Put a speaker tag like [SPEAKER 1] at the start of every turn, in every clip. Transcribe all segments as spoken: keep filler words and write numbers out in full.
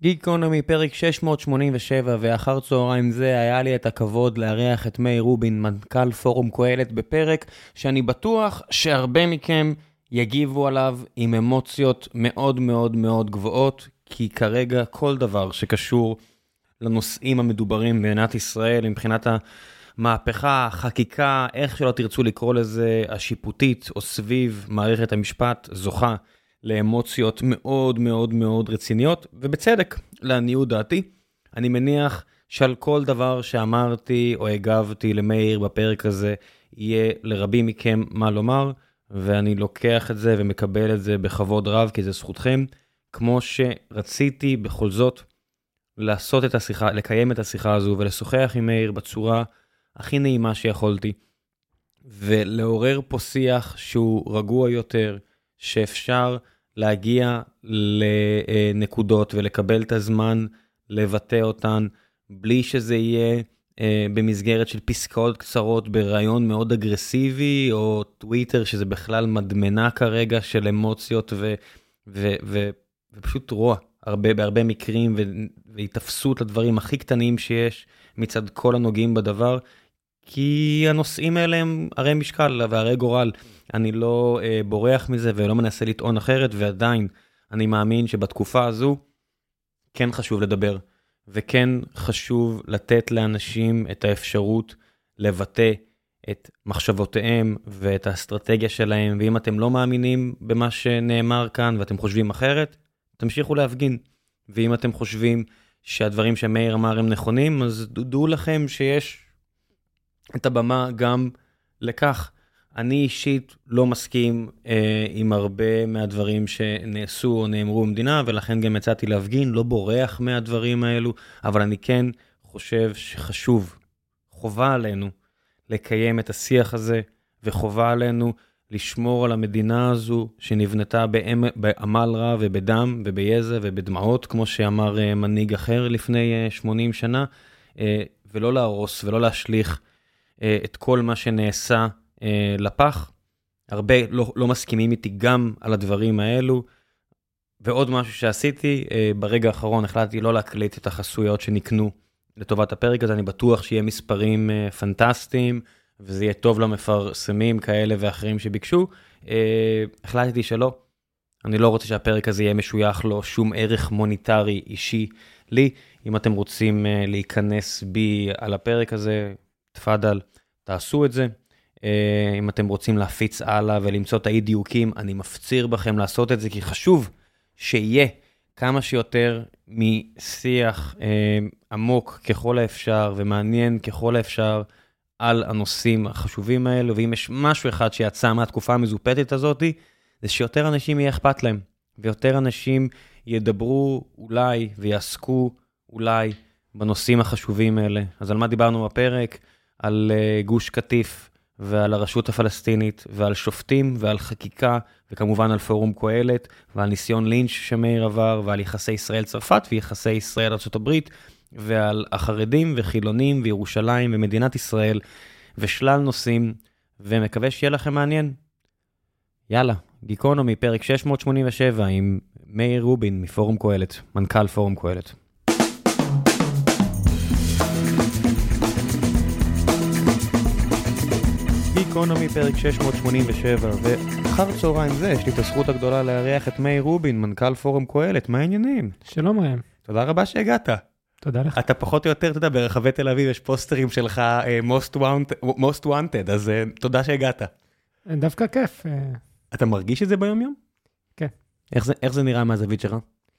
[SPEAKER 1] גיקונומי, פרק שש מאות שמונים ושבע, ואחר צהריים זה היה לי את הכבוד לארח את מאיר רובין, מנכ"ל פורום קהלת, בפרק שאני בטוח שהרבה מכם יגיבו עליו עם אמוציות מאוד מאוד מאוד גבוהות, כי כרגע כל דבר שקשור לנושאים המדוברים במדינת ישראל, מבחינת המהפכה, החקיקה, איך שלא תרצו לקרוא לזה, השיפוטית או סביב מערכת המשפט, זוכה לאמוציות מאוד מאוד מאוד רציניות, ובצדק, לעניות דעתי. אני מניח שעל כל דבר שאמרתי או הגבתי למאיר בפרק הזה, יהיה לרבים מכם מה לומר, ואני לוקח את זה ומקבל את זה בכבוד רב, כי זה זכותכם, כמו שרציתי בכל זאת לעשות את השיחה, לקיים את השיחה הזו, ולשוחח עם מאיר בצורה הכי נעימה שיכולתי, ולעורר פה שיח שהוא רגוע יותר, שאפשר להגיע לנקודות ולקבל את הזמן לבטא אותן, בלי שזה יהיה במסגרת של פסקאות קצרות ברעיון מאוד אגרסיבי, או טוויטר שזה בכלל מדמנה כרגע של אמוציות ו, ו, ו, ופשוט רוע, הרבה, בהרבה מקרים, והתאפסות לדברים הכי קטנים שיש מצד כל הנוגעים בדבר, כי הנושאים האלה הם הרי משקל והרי גורל. אני לא אה, בורח מזה ולא מנסה לטעון אחרת, ועדיין אני מאמין שבתקופה הזו כן חשוב לדבר, וכן חשוב לתת לאנשים את האפשרות לבטא את מחשבותיהם ואת האסטרטגיה שלהם, ואם אתם לא מאמינים במה שנאמר כאן ואתם חושבים אחרת, תמשיכו להפגין. ואם אתם חושבים שהדברים שמאיר אמר הם נכונים, אז דעו לכם שיש את הבמה גם לכך. אני אישית לא מסכים אה, עם הרבה מהדברים שנעשו או נאמרו במדינה, ולכן גם יצאתי להפגין, לא בורח מהדברים האלו, אבל אני כן חושב שחשוב, חובה עלינו לקיים את השיח הזה, וחובה עלינו לשמור על המדינה הזו שנבנתה בעמל רב ובדם וביזע ובדמעות, כמו שאמר אה, מנהיג אחר לפני אה, שמונים שנה, אה, ולא להרוס ולא להשליך אה, את כל מה שנעשה לפח. הרבה לא, לא מסכימים איתי גם על הדברים האלו, ועוד משהו שעשיתי, ברגע האחרון החלטתי לא להקליט את החסויות שנקנו לטובת הפרק הזה, אני בטוח שיהיה מספרים פנטסטיים, וזה יהיה טוב למפרסמים כאלה ואחרים שביקשו. החלטתי שלא, אני לא רוצה שהפרק הזה יהיה משוייך לו שום ערך מוניטרי אישי לי. אם אתם רוצים להיכנס בי על הפרק הזה, תפדל, תעשו את זה. אם אתם רוצים להפיץ הלאה ולמצוא את האי דיוקים, אני מפציר בכם לעשות את זה, כי חשוב שיהיה כמה שיותר משיח אה, עמוק ככל האפשר, ומעניין ככל האפשר על הנושאים החשובים האלו, ואם יש משהו אחד שיצא מהתקופה המזופתת הזאת, זה שיותר אנשים יהיה אכפת להם, ויותר אנשים ידברו אולי ויעסקו אולי בנושאים החשובים האלה. אז על מה דיברנו בפרק? על uh, גוש קטיף, ועל הרשות הפלסטינית, ועל שופטים, ועל חקיקה, וכמובן על פורום קהלת, ועל ניסיון לינץ' שמאיר עבר, ועל יחסי ישראל-צרפת, ויחסי ישראל-ארצות הברית, ועל החרדים וחילונים, וירושלים, ומדינת ישראל, ושלל נושאים, ומקווה שיהיה לכם מעניין. יאללה, גיקונומי, פרק שש מאות שמונים ושבע, עם מאיר רובין, מפורום קהלת, מנכ"ל פורום קהלת. גיקונומי, פרק שש מאות שמונים ושבע, ואחר צהריים זה, יש לי את הזכות הגדולה לארח את מאיר רובין, מנכ"ל פורום קהלת. מה העניינים?
[SPEAKER 2] שלום ראם.
[SPEAKER 1] תודה רבה שהגעת.
[SPEAKER 2] תודה לך.
[SPEAKER 1] אתה פחות או יותר, אתה יודע, ברחבי תל אביב יש פוסטרים שלך most wanted, most wanted, אז תודה שהגעת.
[SPEAKER 2] דווקא כיף.
[SPEAKER 1] אתה מרגיש את זה ביום יום?
[SPEAKER 2] כן.
[SPEAKER 1] איך זה, איך זה נראה מהזווית שלך?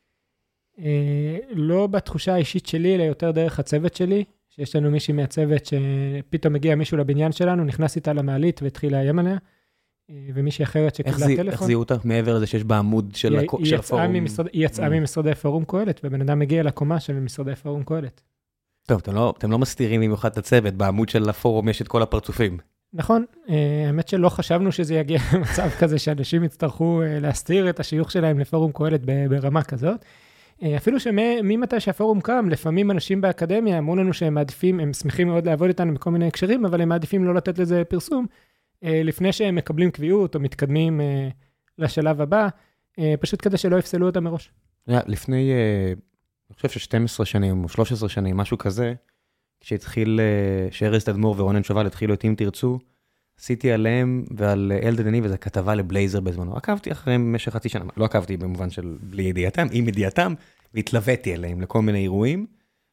[SPEAKER 2] לא בתחושה האישית שלי, אלא יותר דרך הצוות שלי, שיש לנו מישהי מהצוות שפתאום מגיע מישהו לבניין שלנו, נכנס איתה למעלית והתחיל לאיים עליה, ומישהי אחרת שקיבלה טלפון.
[SPEAKER 1] איך זיהו אותך מעבר לזה שיש בעמוד של הפורום?
[SPEAKER 2] היא יצאה ממשרדי פורום קהלת, ובן אדם מגיע לקומה של משרדי פורום קהלת.
[SPEAKER 1] טוב, אתם לא, אתם לא מסתירים במיוחד את הצוות, בעמוד של הפורום יש את כל הפרצופים.
[SPEAKER 2] נכון, האמת שלא חשבנו שזה יגיע למצב כזה, שאנשים יצטרכו להסתיר את השיוך שלהם לפורום קהלת ברמה כזאת. אפילו שממתי שהפורום קם, לפעמים אנשים באקדמיה אמרו לנו שהם מעדיפים, הם שמחים מאוד לעבוד איתנו בכל מיני הקשרים, אבל הם מעדיפים לא לתת לזה פרסום, לפני שהם מקבלים קביעות או מתקדמים לשלב הבא, פשוט כדי שלא יפסלו אותם מראש.
[SPEAKER 1] לפני חושב ש-שתים עשרה שנים או שלוש עשרה שנים, משהו כזה, כשהתחיל, שארז תדמור ורונן שובל התחילו את אם תרצו, עשיתי עליהם ועל אלדד יניב, וזו כתבה לבלייזר בזמנו. עקבתי אחריהם במשך חצי שנה, לא עקבתי במובן של בלי ידיעתם, עם ידיעתם, והתלוויתי עליהם לכל מיני אירועים,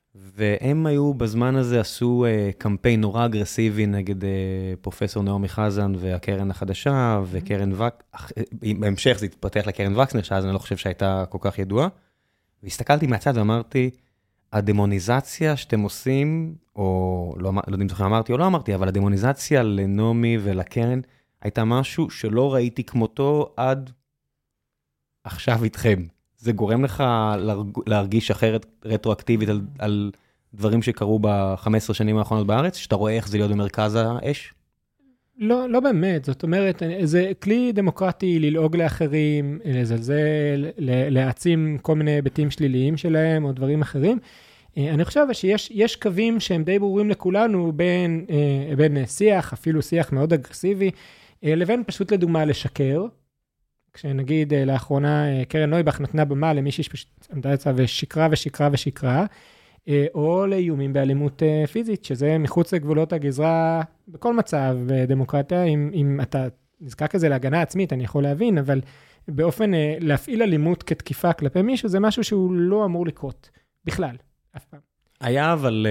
[SPEAKER 1] והם היו בזמן הזה, עשו uh, קמפיין נורא אגרסיבי נגד uh, פרופסור נעמי חזן והקרן החדשה, וקרן וק... בהמשך זה התפתח לקרן וקסנר, שאז אני לא חושב שהייתה כל כך ידועה, והסתכלתי מהצד ואמרתי, הדמוניזציה שאתם עושים, או לא, לא יודעים איך אמרתי או לא אמרתי, אבל הדמוניזציה לנעמי ולקרן, הייתה משהו שלא ראיתי כמותו עד עכשיו איתכם. זה גורם לך להרגיש אחרת רטרואקטיבית על, על דברים שקרו ב-חמש עשרה שנים האחרונות בארץ, שאתה רואה איך זה להיות במרכז האש?
[SPEAKER 2] לא, לא באמת. זאת אומרת, זה כלי דמוקרטי ללעוג לאחרים, לזלזל, להעצים כל מיני היבטים שליליים שלהם או דברים אחרים. אני חושב שיש יש קווים שהם די ברורים לכולנו בין, בין שיח, אפילו שיח מאוד אגרסיבי, לבין פשוט לדוגמה לשקר. כשנגיד לאחרונה קרן נויבך נתנה במה למישהי שפשוט עמדה אצלה ושקרה ושקרה ושקרה, או לאיומים באלימות פיזית, שזה מחוץ לגבולות הגזרה בכל מצב דמוקרטיה. אם, אם אתה נזקק לזה להגנה עצמית, אני יכול להבין, אבל באופן להפעיל אלימות כתקיפה כלפי מישהו, זה משהו שהוא לא אמור לקרות בכלל, אף פעם.
[SPEAKER 1] היה, אבל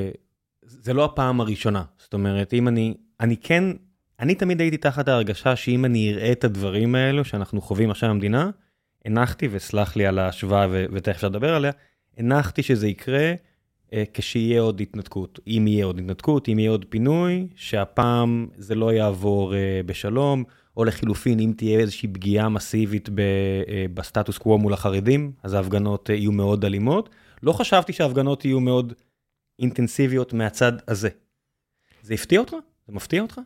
[SPEAKER 1] זה לא הפעם הראשונה. זאת אומרת, אם אני, אני כן... אני תמיד הייתי תחת ההרגשה שאם אני אראה את הדברים האלו שאנחנו חווים עכשיו במדינה, הנחתי, וסלח לי על ההשוואה ותכף אפשר לדבר עליה, הנחתי שזה יקרה אה, כשיהיה עוד התנתקות. אם יהיה עוד התנתקות, אם יהיה עוד פינוי, שהפעם זה לא יעבור אה, בשלום, או לחילופין, אם תהיה איזושהי פגיעה מסיבית ב, אה, בסטטוס קוו מול החרדים, אז ההפגנות אה, יהיו מאוד אלימות. לא חשבתי שההפגנות יהיו מאוד אינטנסיביות מהצד הזה. זה הפתיע אותך? זה מפתיע אותך?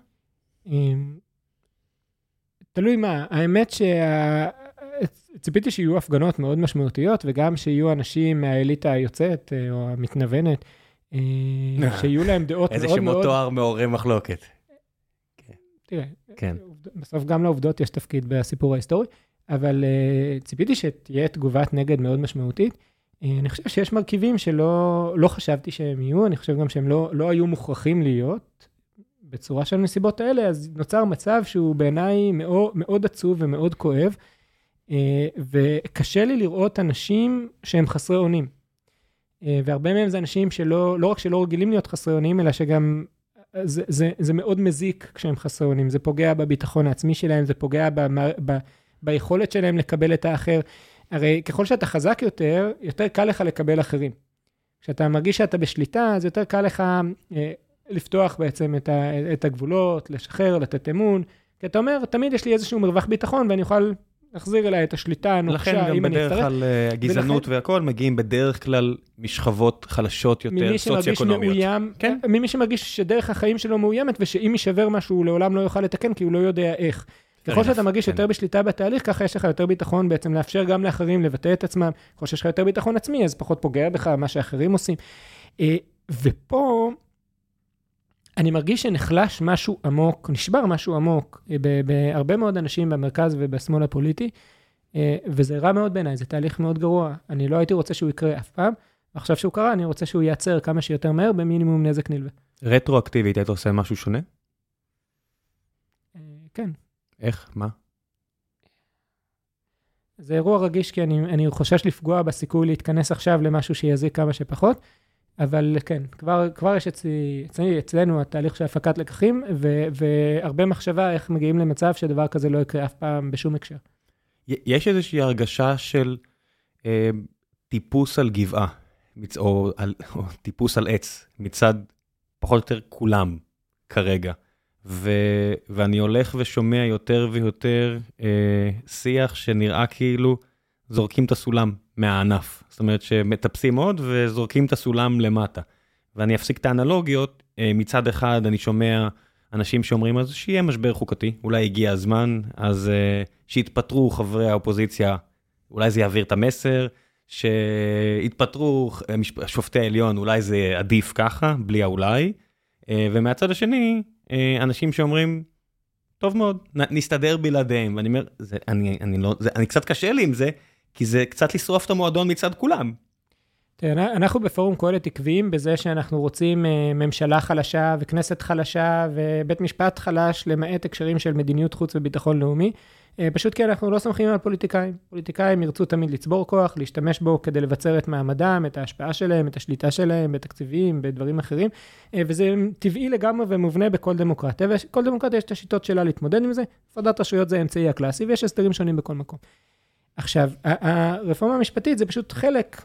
[SPEAKER 2] תלוי מה, האמת שציפיתי שיהיו הפגנות מאוד משמעותיות, וגם שיהיו אנשים מהאליטה היוצאת או המתנוונת, שיהיו להם דעות מאוד מאוד...
[SPEAKER 1] איזה שמות תואר מעורר מחלוקת.
[SPEAKER 2] תראה, בסוף גם לעובדות יש תפקיד בסיפור ההיסטורי, אבל ציפיתי שתהיה תגובת נגד מאוד משמעותית. אני חושב שיש מרכיבים שלא חשבתי שהם יהיו, אני חושב גם שהם לא היו מוכרחים להיות, בצורה של נסיבות האלה, אז נוצר מצב שהוא בעיניי מאוד, מאוד עצוב ומאוד כואב, וקשה לי לראות אנשים שהם חסרי אונים. והרבה מהם זה אנשים שלא, לא רק שלא רגילים להיות חסרי אונים, אלא שגם זה, זה, זה מאוד מזיק כשהם חסרי אונים. זה פוגע בביטחון העצמי שלהם, זה פוגע ב, ב, ביכולת שלהם לקבל את האחר. הרי ככל שאתה חזק יותר, יותר קל לך לקבל אחרים. כשאתה מרגיש שאתה בשליטה, אז יותר קל לך... לפתוח בעצם את, ה, את הגבולות, לשחרר, לתת אמון, כי אתה אומר, תמיד יש לי איזשהו מרווח ביטחון, ואני אוכל להחזיר אליי את השליטה הנוקשה, אם אני אצטרך. לכן גם בדרך כלל הגזענות והכל, מגיעים בדרך כלל משכבות חלשות יותר, סוציו-אקונומיות. כן? ממי שמרגיש שדרך החיים שלו מאוימת, ושאם יישבר משהו, הוא לעולם לא יוכל לתקן, כי הוא לא יודע איך. ככל שאתה מרגיש יותר בשליטה בתהליך, ככה יש לך יותר ביטחון בעצם לאפשר גם לאחרים לבטא את עצמם. ככל שיש לך יותר ביטחון עצמי, אז פחות פוגע בך מה שאחרים עושים. ופה אני מרגיש שנחלש משהו עמוק, נשבר משהו עמוק, בהרבה מאוד אנשים במרכז ובשמאל הפוליטי, וזה רע מאוד בעיניי, זה תהליך מאוד גרוע. אני לא הייתי רוצה שהוא יקרה אף פעם, ועכשיו שהוא קרה, אני רוצה שהוא ייעצר כמה שיותר מהר, במינימום נזק נלווה.
[SPEAKER 1] רטרואקטיבית, היית עושה משהו שונה?
[SPEAKER 2] כן.
[SPEAKER 1] איך? מה?
[SPEAKER 2] זה אירוע רגיש, כי אני, אני חושש לפגוע בסיכוי להתכנס עכשיו למשהו שיזיק כמה שפחות, אבל כן, כבר, כבר יש אצלי, אצלי, אצלנו התהליך של הפקת לקחים, ו, והרבה מחשבה איך מגיעים למצב שדבר כזה לא יקרה אף פעם בשום הקשר.
[SPEAKER 1] יש איזושהי הרגשה של אה, טיפוס על גבעה, מצ... או, על, או טיפוס על עץ, מצד פחות או יותר כולם כרגע. ו... ואני הולך ושומע יותר ויותר אה, שיח שנראה כאילו זורקים את הסולם מהענף. זאת אומרת שמטפסים עוד וזורקים את הסולם למטה. ואני אפסיק את האנלוגיות, אה, מצד אחד אני שומע אנשים שאומרים, אז שיהיה משבר חוקתי, אולי הגיע הזמן, אז אה, שיתפטרו חברי האופוזיציה, אולי זה יעביר את המסר, שיתפטרו שופטי העליון, אולי זה עדיף ככה, בלי האולי, אה, ומהצד השני, אנשים שאומרים, טוב מאוד, נסתדר בלעדיהם, ואני אומר, זה, אני, אני, לא, זה, אני קצת קשה לי עם זה, כי זה קצת לשרוף את המועדון מצד כולם.
[SPEAKER 2] אנחנו בפורום קהלת עקביים בזה שאנחנו רוצים ממשלה חלשה וכנסת חלשה ובית משפט חלש למעט הקשרים של מדיניות חוץ וביטחון לאומי, פשוט כי אנחנו לא סומכים על פוליטיקאים. פוליטיקאים ירצו תמיד לצבור כוח, להשתמש בו כדי לבצר את מעמדם, את ההשפעה שלהם, את השליטה שלהם, בתקציבים, בדברים אחרים, וזה טבעי לגמרי ומובנה בכל דמוקרטיה, וכל דמוקרטיה יש את השיטות שלה להתמודד עם זה, הפרדת רשויות זה האמצעי הקלאסי, ויש הסדרים שונים בכל מקום. עכשיו, הרפורמה המשפטית זה פשוט חלק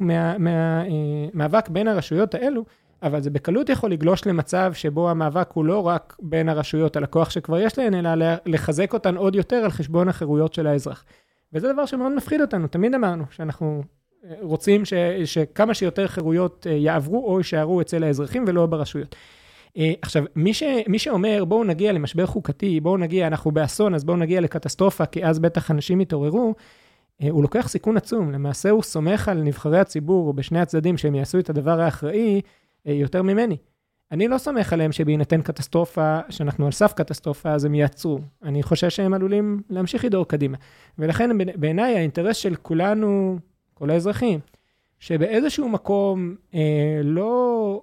[SPEAKER 2] מהמאבק בין הרשויות האלו, אבל זה בקלות יכול לגלוש למצב שבו המאבק הוא לא רק בין הרשויות על הכוח שכבר יש להן, אלא לחזק אותן עוד יותר על חשבון החירויות של האזרח. וזה דבר שמאוד מפחיד אותנו. תמיד אמרנו שאנחנו רוצים ש, שכמה שיותר חירויות יעברו או יישארו אצל האזרחים ולא ברשויות. עכשיו, מי, ש, מי שאומר בואו נגיע למשבר חוקתי, בואו נגיע, אנחנו באסון, אז בואו נגיע לקטסטרופה, כי אז בטח אנשים יתעוררו, הוא לוקח סיכון עצום. למעשה הוא סומך על נבחרי הציבור בשני הצדדים שהם יעשו את הדבר האחראי יותר ממני. אני לא סומך עליהם שבהינתן קטסטרופה, שאנחנו על סף קטסטרופה, אז הם יעצרו. אני חושב שהם עלולים להמשיך לדור קדימה. ולכן בעיניי האינטרס של כולנו, כל האזרחים, שבאיזשהו מקום אה, לא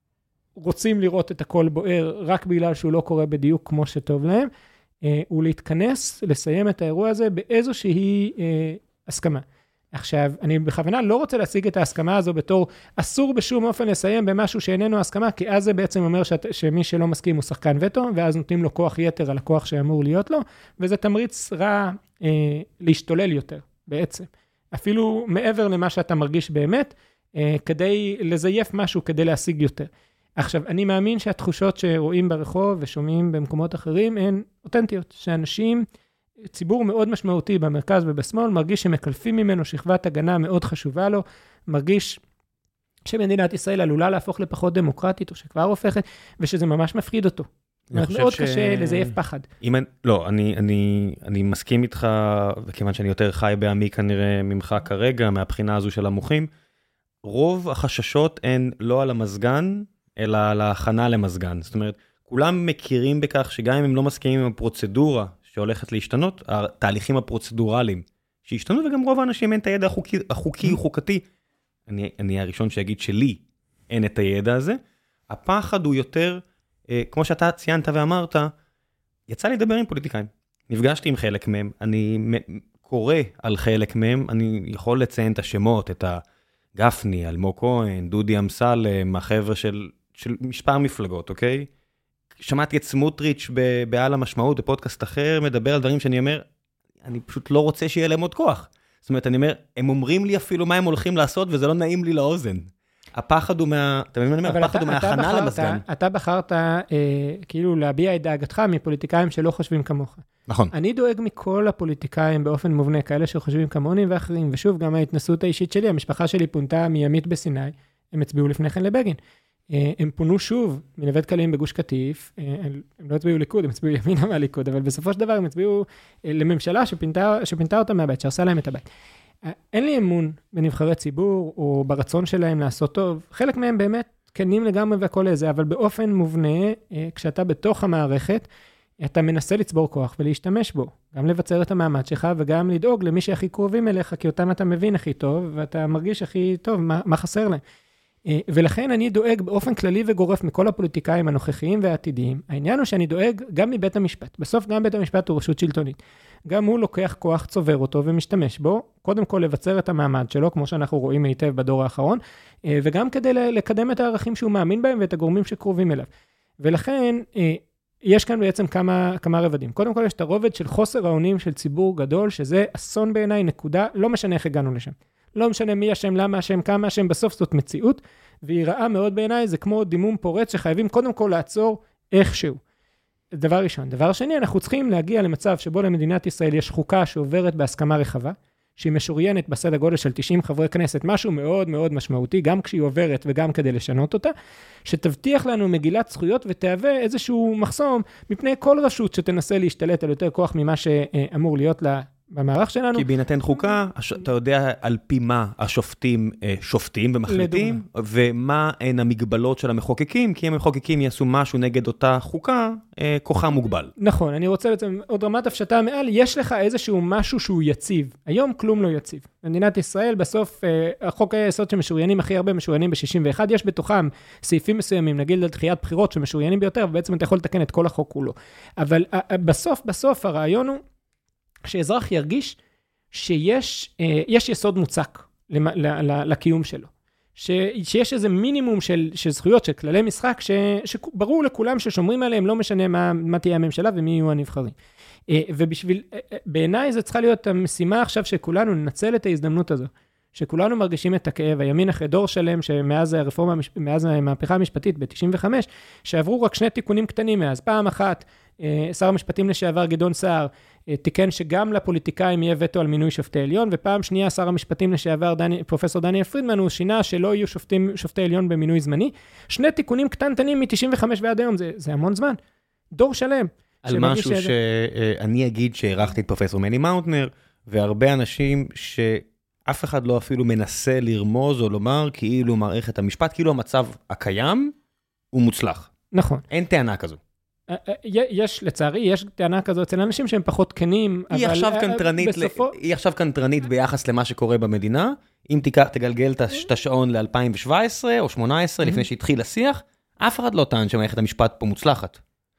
[SPEAKER 2] רוצים לראות את הכל בוער, רק בגלל שהוא לא קורה בדיוק כמו שטוב להם, אה, הוא להתכנס, לסיים את האירוע הזה באיזושהי אה, הסכמה. עכשיו, אני בכוונה לא רוצה להשיג את ההסכמה הזו בתור אסור בשום אופן לסיים במשהו שאיננו הסכמה, כי אז זה בעצם אומר שאת, שמי שלא מסכים הוא שחקן וטו, ואז נותנים לו כוח יתר על הכוח שאמור להיות לו, וזה תמריץ רע אה, להשתולל יותר בעצם. אפילו מעבר למה שאתה מרגיש באמת, אה, כדי לזייף משהו, כדי להשיג יותר. עכשיו, אני מאמין שהתחושות שרואים ברחוב ושומעים במקומות אחרים הן אותנטיות, שאנשים ציבור מאוד משמעותי במרכז ובשמאל, מרגיש שמקלפים ממנו שכבת הגנה מאוד חשובה לו, מרגיש שמדינת ישראל עלולה להפוך לפחות דמוקרטית, או שכבר הופכת, ושזה ממש מפחיד אותו. מאוד ש... קשה לזייף פחד.
[SPEAKER 1] אם... לא, אני, אני, אני מסכים איתך, וכיוון שאני יותר חי בעמי כנראה ממך כרגע, מהבחינה הזו של המוחים, רוב החששות הן לא על המזגן, אלא על ההכנה למזגן. זאת אומרת, כולם מכירים בכך שגם אם הם לא מסכימים עם הפרוצדורה, שהולכת להשתנות, התהליכים הפרוצדורליים שהשתנו, וגם רוב האנשים אין את הידע החוקי, החוקי חוקתי. אני, אני הראשון שיגיד שלי אין את הידע הזה. הפחד הוא יותר, אה, כמו שאתה ציינת ואמרת, יצא לי לדבר עם פוליטיקאים. נפגשתי עם חלק מהם, אני קורא על חלק מהם, אני יכול לציין את השמות, את הגפני, אלמוג כהן, דודי אמסלם, החבר'ה של, של מספר מפלגות, אוקיי? שמעתי את סמוטריץ' בעל המשמעות, בפודקאסט אחר, מדבר על דברים שאני אומר, אני פשוט לא רוצה שיהיה להם עוד כוח. זאת אומרת, אני אומר, הם אומרים לי אפילו מה הם הולכים לעשות, וזה לא נעים לי לאוזן. הפחד הוא מה... אתה מבין מה אני אומר? הפחד הוא מההכנה למזגן.
[SPEAKER 2] אתה בחרת כאילו להביע את דאגתך מפוליטיקאים שלא חושבים כמוך.
[SPEAKER 1] נכון.
[SPEAKER 2] אני דואג מכל הפוליטיקאים באופן מובנה, כאלה שחושבים כמוני ואחרים, ושוב, גם ההתנסות האישית שלי, המשפחה שלי פונתה מימית בסיני, הם הצביעו לפני כן לבגין. הם פונו שוב מנווה דקלים בגוש קטיף, הם לא הצביעו ליכוד, הם הצביעו ימינה מהליכוד, אבל בסופו של דבר הם הצביעו לממשלה שפינתה, שפינתה אותם מהבית, שהרסה להם את הבית. אין לי אמון בנבחרי ציבור, או ברצון שלהם לעשות טוב. חלק מהם באמת כנים לגמרי והכל איזה, אבל באופן מובנה, כשאתה בתוך המערכת, אתה מנסה לצבור כוח ולהשתמש בו. גם לבצר את המעמד שלך, וגם לדאוג למי שהכי קרובים אליך, כי אותם אתה מבין הכי טוב, ואתה מרגיש הכי טוב, מה, מה חסר להם. ולכן אני דואג באופן כללי וגורף מכל הפוליטיקאים הנוכחיים והעתידיים. העניין הוא שאני דואג גם מבית המשפט. בסוף גם בית המשפט הוא רשות שלטונית. גם הוא לוקח כוח, צובר אותו ומשתמש בו, קודם כל לבצר את המעמד שלו, כמו שאנחנו רואים היטב בדור האחרון, וגם כדי לקדם את הערכים שהוא מאמין בהם ואת הגורמים שקרובים אליו. ולכן יש כאן בעצם כמה, כמה רבדים. קודם כל יש את הרובד של חוסר האונים של ציבור גדול, שזה אסון בעיניי, נקודה, לא משנה איך הגענו לשם. לא משנה מי השם, למה השם, כמה השם, בסוף זאת מציאות, והיא רעה מאוד בעיניי, זה כמו דימום פורץ שחייבים קודם כל לעצור איכשהו. דבר ראשון. דבר שני, אנחנו צריכים להגיע למצב שבו למדינת ישראל יש חוקה שעוברת בהסכמה רחבה, שהיא משוריינת בסדר גודל של תשעים חברי כנסת, משהו מאוד מאוד משמעותי, גם כשהיא עוברת וגם כדי לשנות אותה, שתבטיח לנו מגילת זכויות ותהווה איזשהו מחסום מפני כל רשות שתנסה להשתלט על יותר כוח ממה שאמור להיות לה במערך שלנו.
[SPEAKER 1] כי בהינתן חוקה, אתה יודע על פי מה השופטים שופטים ומחליטים, ומה הן המגבלות של המחוקקים, כי אם המחוקקים יעשו משהו נגד אותה חוקה, כוחה מוגבל.
[SPEAKER 2] נכון, אני רוצה בעצם עוד רמת הפשטה מעל, יש לך איזשהו משהו שהוא יציב. היום כלום לא יציב. במדינת ישראל, בסוף, החוק היסוד שמשוריינים הכי הרבה משוריינים ב-שישים ואחת, יש בתוכם סעיפים מסוימים, נגיד על דחיית בחירות שמשוריינים ביותר, ובעצם אתה יכול לתקן את כל החוק כולו. אבל בסוף, בסוף, הרעיון הוא שאזרח ירגיש שיש יש יסוד מוצק לקיום שלו. שיש איזה מינימום של, של זכויות, של כללי משחק, ש, שברור לכולם ששומרים עליהם, לא משנה מה, מה תהיה הממשלה ומי יהיו הנבחרים. ובשביל, בעיניי זה צריכה להיות המשימה עכשיו שכולנו ננצל את ההזדמנות הזו, שכולנו מרגישים את הכאב, הימין אחרי דור שלם, שמאז הרפורמה, מאז המהפכה המשפטית ב-תשעים וחמש, שעברו רק שני תיקונים קטנים מאז. פעם אחת, שר המשפטים לשעבר גדעון סער, תיקן שגם לפוליטיקאים יהיה וטו על מינוי שופטי עליון, ופעם שנייה שר המשפטים לשעבר דני, פרופסור דניאל פרידמן, הוא שינה שלא יהיו שופטים, שופטי עליון במינוי זמני. שני תיקונים קטנטנים מ-תשעים וחמש ועד היום, זה, זה המון זמן. דור שלם.
[SPEAKER 1] על משהו שזה... שאני אגיד שהערכתי את פרופסור מני מאוטנר, והרבה אנשים שאף אחד לא אפילו מנסה לרמוז או לומר, כאילו מערכת המשפט, כאילו המצב הקיים הוא מוצלח.
[SPEAKER 2] נכון.
[SPEAKER 1] אין טענה כזו.
[SPEAKER 2] יש, לצערי, יש טענה כזו אצל אנשים שהם פחות כנים,
[SPEAKER 1] היא עכשיו קנטרנית, בסופו... היא עכשיו קנטרנית ביחס למה שקורה במדינה, אם תיקח, תגלגל את השעון ל-אלפיים שבע עשרה או שמונה עשרה, לפני שהתחיל השיח, אף אחד לא טען שמערכת המשפט פה מוצלחת.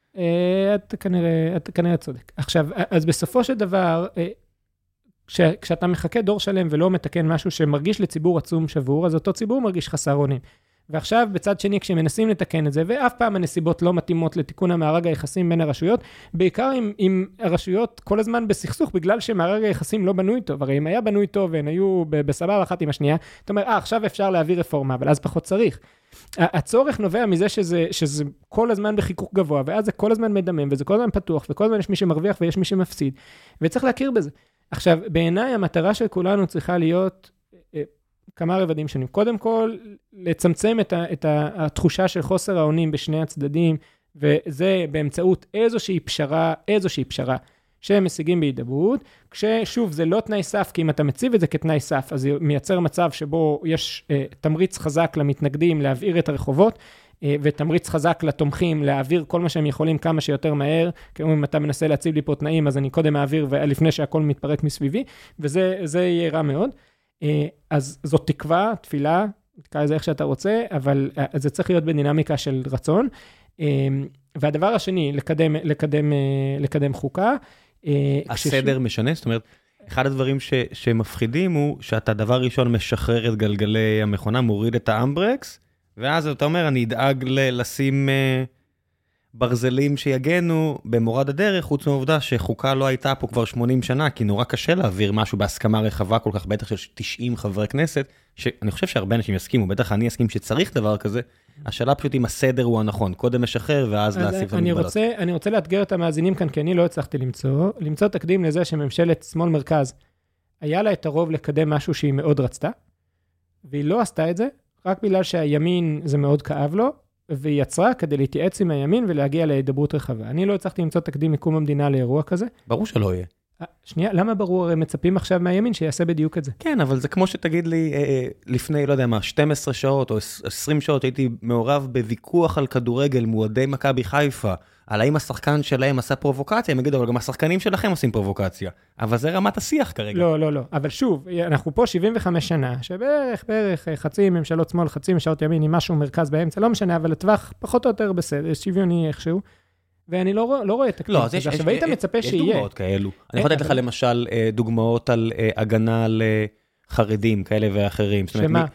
[SPEAKER 2] אתה כנראה, אתה כנראה צודק. עכשיו, אז בסופו של דבר, כש, כשאתה מחכה דור שלם ולא מתקן משהו שמרגיש לציבור עצום שבור, אז אותו ציבור מרגיש חסר אונים. ועכשיו, בצד שני, כשמנסים לתקן את זה, ואף פעם הנסיבות לא מתאימות לתיקון המארג היחסים בין הרשויות, בעיקר עם, עם הרשויות כל הזמן בסכסוך, בגלל שמארג היחסים לא בנוי טוב. הרי אם היה בנוי טוב, והן היו בסבבה אחת עם השנייה, אתה אומר, אה, עכשיו אפשר להעביר רפורמה, אבל אז פחות צריך. הצורך נובע מזה שזה, שזה כל הזמן בחיכוך גבוה, ואז זה כל הזמן מדמם, וזה כל הזמן פתוח, וכל הזמן יש מי שמרוויח ויש מי שמפסיד, וצריך להכיר בזה. עכשיו, בעיניי, המטרה של כולנו צריכה להיות כמה רבדים שונים. קודם כל, לצמצם את, ה, את התחושה של חוסר האונים בשני הצדדים, וזה באמצעות איזושהי פשרה, איזושהי פשרה, שהם משיגים בהידברות, כששוב, זה לא תנאי סף, כי אם אתה מציב את זה כתנאי סף, אז זה מייצר מצב שבו יש אה, תמריץ חזק למתנגדים להבעיר את הרחובות, אה, ותמריץ חזק לתומכים להעביר כל מה שהם יכולים כמה שיותר מהר, כמו אם אתה מנסה להציב לי פה תנאים, אז אני קודם מעביר לפני שהכל מתפרק מסביבי, וזה זה יהיה רע מאוד. אז זאת תקווה, תפילה, תקרא לזה איך שאתה רוצה, אבל זה צריך להיות בדינמיקה של רצון. והדבר השני, לקדם, לקדם, לקדם חוקה.
[SPEAKER 1] הסדר משנה, זאת אומרת, אחד הדברים ש, שמפחידים הוא שאתה דבר ראשון משחרר את גלגלי המכונה, מוריד את האמברקס, ואז אתה אומר, אני אדאג ל- לשים ברזלים שיגנו במורד הדרך, חוץ מהעובדה שחוקה לא הייתה פה כבר שמונים שנה, כי נורא קשה להעביר משהו בהסכמה רחבה כל כך, בטח של תשעים חברי כנסת, שאני חושב שהרבה אנשים יסכימו, בטח אני אסכים שצריך דבר כזה, השאלה פשוט אם הסדר הוא הנכון, קודם משחרר ואז להסיף את המגבלות.
[SPEAKER 2] אני רוצה לאתגר את המאזינים כאן, כי אני לא הצלחתי למצוא, למצוא תקדים לזה שממשלת שמאל מרכז, היה לה את הרוב לקדם משהו שהיא מאוד רצתה, והיא לא עשתה את זה, רק בגלל שהימין זה מאוד כאב לו, והיא יצרה כדי להתייעץ עם הימין ולהגיע להידברות רחבה. אני לא הצלחתי למצוא תקדים מקום המדינה לאירוע כזה.
[SPEAKER 1] ברור שלא יהיה.
[SPEAKER 2] שנייה, למה ברור? הרי מצפים עכשיו מהימין שיעשה בדיוק את זה.
[SPEAKER 1] כן, אבל זה כמו שתגיד לי, לפני, לא יודע מה, שתים עשרה שעות או עשרים שעות, הייתי מעורב בוויכוח על כדורגל מועדי מכבי חיפה, על האם השחקן שלהם עשה פרובוקציה, הם יגידו, אבל גם השחקנים שלכם עושים פרובוקציה. אבל זה רמת השיח כרגע.
[SPEAKER 2] לא, לא, לא. אבל שוב, אנחנו פה שבעים וחמש שנה, שבערך, בערך, חצי ממשלות שמאל, חצי ממשלות ימין, עם משהו מרכז באמצע, לא משנה, אבל לטווח פחות או יותר בסדר, שוויוני איכשהו. ואני לא, לא רואה את הכתוב.
[SPEAKER 1] לא, אז יש, יש, מצפה יש דוגמאות כאלו. אני יכול לתת לך למשל דוגמאות על הגנה על חרדים כאלה ואחרים.
[SPEAKER 2] שמה?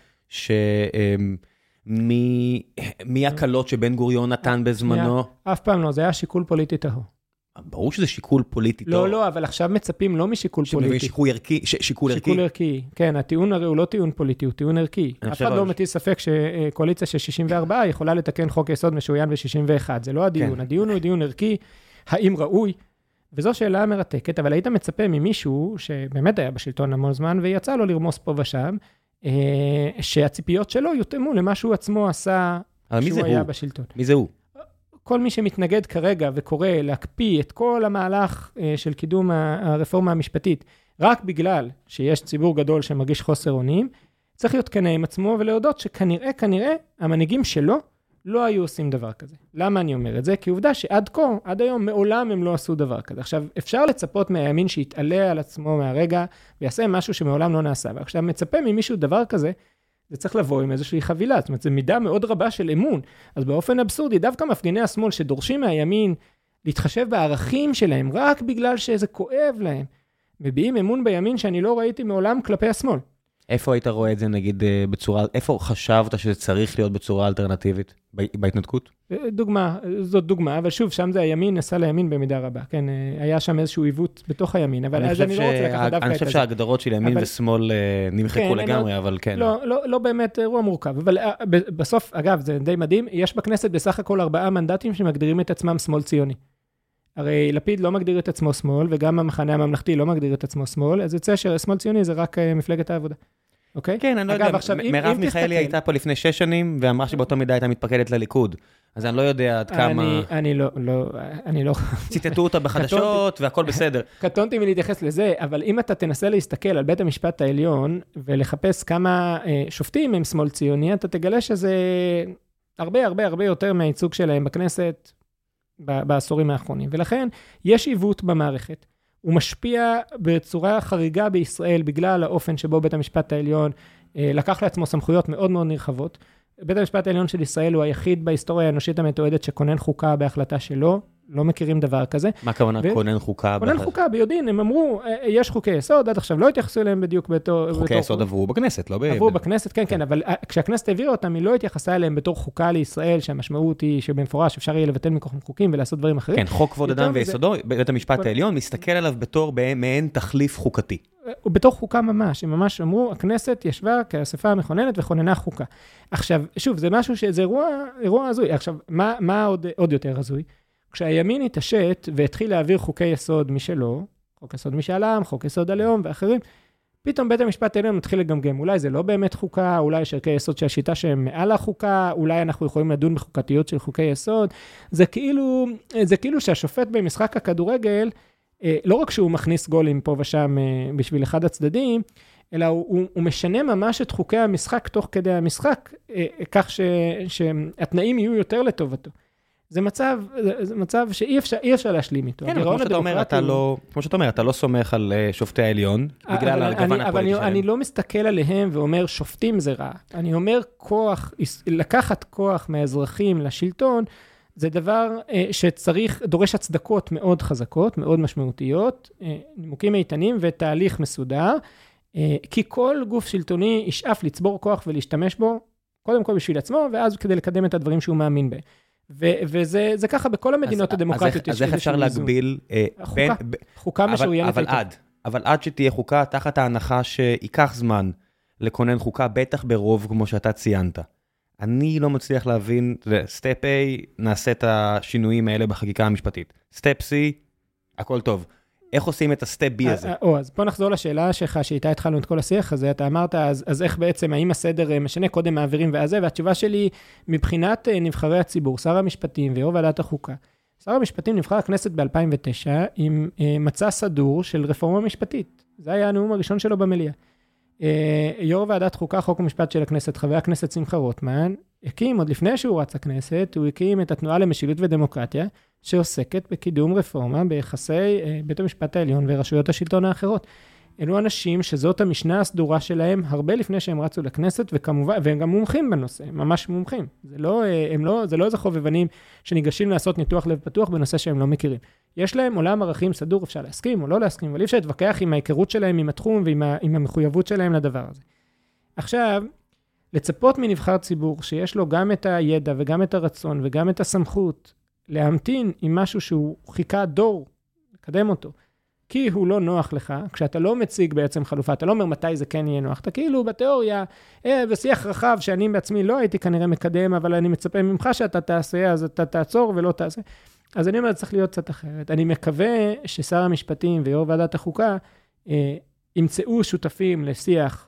[SPEAKER 1] מי הקלות שבן גוריון נתן בזמנו?
[SPEAKER 2] אף פעם לא, זה היה שיקול פוליטי טהור.
[SPEAKER 1] ברור שזה שיקול פוליטי טהור.
[SPEAKER 2] לא, לא, אבל עכשיו מצפים לא משיקול פוליטי.
[SPEAKER 1] שיקול ערכי, שיקול ערכי.
[SPEAKER 2] שיקול ערכי, כן, הטיעון הרי הוא לא טיעון פוליטי, הוא טיעון ערכי. אף אחד לא מטיל ספק שקואליציה של שישים וארבע יכולה לתקן חוק יסוד משוריין ב-שישים ואחת, זה לא הדיון. הדיון הוא דיון ערכי, האם ראוי, וזו שאלה מרתקת, אבל היית מצפה ממישהו שבאמת היה בשלטון המון זמן, ויצא לו לרמוס פה ושם, שהציפיות שלו יותאמו למה שהוא עצמו עשה שהוא היה בשלטון.
[SPEAKER 1] מי זה הוא?
[SPEAKER 2] כל מי שמתנגד כרגע וקורא להקפיא את כל המהלך של קידום הרפורמה המשפטית, רק בגלל שיש ציבור גדול שמרגיש חוסר אונים, צריך להיות כנה עם עצמו ולהודות שכנראה, כנראה, המנהיגים שלו לא היו עושים דבר כזה. למה אני אומר את זה? כי עובדה שעד כה, עד היום, מעולם הם לא עשו דבר כזה. עכשיו, אפשר לצפות מהימין שיתעלה על עצמו מהרגע, ויעשה משהו שמעולם לא נעשה. ועכשיו, מצפה ממישהו דבר כזה, זה צריך לבוא עם איזושהי חבילה. זאת אומרת, זו מידה מאוד רבה של אמון. אז באופן אבסורדי, דווקא מפגיני השמאל שדורשים מהימין להתחשב בערכים שלהם, רק בגלל שזה כואב להם, מביעים אמון בימין שאני לא ראיתי מעולם כלפי השמאל.
[SPEAKER 1] איפה היית רואה את זה, נגיד, בצורה, איפה חשבת שזה צריך להיות בצורה אלטרנטיבית? בהתנתקות?
[SPEAKER 2] דוגמה, זאת דוגמה, אבל שוב, שם זה הימין נסע לימין במידה רבה, כן, היה שם איזשהו עיוות בתוך הימין, אבל אז אני לא רוצה לקחת דווקא את זה.
[SPEAKER 1] אני חושב שההגדרות של ימין ושמאל נמחקו לגמרי, אבל כן.
[SPEAKER 2] לא, לא באמת אירוע מורכב, אבל בסוף, אגב, זה די מדהים, יש בכנסת בסך הכל ארבעה מנדטים שמגדירים את עצמם שמאל ציוני. הרי לפיד לא מגדיר את עצמו שמאל, וגם המחנה הממלכתי לא מגדיר את עצמו שמאל, אז יוצא ששמאל ציוני זה רק מפלגת העבודה. אוקיי?
[SPEAKER 1] כן, אני לא יודע, מרב מיכאלי הייתה פה לפני שש שנים, ואמרה שבאותה מידה הייתה מתפקדת לליכוד. אז אני לא יודע עד כמה...
[SPEAKER 2] אני לא, אני לא...
[SPEAKER 1] ציטטו אותה בחדשות, והכל בסדר.
[SPEAKER 2] קטונתי מלהתייחס לזה, אבל אם אתה תנסה להסתכל על בית המשפט העליון, ולחפש כמה שופטים הם שמאל ציוני, אתה תגלה שזה הרבה, הרבה, הרבה יותר מהייצוג שלהם בכנסת, בעשורים האחרונים. ולכן, יש עיוות במערכת. הוא משפיע בצורה חריגה בישראל, בגלל האופן שבו בית המשפט העליון אה, לקח לעצמו סמכויות מאוד מאוד נרחבות. בית המשפט העליון של ישראל הוא היחיד בהיסטוריה האנושית המתועדת שכונן חוקה בהחלטה שלו, לא מכירים דבר כזה.
[SPEAKER 1] מה הכוונה ו... כונן חוקה?
[SPEAKER 2] כונן בהחלט... חוקה, ביודעין, הם אמרו, יש חוקי יסוד, עד עכשיו לא התייחסו אליהם בדיוק בתור...
[SPEAKER 1] חוקי יסוד בתור... עברו בכנסת, לא ב...
[SPEAKER 2] עברו בכנסת, כן, כן, כן, אבל כשהכנסת העבירה אותם, היא לא התייחסה אליהם בתור חוקה לישראל, שהמשמעות היא שבמפורש אפשר יהיה לבטל מכוחם חוקים ולעשות דברים אחרים.
[SPEAKER 1] כן, חוק כבוד אדם ויסודו, זה... בית המשפט העליון מסתכל עליו בתור מעין תחליף חוקתי.
[SPEAKER 2] ובתור חוקה ממש, הם ממש אמרו, הכנסת ישבה כאספה המכוננת וכוננה חוקה. עכשיו, שוב, זה משהו שזה אירוע, אירוע הזוי. עכשיו, מה, מה עוד, עוד יותר הזוי? כשהימין התעשת והתחיל להעביר חוקי יסוד משלו, חוק יסוד משאל עם, חוק יסוד הלאום ואחרים, פתאום בית המשפט העליון מתחיל לגמגם. אולי זה לא באמת חוקה, אולי יש ערכי יסוד של השיטה שהם מעל החוקה, אולי אנחנו יכולים לדון בחוקתיות של חוקי יסוד. זה כאילו, זה כאילו שהשופט במשחק הכדורגל, לא רק שהוא מכניס גולים פה ושם בשביל אחד הצדדים, אלא הוא, הוא, הוא משנה ממש את חוקי המשחק תוך כדי המשחק, כך ש, שהתנאים יהיו יותר לטובתו. זה מצב, זה מצב שאי אפשר, אי אפשר להשלים איתו.
[SPEAKER 1] כן, כמו שאתה אומר, אתה לא, כמו שאתה אומר, אתה לא סומך על שופטי העליון, בגלל הגוון הפוליטי שלהם.
[SPEAKER 2] אבל אני לא מסתכל עליהם ואומר, שופטים זה רע. אני אומר, כוח, לקחת כוח מהאזרחים לשלטון, זה דבר שצריך, דורש הצדקות מאוד חזקות, מאוד משמעותיות, נימוקים איתנים ותהליך מסודר, כי כל גוף שלטוני ישאף לצבור כוח ולהשתמש בו, קודם כל בשביל עצמו, ואז כדי לקדם את הדברים שהוא מאמין בהם. וזה זה ככה בכל המדינות הדמוקרטיות.
[SPEAKER 1] אז איך אפשר להגביל?
[SPEAKER 2] חוקה משוריינת.
[SPEAKER 1] אבל עד, אבל עד שתהיה חוקה, תחת ההנחה שיקח זמן לכונן חוקה, בטח ברוב כמו שאתה ציינת. אני לא מצליח להבין, סטפ A, נעשה את השינויים האלה בחקיקה המשפטית. סטפ C, הכל טוב. איך עושים את הסטפ B הזה?
[SPEAKER 2] או, אז בוא נחזור לשאלה שלך, שאיתה התחלנו את כל השיח הזה, אתה אמרת, אז, אז איך בעצם, האם הסדר משנה, קודם מעבירים והזה, והתשובה שלי, מבחינת נבחרי הציבור, שר המשפטים ויו"ר ועדת החוקה, שר המשפטים נבחר הכנסת ב-אלפיים ותשע, עם מצע סדור של רפורמה משפטית. זה היה הנאום הראשון שלו במליאה. יו"ר ועדת חוקה, חוק ומשפט של הכנסת, חבר הכנסת שמחה רוטמן, הקים, עוד לפני שהוא רץ הכנסת, הוא הקים את התנועה למשילות ודמוקרטיה, שעוסקת בקידום רפורמה ביחסי בית המשפט העליון ורשויות השלטון האחרות. אלו אנשים שזאת המשנה הסדורה שלהם, הרבה לפני שהם רצו לכנסת, וכמובן, והם גם מומחים בנושא, ממש מומחים. זה לא, הם לא, זה לא איזה חובבנים שניגשים לעשות ניתוח לב פתוח בנושא שהם לא מכירים. יש להם עולם ערכים סדור, אפשר להסכים או לא להסכים, אבל אי אפשר להתווכח עם ההיכרות שלהם, עם התחום ועם ה, עם המחויבות שלהם לדבר הזה. עכשיו, לצפות מנבחר ציבור שיש לו גם את הידע וגם את הרצון וגם את הסמכות להמתין עם משהו שהוא חיכה דור, לקדם אותו, כי הוא לא נוח לך, כשאתה לא מציג בעצם חלופה, אתה לא אומר מתי זה כן יהיה נוח, אתה כאילו בתיאוריה, אה, בשיח רחב שאני בעצמי לא הייתי כנראה מקדם, אבל אני מצפה ממך שאתה תעשה, אז אתה תעצור ולא תעשה. אז אני אומר, צריך להיות קצת אחרת. אני מקווה ששר המשפטים ויו"ר ועדת החוקה, אה, ימצאו שותפים לשיח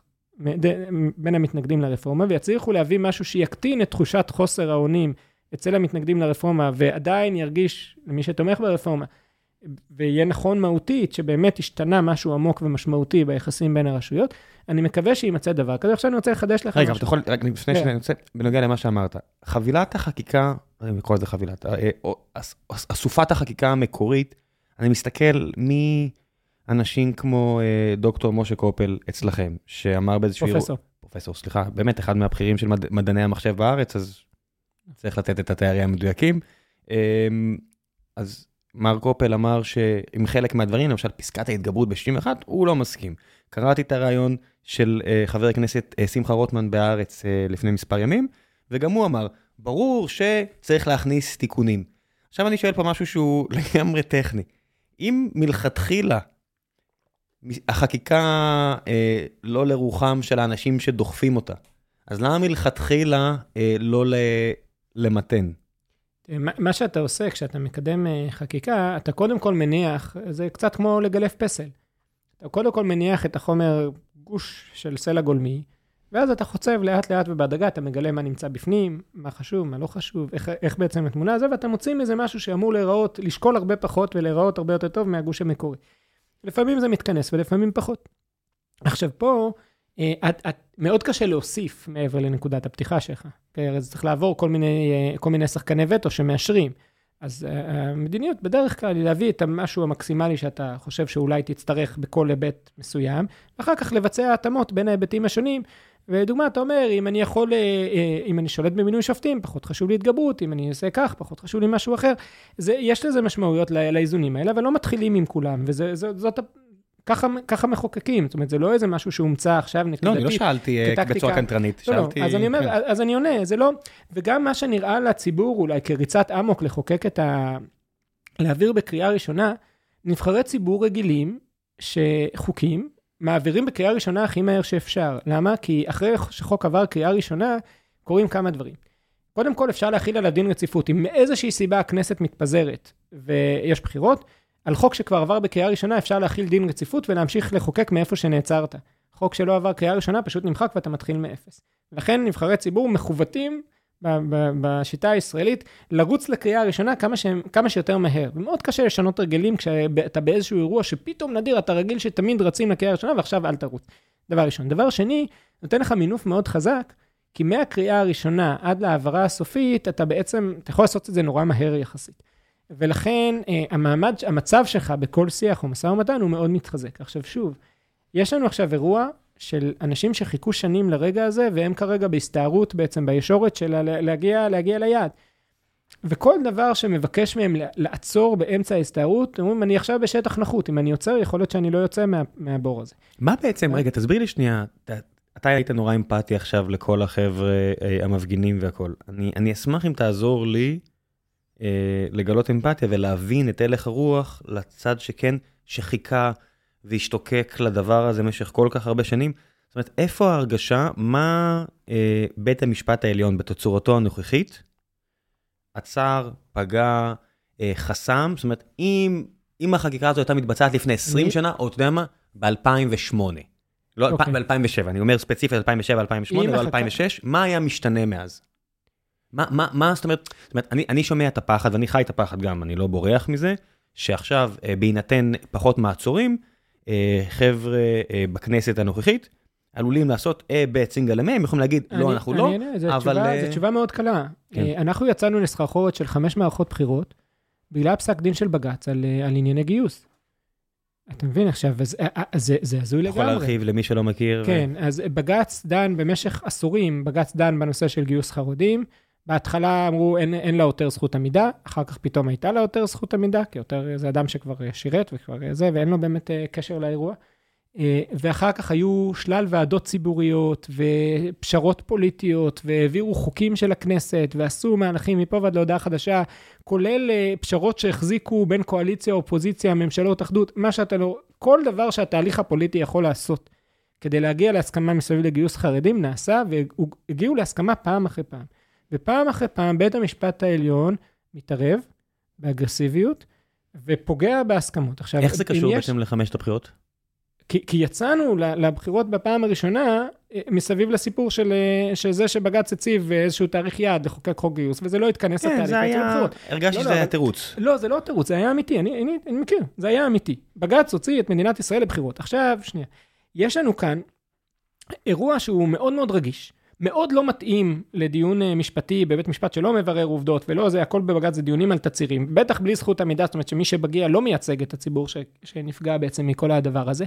[SPEAKER 2] בין המתנגדים לרפורמה, ויצליחו להביא משהו שיקטין את תחושת חוסר האונים אצל המתנגדים לרפורמה, ועדיין ירגיש, למי שתומך ברפורמה, ויהיה נכון מהותית, שבאמת השתנה משהו עמוק ומשמעותי ביחסים בין הרשויות, אני מקווה שימצא דבר כזה. עכשיו אני רוצה לחדש לך
[SPEAKER 1] רגע, אבל אתה יכול, רק לפני שאני רוצה, בנוגע למה שאמרת, חבילת החקיקה, אני קורא לזה חבילת, אסופת החקיקה המקורית, אני מסתכל מאנשים כמו דוקטור משה קופל אצלכם, שאמר באיזשהו...
[SPEAKER 2] פרופסור.
[SPEAKER 1] פרופסור, סליחה, באמת אחד מהבכירים של מדעני המחשב בארץ, אז צריך לתת את התארים המדויקים. אז מר קופל אמר שעם חלק מהדברים, למשל פסקת ההתגברות ב-שישים ואחת, הוא לא מסכים. קראתי את הרעיון של חבר הכנסת שמחה רוטמן בארץ לפני מספר ימים, וגם הוא אמר, ברור שצריך להכניס תיקונים. עכשיו אני שואל פה משהו שהוא לגמרי טכני. אם מלכתחילה החקיקה אה, לא לרוחם של האנשים שדוחפים אותה, אז למה מלכתחילה אה, לא למתן?
[SPEAKER 2] מה שאתה עושה כשאתה מקדם חקיקה, אתה קודם כל מניח, זה קצת כמו לגלף פסל. אתה קודם כל מניח את החומר גוש של סלע גולמי, ואז אתה חוצב לאט לאט ובהדרגה, אתה מגלה מה נמצא בפנים, מה חשוב, מה לא חשוב, איך, איך בעצם התמונה הזו, ואתה מוציא מזה משהו שאמור להיראות, לשקול הרבה פחות ולהיראות הרבה יותר טוב מהגוש המקורי. לפעמים זה מתכנס ולפעמים פחות. עכשיו פה, את, את, מאוד קשה להוסיף מעבר לנקודת הפתיחה שלך. אז צריך לעבור כל מיני, כל מיני שחקני וטו שמאשרים. אז המדיניות בדרך כלל היא להביא את המשהו המקסימלי שאתה חושב שאולי תצטרך בכל היבט מסוים, ואחר כך לבצע התאמות בין ההיבטים השונים. ודוגמה, אתה אומר, אם אני יכול, אם אני שולט במינוי שופטים, פחות חשוב לי התגברות, אם אני אעשה כך, פחות חשוב לי משהו אחר. זה, יש לזה משמעויות לאיזונים האלה, אבל לא מתחילים עם כולם, וזה, זאת, זאת, ככה, ככה מחוקקים, זאת אומרת, זה לא איזה משהו שהומצא עכשיו נקדתית.
[SPEAKER 1] לא, אני לא שאלתי בצורה קנטרנית, שאלתי...
[SPEAKER 2] אז אני אומר, אז אני עונה, זה לא, וגם מה שנראה לציבור, אולי כריצת עמוק לחוקק את ה... להעביר בקריאה ראשונה, נבחרי ציבור רגילים שחוקים, מעבירים בקריאה ראשונה הכי מהר שאפשר. למה? כי אחרי שחוק עבר קריאה ראשונה, קוראים כמה דברים. קודם כל, אפשר להכיל על הדין רציפות. אם מאיזושהי סיבה הכנסת מתפזרת ויש בחירות, על חוק שכבר עבר בקריאה ראשונה, אפשר להכיל דין רציפות ולהמשיך לחוקק מאיפה שנעצרת. חוק שלא עבר קריאה ראשונה פשוט נמחק ואתה מתחיל מאפס. לכן נבחרי ציבור מחוותים בשיטה הישראלית לרוץ לקריאה הראשונה כמה, ש... כמה שיותר מהר. ומאוד קשה לשנות הרגלים כשאתה באיזשהו אירוע שפתאום נדיר, אתה רגיל שתמיד רצים לקריאה הראשונה ועכשיו אל תרוץ. דבר ראשון. דבר שני, נותן לך מינוף מאוד חזק, כי מהקריאה הראשונה עד להעברה הסופית, אתה בעצם, אתה יכול לעשות את זה נורא מהר יחסית. ולכן המעמד, המצב שלך בכל שיח או משא ומתן הוא מאוד מתחזק. עכשיו שוב, יש לנו עכשיו אירוע של אנשים שחיכו שנים לרגע הזה, והם כרגע בהסתערות בעצם בישורת של להגיע, להגיע ליעד. וכל דבר שמבקש מהם לעצור באמצע ההסתערות, אומרים, אני עכשיו בשטח נחות, אם אני יוצר, יכול להיות שאני לא יוצא מה, מהבור הזה.
[SPEAKER 1] מה בעצם, רגע, תסביר לי שנייה, אתה, אתה היית נורא אמפתי עכשיו לכל החבר'ה המפגינים והכל. אני, אני אשמח אם תעזור לי אה, לגלות אמפתיה ולהבין את הלך הרוח לצד שכן, שחיכה והשתוקק לדבר הזה משך כל כך הרבה שנים. זאת אומרת, איפה ההרגשה, מה אה, בית המשפט העליון בתצורתו הנוכחית, עצר, פגע, אה, חסם, זאת אומרת, אם, אם החקיקה הזו הייתה מתבצעת לפני עשרים שנה, או אתה יודע מה, ב-אלפיים ושמונה. לא, okay. ב-אלפיים ושבע, אני אומר ספציפית אלפיים ושבע, אלפיים ושמונה, לא אלפיים ושש, מה היה משתנה מאז? מה, מה, מה, זאת אומרת, זאת אומרת, אני, אני שומע את הפחד, ואני חי את הפחד גם, אני לא בורח מזה, שעכשיו, אה, בהינתן פחות מעצורים, אה, חבר'ה אה, בכנסת הנוכחית, עלולים לעשות אה, בית סינגל למי, הם יכולים להגיד, לא, אנחנו לא, אבל...
[SPEAKER 2] זו תשובה מאוד קלה. אנחנו יצאנו לסחרחורת של חמש מערכות בחירות, בגלל פסק דין של בג"ץ על ענייני גיוס. אתה מבין עכשיו, זה הזוי לגמרי.
[SPEAKER 1] יכול להרחיב למי שלא מכיר.
[SPEAKER 2] כן, אז בג"ץ דן במשך עשורים, בג"ץ דן בנושא של גיוס חרדים, בהתחלה אמרו, אין לה יותר זכות עמידה, אחר כך פתאום הייתה לה יותר זכות עמידה, כי יותר זה אדם שכבר שירת וכבר זה, ואין לו באמת קשר לאירוע. ואחר כך היו שלל ועדות ציבוריות ופשרות פוליטיות, והעבירו חוקים של הכנסת, ועשו מהלכים מפה ועד להודעה חדשה, כולל פשרות שהחזיקו בין קואליציה, אופוזיציה, ממשלות, אחדות, מה שאתה לא, כל דבר שהתהליך הפוליטי יכול לעשות, כדי להגיע להסכמה מסביב לגיוס חרדים, נעשה, והגיעו להסכמה פעם אחרי פעם. ופעם אחרי פעם, בית המשפט העליון מתערב באגרסיביות, ופוגע בהסכמות.
[SPEAKER 1] איך זה קשור בעצם לחמשת הבחירות?
[SPEAKER 2] כי, כי יצאנו לבחירות בפעם הראשונה, מסביב לסיפור של, של זה שבג"ץ הציב איזשהו תאריך יעד לחוקק חוק גיוס, וזה לא התכנס לתהליך.
[SPEAKER 1] כן, זה היה, הרגשתי שזה היה תירוץ.
[SPEAKER 2] לא, זה לא תירוץ, זה היה אמיתי, אני, אני, אני מכיר, זה היה אמיתי. בג"ץ הוציא את מדינת ישראל לבחירות. עכשיו, שנייה, יש לנו כאן אירוע שהוא מאוד מאוד רגיש, מאוד לא מתאים לדיון משפטי בבית משפט שלא מברר עובדות, ולא זה, הכל בבג"ץ זה דיונים על תצירים, בטח בלי זכות עמידה, זאת אומרת שמי שבגיע לא מייצג את הציבור ש, שנפגע בעצם מכל הדבר הזה.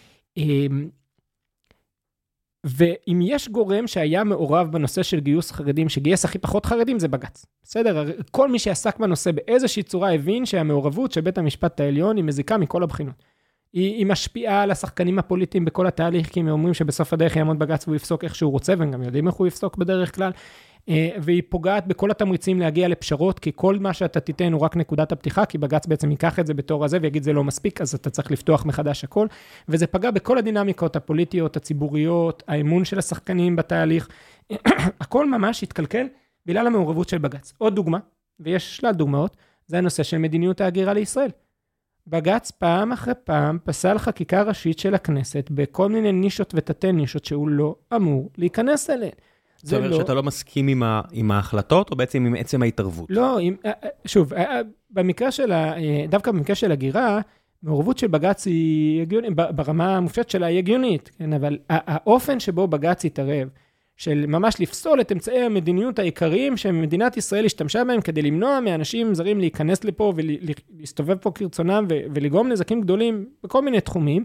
[SPEAKER 2] ואם יש גורם שהיה מעורב בנושא של גיוס חרדים, שגייס הכי פחות חרדים, זה בג"ץ. בסדר? כל מי שעסק בנושא באיזושהי צורה הבין שהמעורבות של בית המשפט העליון היא מזיקה מכל הבחינות. היא, היא משפיעה על השחקנים הפוליטיים בכל התהליך, כי הם אומרים שבסוף הדרך יעמוד בג"ץ והוא יפסוק איך שהוא רוצה, והם גם יודעים איך הוא יפסוק בדרך כלל, והיא פוגעת בכל התמריצים להגיע לפשרות, כי כל מה שאתה תיתן הוא רק נקודת הפתיחה, כי בג"ץ בעצם ייקח את זה בתור הזה, ויגיד זה לא מספיק, אז אתה צריך לפתוח מחדש הכל, וזה פגע בכל הדינמיקות הפוליטיות, הציבוריות, האמון של השחקנים בתהליך, הכל ממש התקלקל בגלל המעורבות של בג"ץ. עוד דוגמה, ויש שלל דוגמאות, זה הנושא של מדיניות ההגירה לישראל. בג"ץ פעם אחרי פעם פסל חקיקה ראשית של הכנסת, בכל מיני נישות ותתי נישות שהוא לא אמור להיכנס אליהן.
[SPEAKER 1] זה אומר שאתה לא מסכים עם, ה, עם ההחלטות, או בעצם עם עצם ההתערבות?
[SPEAKER 2] לא, עם, שוב, במקרה של, דווקא במקרה של הגירה, מעורבות של בג"ץ היא הגיונית, ברמה המופשט שלה היא הגיונית, כן? אבל האופן שבו בג"ץ יתערב, של ממש לפסול את אמצעי המדיניות העיקריים שמדינת ישראל השתמשה בהם, כדי למנוע מאנשים זרים להיכנס לפה, ולהסתובב פה כרצונם, ולגרום נזקים גדולים בכל מיני תחומים,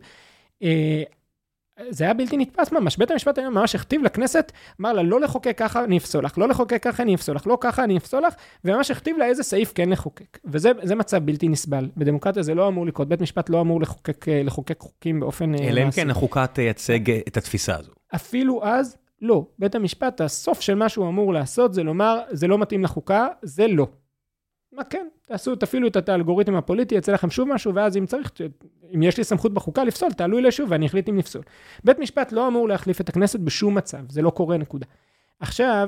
[SPEAKER 2] זה היה בלתי נתפס ממש. בית המשפט היום ממש הכתיב לכנסת, אמר לה, לא לחוקק ככה, אני אפסול לך, לא לחוקק ככה, אני אפסול לך, לא ככה, אני אפסול לך, וממש הכתיב לה איזה סעיף כן לחוקק. וזה זה מצב בלתי נסבל. בדמוקרטיה זה לא אמור לקרות, בית משפט לא אמור לחוקק, לחוקק חוקים באופן...
[SPEAKER 1] אלא אם כן, החוקה תייצג את התפיסה הזו.
[SPEAKER 2] אפילו אז, לא. בית המשפט, הסוף של מה שהוא אמור לעשות, זה לומר, זה לא מתאים לחוקה, זה לא. מה כן? תעשו, תפעילו את האלגוריתם הפוליטי, יצא לכם שוב משהו, ואז אם צריך, אם יש לי סמכות בחוקה לפסול, תעלו אלי שוב, ואני אחליט אם לפסול. בית משפט לא אמור להחליף את הכנסת בשום מצב, זה לא קורה נקודה. עכשיו,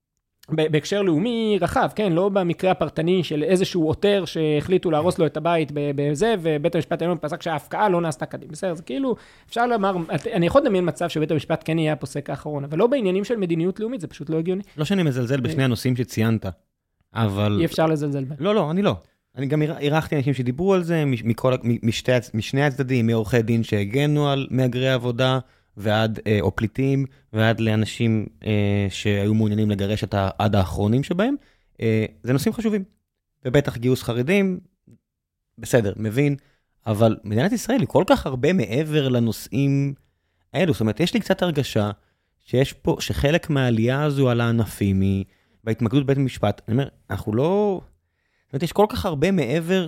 [SPEAKER 2] בהקשר לאומי רחב, כן, לא במקרה הפרטני של איזשהו עותר שהחליטו להרוס לו את הבית בזה, ובית המשפט העליון פסק שההפקעה לא נעשתה קדים. בסדר, זה כאילו, אפשר לומר, אני יכול לדמיין מצב שבית המשפט כן יהיה הפוסק האחרון, אבל לא בעניינים של מדיניות לאומית, זה פשוט לא הגיוני.
[SPEAKER 1] לא שאני מזלזל בשני הנושאים שציינת, אבל...
[SPEAKER 2] אי אפשר לזלזל בהם.
[SPEAKER 1] לא, לא, אני לא. אני גם ערכתי אנשים שדיברו על זה, מכל, משתי, משני הצדדים, מעורכי דין שהגנו על מהגרי עבודה, ועד, או פליטים, ועד לאנשים שהיו מעוניינים לגרש את העד האחרונים שבהם. זה נושאים חשובים. ובטח גיוס חרדים, בסדר, מבין, אבל מדינת ישראל היא כל כך הרבה מעבר לנושאים האלו. זאת אומרת, יש לי קצת הרגשה שיש פה, שחלק מהעלייה הזו על הענפים היא, בהתמקדות בית המשפט, אני אומר, אנחנו לא... זאת אומרת, יש כל כך הרבה מעבר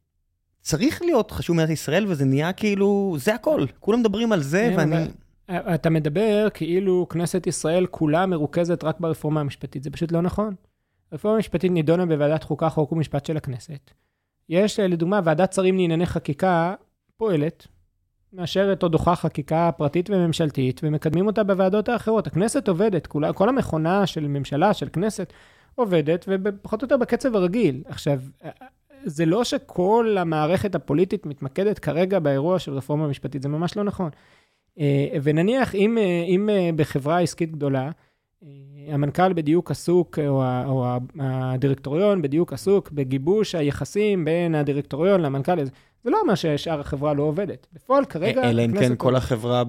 [SPEAKER 1] שצריך להיות חשוב מדינת ישראל, וזה נהיה כאילו, זה הכל. כולם מדברים על זה, ואני...
[SPEAKER 2] אתה מדבר כאילו כנסת ישראל כולה מרוכזת רק ברפורמה המשפטית. זה פשוט לא נכון. הרפורמה המשפטית נידונה בוועדת חוקה, חוק ומשפט של הכנסת. יש, לדוגמה, ועדת שרים לענייני חקיקה פועלת, מאשרת או דוחה חקיקה פרטית וממשלתית, ומקדמים אותה בוועדות האחרות. הכנסת עובדת, כל, כל המכונה של ממשלה, של כנסת, עובדת, ופחות או יותר בקצב הרגיל. עכשיו, זה לא שכל המערכת הפוליטית מתמקדת כרגע באירוע של רפורמה משפטית, זה ממש לא נכון. ונניח, אם, אם בחברה עסקית גדולה, המנכ"ל בדיוק עסוק, או, או הדירקטוריון בדיוק עסוק, בגיבוש היחסים בין הדירקטוריון למנכ"ל, זה לא אומר ששאר החברה לא עובדת. בפועל כרגע...
[SPEAKER 1] אלא אם כן כל החברה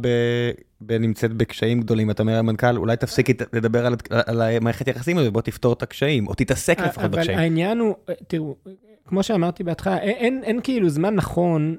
[SPEAKER 1] נמצאת בקשיים גדולים. אתה אומר, המנכ"ל, אולי תפסיק לדבר על המערכת יחסים הזו, בוא תפתור את הקשיים, או תתעסק לפחות בקשיים.
[SPEAKER 2] אבל העניין הוא, תראו, כמו שאמרתי בהתחלה, אין, אין כאילו זמן נכון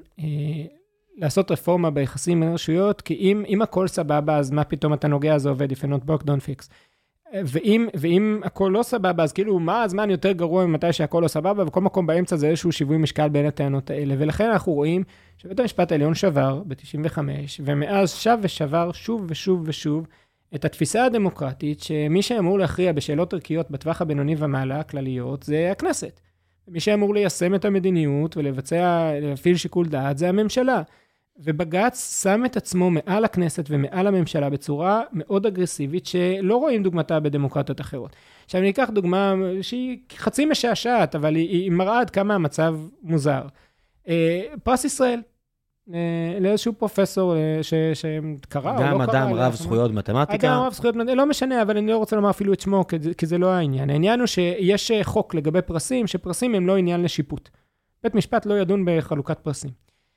[SPEAKER 2] לעשות רפורמה ביחסים בין רשויות, כי אם, אם הכל סבבה, אז מה פתאום אתה נוגע, זה עובד, if you're not broke, don't fix. ואם, ואם הכל לא סבבה, אז כאילו, מה הזמן יותר גרוע ממתי שהכל לא סבבה, וכל מקום באמצע זה איזשהו שיווי משקל בין הטענות האלה. ולכן אנחנו רואים שבית המשפט העליון שבר ב-תשעים וחמש, ומאז שב ושבר שוב ושוב ושוב את התפיסה הדמוקרטית, שמי שאמור להכריע בשאלות ערכיות בטווח הבינוני ומעלה הכלליות, זה הכנסת. מי שאמור ליישם את המדיניות ולבצע, להפעיל שיקול דעת, זה הממשלה. ובג"ץ שם את עצמו מעל הכנסת ומעל הממשלה בצורה מאוד אגרסיבית, שלא רואים דוגמתה בדמוקרטיות אחרות. עכשיו אני אקח דוגמה שהיא חצי משעשעת, אבל היא, היא מראה עד כמה המצב מוזר. פרס ישראל. לאיזשהו פרופסור שקרא או לא קרא.
[SPEAKER 1] גם אדם רב זכויות מתמטיקה.
[SPEAKER 2] אדם רב זכויות מתמטיקה, לא משנה, אבל אני לא רוצה לומר אפילו את שמו, כי זה לא העניין. העניין הוא שיש חוק לגבי פרסים, שפרסים הם לא עניין לשיפוט. בית משפט לא ידון בחלוקת פרסים.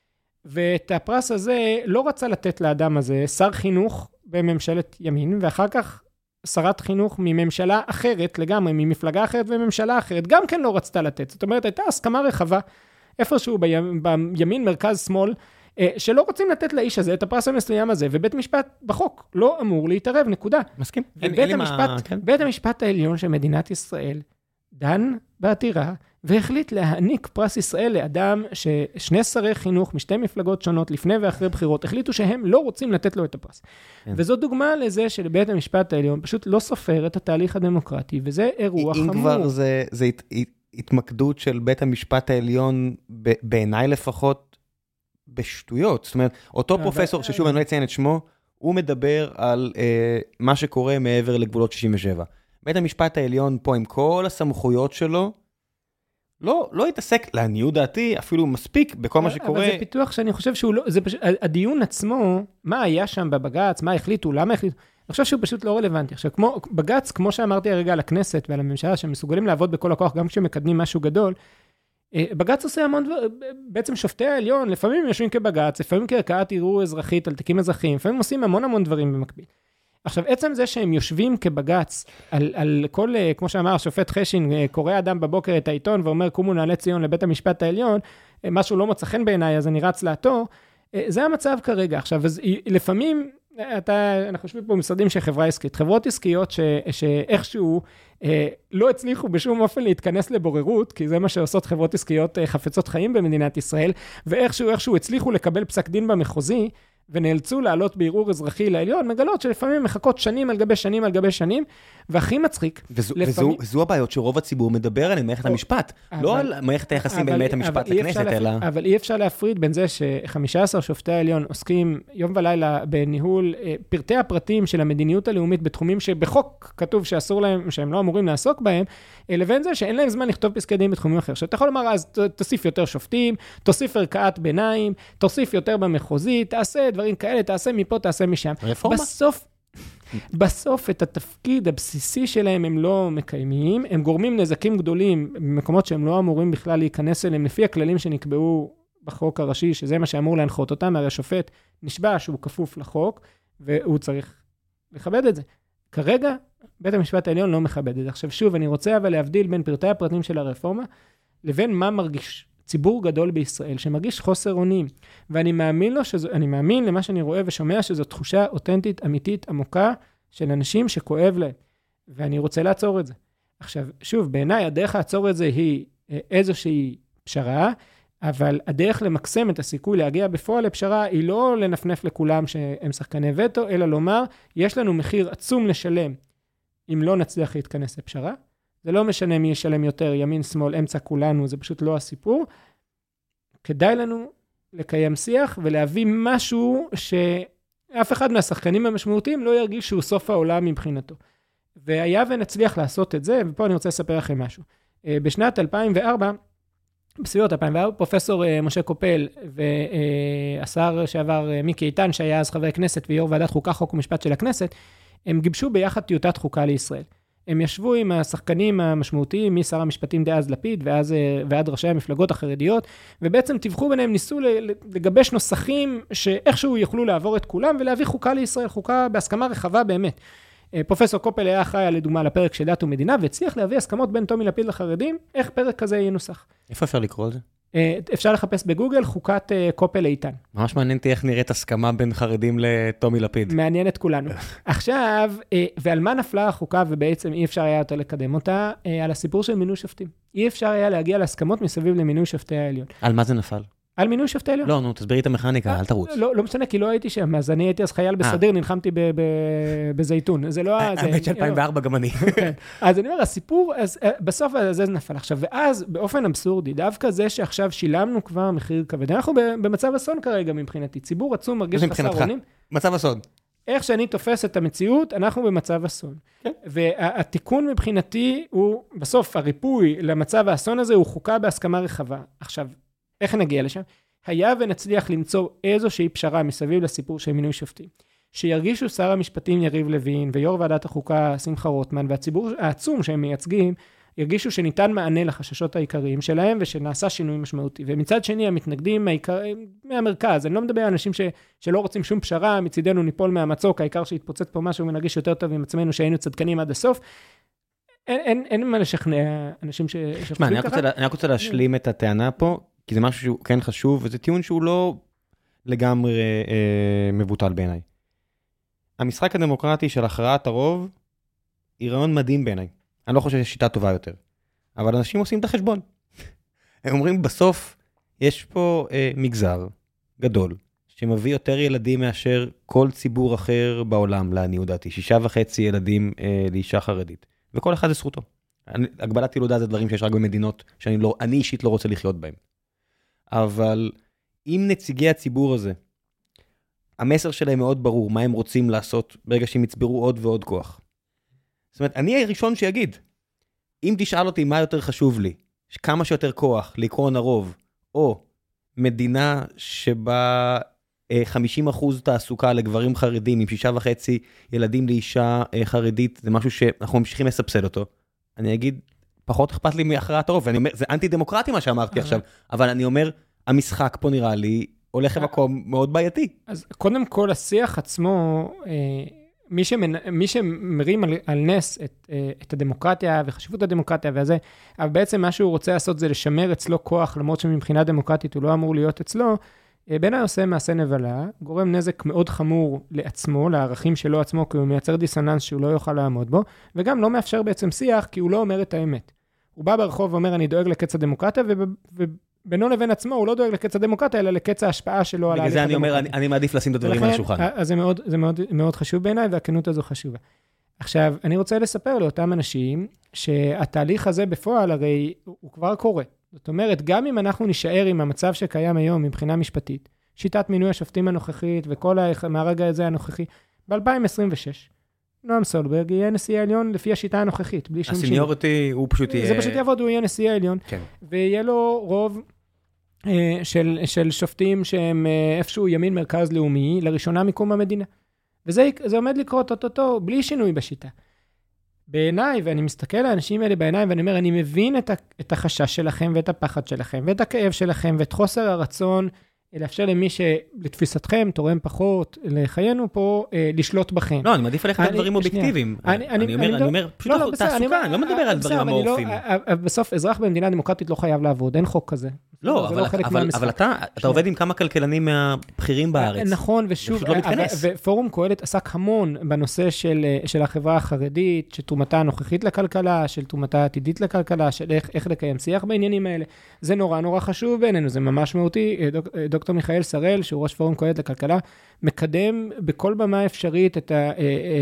[SPEAKER 2] ואת הפרס הזה לא רצה לתת לאדם הזה שר חינוך בממשלת ימין, ואחר כך שרת חינוך מממשלה אחרת לגמרי, ממפלגה אחרת וממשלה אחרת, גם כן לא רצתה לתת. זאת אומרת, הייתה הסכמה רחבה, איפשהו בימין, מרכז, שמאל, שלא רוצים לתת לאיש הזה את הפרס המסוים הזה, ובית משפט בחוק לא אמור להתערב, נקודה.
[SPEAKER 1] מסכים.
[SPEAKER 2] ובית המשפט, בית המשפט העליון של מדינת ישראל דן בעתירה, והחליט להעניק פרס ישראל לאדם ששני שרי חינוך משתי מפלגות שונות לפני ואחרי בחירות, החליטו שהם לא רוצים לתת לו את הפרס. כן. וזו דוגמה לזה שלבית המשפט העליון פשוט לא סופר את התהליך הדמוקרטי, וזה אירוע
[SPEAKER 1] אם
[SPEAKER 2] חמור.
[SPEAKER 1] אם כבר זה, זה הת, התמקדות של בית המשפט העליון, בעיניי לפחות, בשטויות. זאת אומרת, אותו פרופסור, ששוב אני לא אציין את שמו, הוא מדבר על אה, מה שקורה מעבר לגבולות שישים ושבע. בית המשפט העליון פה עם כל הסמכויות שלו, לא, לא יתעסק, לעניות דעתי, אפילו מספיק בכל מה שקורה.
[SPEAKER 2] אבל זה פיתוח שאני חושב שהוא לא, זה פשוט, הדיון עצמו, מה היה שם בבג"ץ, מה החליטו, למה החליטו, אני חושב שהוא פשוט לא רלוונטי. עכשיו, כמו, בג"ץ, כמו שאמרתי הרגע על הכנסת ועל הממשלה, שמסוגלים לעבוד בכל הכוח, גם כשמקדמים משהו גדול, בג"ץ עושה המון דבר, בעצם שופטי העליון, לפעמים יושבים כבג"ץ, לפעמים כערכאת ערעור אזרחית על תיקים אזרחיים, לפעמים עושים המון המון דברים במקביל. עכשיו, עצם זה שהם יושבים כבג"ץ, על, על כל, כמו שאמר השופט חשין, קורא אדם בבוקר את העיתון, ואומר, קומו נעלי ציון לבית המשפט העליון, משהו לא מוצא חן בעיניי, אז אני רץ לעתור, זה המצב כרגע. עכשיו, אז לפעמים, אתה, אנחנו חושבים פה משרדים של חברה עסקית, חברות עסקיות ש, שאיכשהו לא הצליחו בשום אופן להתכנס לבוררות, כי זה מה שעושות חברות עסקיות חפצות חיים במדינת ישראל, ואיכשהו, איכשהו הצליחו לקבל פסק דין במחוזי, ונאלצו לעלות בערעור אזרחי לעליון, מגלות שלפעמים מחכות שנים על גבי שנים על גבי שנים, והכי מצחיק.
[SPEAKER 1] וזו, לפעמים... וזו, וזו הבעיות שרוב הציבור מדבר עליהן, מערכת או, המשפט. אבל, לא על מערכת היחסים בין מערכת המשפט לכנסת,
[SPEAKER 2] להפריד,
[SPEAKER 1] אלא...
[SPEAKER 2] אבל אי אפשר להפריד בין זה ש-חמישה עשר שופטי העליון עוסקים יום ולילה בניהול פרטי הפרטים של המדיניות הלאומית בתחומים שבחוק כתוב שאסור להם, שהם לא אמורים לעסוק בהם, לבין זה שאין להם זמן לכתוב פסקי דין בתחומים אחר. שאתה יכול לומר, אז תוסיף יותר שופטים, תוסיף ערכאת ביניים, תוסיף יותר במחוזי, תעשה דברים כאלה, תעשה מפה, תעשה משם.
[SPEAKER 1] רפורמה?
[SPEAKER 2] בסוף, בסוף את התפקיד הבסיסי שלהם הם לא מקיימים, הם גורמים נזקים גדולים במקומות שהם לא אמורים בכלל להיכנס אליהם, לפי הכללים שנקבעו בחוק הראשי, שזה מה שאמור להנחות אותם, הרי השופט נשבע שהוא כפוף לחוק, והוא צריך לכבד את זה. כרגע, בית המשפט העליון לא מכבד את זה. עכשיו שוב, אני רוצה אבל להבדיל בין פרטי הפרטים של הרפורמה, לבין מה מרגיש ציבור גדול בישראל, שמרגיש חוסר אונים, ואני מאמין לו שזו, אני מאמין למה שאני רואה ושומע, שזו תחושה אותנטית, אמיתית, עמוקה, של אנשים שכואב להם, ואני רוצה לעצור את זה. עכשיו, שוב, בעיניי, הדרך לעצור את זה היא איזושהי פשרה, אבל הדרך למקסם את הסיכוי להגיע בפועל לפשרה, היא לא לנפנף לכולם שהם שחקני וטו, אלא לומר, יש לנו מחיר עצום לשלם, אם לא נצליח להתכנס לפשרה, זה לא משנה מי ישלם יותר, ימין, שמאל, אמצע כולנו, זה פשוט לא הסיפור. כדאי לנו לקיים שיח ולהביא משהו שאף אחד מהשחקנים המשמעותיים לא ירגיש שהוא סוף העולם מבחינתו. והיה ונצליח לעשות את זה, ופה אני רוצה לספר לכם משהו. בשנת אלפיים וארבע, בסביבות אלפיים וארבע, פרופסור משה קופל והשר שעבר מיקי איתן, שהיה אז חבר כנסת ויו"ר ועדת חוקה, חוק ומשפט של הכנסת, הם גיבשו ביחד טיוטת חוקה לישראל. הם ישבו עם השחקנים המשמעותיים, משר המשפטים דאז לפיד, ואז, ועד ראשי המפלגות החרדיות, ובעצם טבחו ביניהם, ניסו לגבש נוסחים שאיכשהו יוכלו לעבור את כולם, ולהביא חוקה לישראל, חוקה בהסכמה רחבה באמת. פרופסור קופל היה אחראי לדוגמה לפרק של דת ומדינה, והצליח להביא הסכמות בין טומי לפיד לחרדים, איך פרק כזה ינוסח.
[SPEAKER 1] איפה אפשר לקרוא על זה?
[SPEAKER 2] אפשר לחפש בגוגל חוקת קופל איתן.
[SPEAKER 1] ממש מעניינתי איך נראית הסכמה בין חרדים לטומי לפיד.
[SPEAKER 2] מעניין את כולנו. עכשיו, ועל מה נפלה החוקה ובעצם אי אפשר היה יותר לקדם אותה? על הסיפור של מינוי שופטים. אי אפשר היה להגיע להסכמות מסביב למינוי שופטי העליון.
[SPEAKER 1] על מה זה נפל?
[SPEAKER 2] על מינוי שופטי העליון.
[SPEAKER 1] לא, נו, תסבירי את המכניקה, אל תרוץ.
[SPEAKER 2] לא, לא משנה, כי לא הייתי שם, אז אני הייתי אז חייל בסדיר, נלחמתי בזייתון. זה לא...
[SPEAKER 1] האמת של אלפיים וארבע גם אני.
[SPEAKER 2] אז אני אומר, הסיפור, בסוף זה נפל. עכשיו, ואז, באופן אבסורדי, דווקא זה שעכשיו שילמנו כבר מחיר כבד. אנחנו במצב אסון כרגע מבחינתי. ציבור עצום מרגיש חסר אונים.
[SPEAKER 1] מצב אסון.
[SPEAKER 2] איך שאני תופס את המציאות, אנחנו במצב אסון. והתיקון מבחינתי הוא, בסוף, הריפוי למצב האסון הזה הוא חוקה בהסכמה רחבה. עכשיו, איך נגיע לשם? היה ונצליח למצוא איזושהי פשרה מסביב לסיפור של מינוי שופטים, שירגישו שר המשפטים יריב לוין ויו"ר ועדת החוקה שמחה רוטמן והציבור העצום שהם מייצגים, ירגישו שניתן מענה לחששות העיקריים שלהם ושנעשה שינוי משמעותי. ומצד שני המתנגדים העיקריים מהמרכז, אני לא מדבר על אנשים ש, שלא רוצים שום פשרה, מצידנו ניפול מהמצוק, העיקר שיתפוצץ פה משהו ונרגיש יותר טוב עם עצמנו שהיינו צדקנים עד הסוף. אין, אין, אין מה לשכנע אנשים ש...
[SPEAKER 1] שמה, אני, רוצה, אני רק רוצה להשלים את הטענה פה, כי זה משהו שהוא כן חשוב, וזה טיעון שהוא לא לגמרי אה, מבוטל בעיניי. המשחק הדמוקרטי של הכרעת הרוב, היא רעיון מדהים בעיניי. אני לא חושב שיש שיטה טובה יותר. אבל אנשים עושים את החשבון. הם אומרים, בסוף, יש פה אה, מגזר גדול, שמביא יותר ילדים מאשר כל ציבור אחר בעולם, לעניות דעתי. שישה וחצי ילדים אה, לאישה חרדית. וכל אחד זה זכותו. אני, הגבלת ילודה זה דברים שיש רק במדינות, שאני לא, אני אישית לא רוצה לחיות בהם. אבל אם נציגי הציבור הזה, המסר שלהם מאוד ברור, מה הם רוצים לעשות ברגע שהם יצברו עוד ועוד כוח. זאת אומרת, אני הראשון שיגיד, אם תשאל אותי מה יותר חשוב לי, כמה שיותר כוח לעקרון הרוב, או מדינה שבה חמישים אחוז תעסוקה לגברים חרדים, עם שישה וחצי ילדים לאישה חרדית, זה משהו שאנחנו ממשיכים לסבסד אותו, אני אגיד, פחות אכפת לי מהכרעת הרוב, ואני אומר, זה אנטי דמוקרטי מה שאמרתי עכשיו, אבל אני אומר, המשחק פה נראה לי, הולך למקום מאוד בעייתי.
[SPEAKER 2] אז קודם כל, השיח עצמו, מי, שמנ... מי שמרים על, על נס את, את הדמוקרטיה וחשיבות הדמוקרטיה וזה, אבל בעצם מה שהוא רוצה לעשות זה לשמר אצלו כוח, למרות שמבחינה דמוקרטית הוא לא אמור להיות אצלו, בעיניי עושה מעשה נבלה, גורם נזק מאוד חמור לעצמו, לערכים שלו עצמו, כי הוא מייצר דיסוננס שהוא לא יוכל לעמוד בו, וגם לא מאפשר בעצם שיח, כי הוא לא אומר את האמת. הוא בא ברחוב ואומר, אני דואג לקץ הדמוקרטיה, ובינו לבין עצמו הוא לא דואג לקץ הדמוקרטיה, אלא לקץ ההשפעה שלו על ההליך
[SPEAKER 1] הדמוקרטי. בגלל זה אני אומר, אני מעדיף לשים את הדברים על השולחן.
[SPEAKER 2] אז זה מאוד, זה מאוד, מאוד חשוב בעיניי, והכנות הזו חשובה. עכשיו, אני רוצה לספר לאותם אנשים, שהתהליך הזה בפועל, הרי הוא כבר קורה. זאת אומרת, גם אם אנחנו נשאר עם המצב שקיים היום מבחינה משפטית, שיטת מינוי השופטים הנוכחית וכל מהרגע הזה הנוכחי, ב-אלפיים עשרים ושש, נועם סולברג יהיה נשיא העליון לפי השיטה הנוכחית, בלי שום שינוי.
[SPEAKER 1] הסניוריטי הוא פשוט יהיה...
[SPEAKER 2] זה פשוט יעבוד, הוא יהיה נשיא העליון,
[SPEAKER 1] כן.
[SPEAKER 2] ויהיה לו רוב אה, של, של שופטים שהם אה, איפשהו ימין מרכז לאומי, לראשונה מקום המדינה. וזה זה עומד לקרות אותו, בלי שינוי בשיטה. בעיניי, ואני מסתכל על האנשים האלה בעיניים, ואני אומר, אני מבין את, ה, את החשש שלכם, ואת הפחד שלכם, ואת הכאב שלכם, ואת חוסר הרצון, לאפשר למי שלתפיסתכם תורם פחות, לחיינו פה, לשלוט בכם.
[SPEAKER 1] לא, אני מעדיף ללכת על דברים אובייקטיביים. אני אומר, פשוט תעסוקה, אני לא מדבר על דברים אמורפיים.
[SPEAKER 2] בסוף, אזרח במדינה דמוקרטית לא חייב לעבוד, אין חוק כזה.
[SPEAKER 1] לא, אבל אתה עובד עם כמה כלכלנים מהבכירים בארץ.
[SPEAKER 2] נכון, ושוב, ופורום קהלת עסק המון בנושא של החברה החרדית, של תרומתה הנוכחית לכלכלה, של תרומתה העתידית לכלכלה, של איך לקיים שיח בעניינים האלה. זה נורא נורא חשוב בעינינו, זה ממש מהותי. דוקטור מיכאל שראל, שהוא ראש פורום קהלת לכלכלה, מקדם בכל במה אפשרית את ה,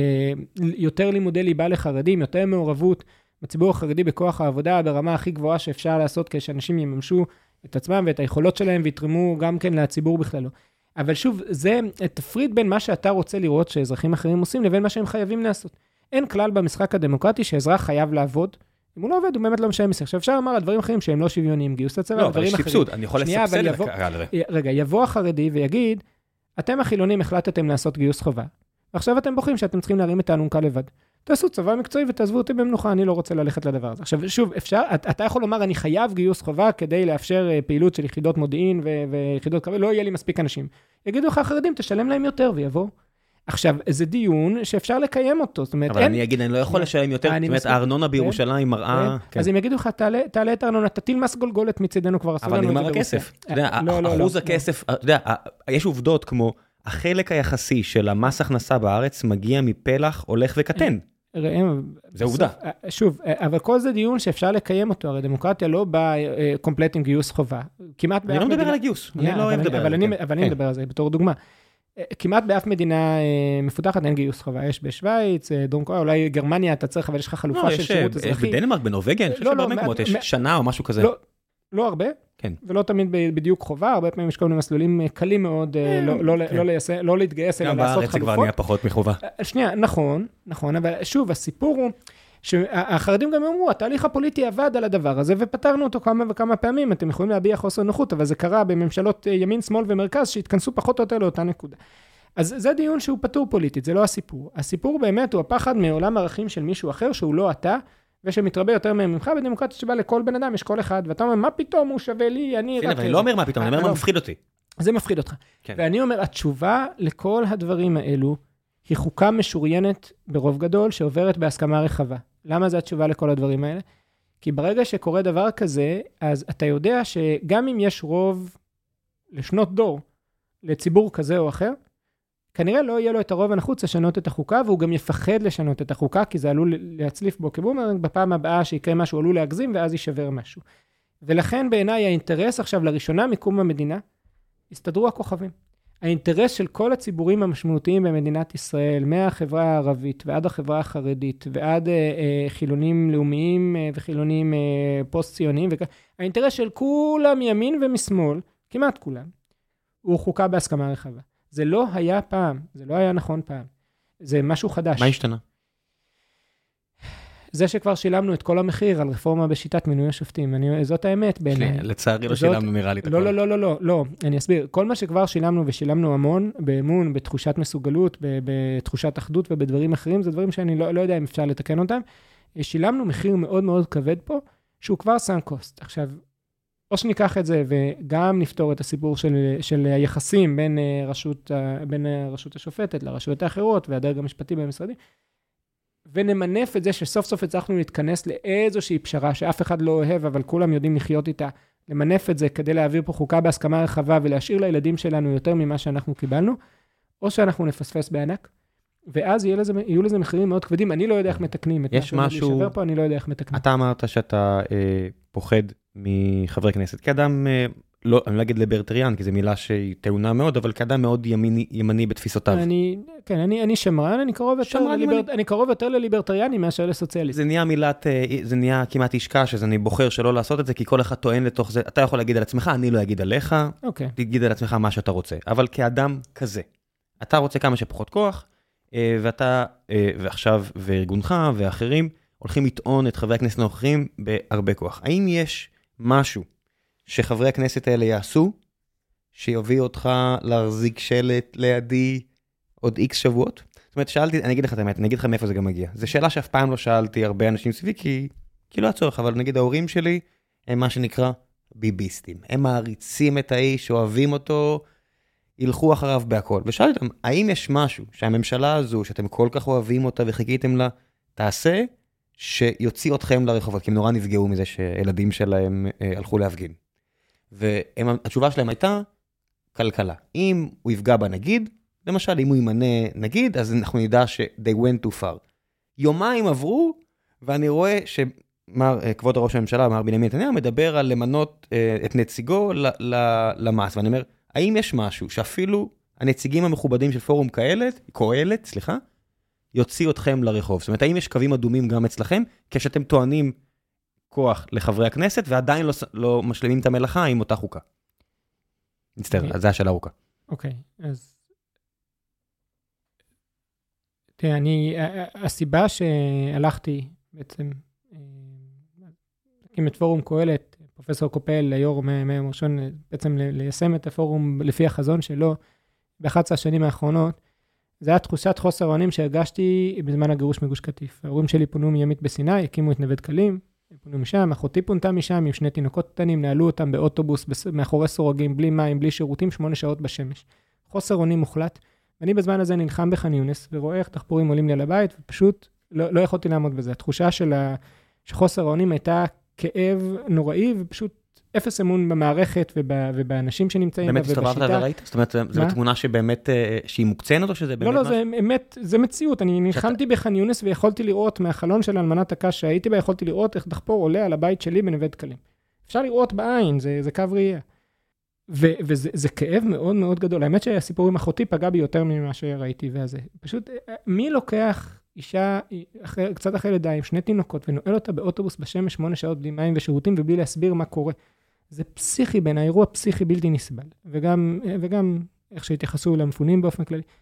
[SPEAKER 2] יותר לימודי ליבה לחרדים, יותר מעורבות בציבור החרדי בכוח העבודה, ברמה הכי גבוהה שאפשר לעשות, כשאנשים יממשו את עצמם ואת היכולות שלהם, ויתרמו גם כן לציבור בכללו. אבל שוב, זה תפריד בין מה שאתה רוצה לראות שאזרחים אחרים עושים, לבין מה שהם חייבים לעשות. אין כלל במשחק הדמוקרטי שאזרח חייב לעבוד, אם הוא לא עובד, הוא באמת לא משלם מסך. עכשיו אפשר לומר על דברים אחרים שהם לא שוויוניים, גיוס לצבא,
[SPEAKER 1] לא, אבל יש סבסוד, אני יכול לסבסד את הקהל הזה.
[SPEAKER 2] רגע, יבוא החרדי ויגיד, אתם החילונים החלטתם לעשות גיוס חובה, ועכשיו אתם בוחרים שאתם צריכים להרים את האלונקה לבד. תעשו צבא מקצועי ותעזבו אותי במנוחה, אני לא רוצה ללכת לדבר הזה. עכשיו, שוב, אפשר, אתה יכול לומר, אני חייב גיוס חובה כדי לאפשר פעילות של יחידות מודיעין ויחידות קרבי, לא יהיה לי מספיק אנשים. יגידו לך, החרדים, תשלם להם יותר ויבוא. עכשיו, זה דיון שאפשר לקיים אותו. זאת אומרת,
[SPEAKER 1] אבל אני אגיד, אני לא יכול לשלם יותר, זאת אומרת, הארנונה בירושלים מראה...
[SPEAKER 2] אז הם יגידו לך, תעלה את הארנונה, תטיל מס גולגולת מצדנו כבר.
[SPEAKER 1] אבל נגמר הכסף. אחוז הכסף, אתה יודע, יש עובדות כמו, החלק היחסי של המס הכנסה בארץ מגיע מפלח, הולך וקטן. זה עובדה.
[SPEAKER 2] שוב, אבל כל זה דיון שאפשר לקיים אותו, הרי דמוקרטיה לא באה קומפלט עם גיוס חובה.
[SPEAKER 1] אני לא מדבר על הגיוס, אני לא אוהב לדבר על זה.
[SPEAKER 2] אבל אני מדבר על זה בתור דוגמה. כמעט באף מדינה מפותחת אין גיוס חובה. יש בשוויץ, דרום קוריאה, אולי גרמניה אתה צריך, אבל יש לך חלופה של שירות אזרחי.
[SPEAKER 1] בדנמרק, בנורווגיה, אני חושב שבהרבה מקומות יש שנה או משהו כזה.
[SPEAKER 2] לא הרבה, ולא תמיד בדיוק חובה, הרבה פעמים יש כל מיני מסלולים קלים מאוד לא להתגייס, אלא לעשות חלופות.
[SPEAKER 1] גם בארץ זה כבר נהיה פחות מחובה.
[SPEAKER 2] שנייה, נכון, נכון, אבל שוב, הסיפור הוא שהחרדים גם אמרו, התהליך הפוליטי עבד על הדבר הזה, ופתרנו אותו כמה וכמה פעמים, אתם יכולים להביע חוסר נוחות, אבל זה קרה בממשלות ימין, שמאל ומרכז, שהתכנסו פחות או יותר לאותה נקודה. אז זה דיון שהוא פתור פוליטית, זה לא הסיפור. הסיפור באמת הוא הפחד מעולם ערכים של מישהו אחר, שהוא לא אתה, ושמתרבה יותר ממך בדמוקרטיה שבה לכל בן אדם יש כל אחד, ואתה אומר, מה פתאום הוא שווה לי, אני...
[SPEAKER 1] כן, אבל אני לא אומר מה פתאום, אני אומר מה מפחיד אותי.
[SPEAKER 2] זה מפחיד אותך. ואני אומר, התשובה לכל הדברים האלו, היא חוקה משוריינת ברוב גדול, שעוברת בהסכמה רחבה. למה זה התשובה לכל הדברים האלה? כי ברגע שקורה דבר כזה, אז אתה יודע שגם אם יש רוב לשנות דור, לציבור כזה או אחר, כנראה לא יהיה לו את הרוב הנחוץ לשנות את החוקה, והוא גם יפחד לשנות את החוקה, כי זה עלול להצליף בו כבומרנג, בפעם הבאה שיקרה משהו, עלול להגזים, ואז יישבר משהו. ולכן בעיניי האינטרס עכשיו לראשונה מקום המדינה, הסתדרו הכוכבים. האינטרס של כל הציבורים המשמעותיים במדינת ישראל, מהחברה הערבית ועד החברה החרדית, ועד אה, אה, חילונים לאומיים אה, וחילונים אה, פוסט-ציוניים, וכ... האינטרס של כולם ימין ומשמאל, כמעט כולם, הוא חוקה בהסכמה רחבה. זה לא היה פעם, זה לא היה נכון פעם. זה משהו חדש.
[SPEAKER 1] מה השתנה?
[SPEAKER 2] זה שכבר שילמנו את כל המחיר על רפורמה בשיטת מינוי השופטים. אני, זאת האמת בעיניי.
[SPEAKER 1] לצערי לא שילמנו נראה לי את הכל.
[SPEAKER 2] לא, לא, לא, לא, לא, לא. אני אסביר. כל מה שכבר שילמנו ושילמנו המון, באמון, בתחושת מסוגלות, בתחושת אחדות ובדברים אחרים, זה דברים שאני לא, לא יודע אם אפשר לתקן אותם. שילמנו מחיר מאוד מאוד כבד פה, שהוא כבר סאנק קוסט. עכשיו, או שניקח את זה וגם נפתור את הסיפור של, של היחסים בין רשות, בין הרשות השופטת לרשויות האחרות והדרג המשפטי במשרדים, ונמנף את זה שסוף סוף הצלחנו להתכנס לאיזושהי פשרה שאף אחד לא אוהב, אבל כולם יודעים לחיות איתה, למנף את זה כדי להעביר פה חוקה בהסכמה רחבה ולהשאיר לילדים שלנו יותר ממה שאנחנו קיבלנו, או שאנחנו נפספס בענק, ואז יהיו לזה, יהיו לזה מחירים מאוד כבדים. אני לא יודע איך מתקנים את
[SPEAKER 1] יש משהו...
[SPEAKER 2] להישבר פה, אני לא יודע איך מתקנים.
[SPEAKER 1] אתה אמרת שאתה אה, פוחד מחברי כנסת, כאדם, אה, לא, אני לא אגיד ליברטריאן, כי זו מילה שהיא טעונה מאוד, אבל כאדם מאוד ימיני, ימני בתפיסותיו.
[SPEAKER 2] אני, כן, אני, אני שמרן, אני קרוב יותר, לליבר, אני קרוב יותר לליברטריאני מאשר לסוציאליסט.
[SPEAKER 1] זה נהיה מילת, זה נהיה כמעט אישקש, אז אני בוחר שלא לעשות את זה, כי כל אחד טוען לתוך זה, אתה יכול להגיד על עצמך, אני לא אגיד עליך,
[SPEAKER 2] אוקיי.
[SPEAKER 1] תגיד על עצמך מה שאתה רוצה, אבל כאדם כזה, אתה רוצה כמה שפחות כוח, ואתה, ועכשיו, וארגונך ואחרים, הולכים לטעון את חברי הכנסת הנוכחים בהרבה כוח. האם יש משהו שחברי הכנסת האלה יעשו, שיוביל אותך להחזיק שלט לידי עוד איקס שבועות? זאת אומרת, שאלתי, אני אגיד לך את האמת, אני אגיד לך מאיפה זה גם מגיע. זו שאלה שאף פעם לא שאלתי הרבה אנשים סביבי, כי, כי לא הצורך, אבל נגיד ההורים שלי הם מה שנקרא ביביסטים. הם מעריצים את האיש, אוהבים אותו, ילכו אחריו בהכל. ושאלתי אותם, האם יש משהו שהממשלה הזו, שאתם כל כך אוהבים אותה וחיכיתם לה, תעשה שיוציא אתכם לרחובות, כי הם נורא נפגעו מזה שילדים שלהם אה, הלכו להפגין. והתשובה שלהם הייתה, כלכלה. אם הוא יפגע בנגיד, למשל, אם הוא ימנה נגיד, אז אנחנו נדע ש- they went too far. יומיים עברו, ואני רואה שמר, כבוד ראש הממשלה, מר בנימין נתניהו, מדבר על למנות אה, את נציגו ל- ל- למס, ואני אומר, האם יש משהו שאפילו הנציגים המכובדים של פורום קהלת, קהלת, סליחה, יוציא אתכם לרחוב? זאת אומרת, האם יש קווים אדומים גם אצלכם, כשאתם טוענים כוח לחברי הכנסת, ועדיין לא, לא משלמים את המלאכה עם אותה חוקה? מצטער, אז זה השאלה ארוכה.
[SPEAKER 2] אוקיי, אז... תראה, אני... הסיבה שהלכתי בעצם, עם את פורום קהלת, פרופסור קופל, היו"ר מהיום ראשון, בעצם ליישם את הפורום לפי החזון שלו, ב-אחת עשרה השנים האחרונות, זה היה תחושת חוסר אונים שהרגשתי בזמן הגירוש מגוש קטיף. ההורים שלי פונו מימית בסיני, הקימו את נווה דקלים, פונו משם, אחותי פונתה משם עם שני תינוקות קטנים, נעלו אותם באוטובוס, מאחורי סורגים, בלי מים, בלי שירותים, שמונה שעות בשמש. חוסר אונים מוחלט. ואני בזמן הזה נלחם בח'אן יונס, ורואה איך דחפורים עולים לי על הבית, ופשוט לא, לא יכולתי לעמוד בזה. התחושה של ה... שחוסר האונים הייתה כאב נוראי, ופשוט אפס אמון במערכת ובאנשים שנמצאים בה ובשיטה. באמת הסתובבת וראית?
[SPEAKER 1] זאת אומרת, זו תמונה שבאמת, שהיא מוקצנת או שזה באמת
[SPEAKER 2] משהו?
[SPEAKER 1] לא,
[SPEAKER 2] לא, זה אמת, זה מציאות. אני נלחמתי בח'אן יונס ויכולתי לראות מהחלון של אלמנת הקש שהייתי בה, יכולתי לראות איך דחפור עולה על הבית שלי בנווה דקלים. אפשר לראות בעין, זה, זה קו ראייה. וזה זה כאב מאוד מאוד גדול. האמת שהסיפור עם אחותי פגע בי יותר ממה שראיתי, וזה פשוט, מי לוקח אישה אחרי, קצת אחרי לידה עם שני תינוקות, ונועל אותה באוטובוס בשמש שמונה שעות בלי מים ושירותים, ובלי להסביר מה קורה? זה פסיכי בין, האירוע פסיכי בלתי נסבל. וגם, וגם איך שהתייחסו למפונים באופן כללי.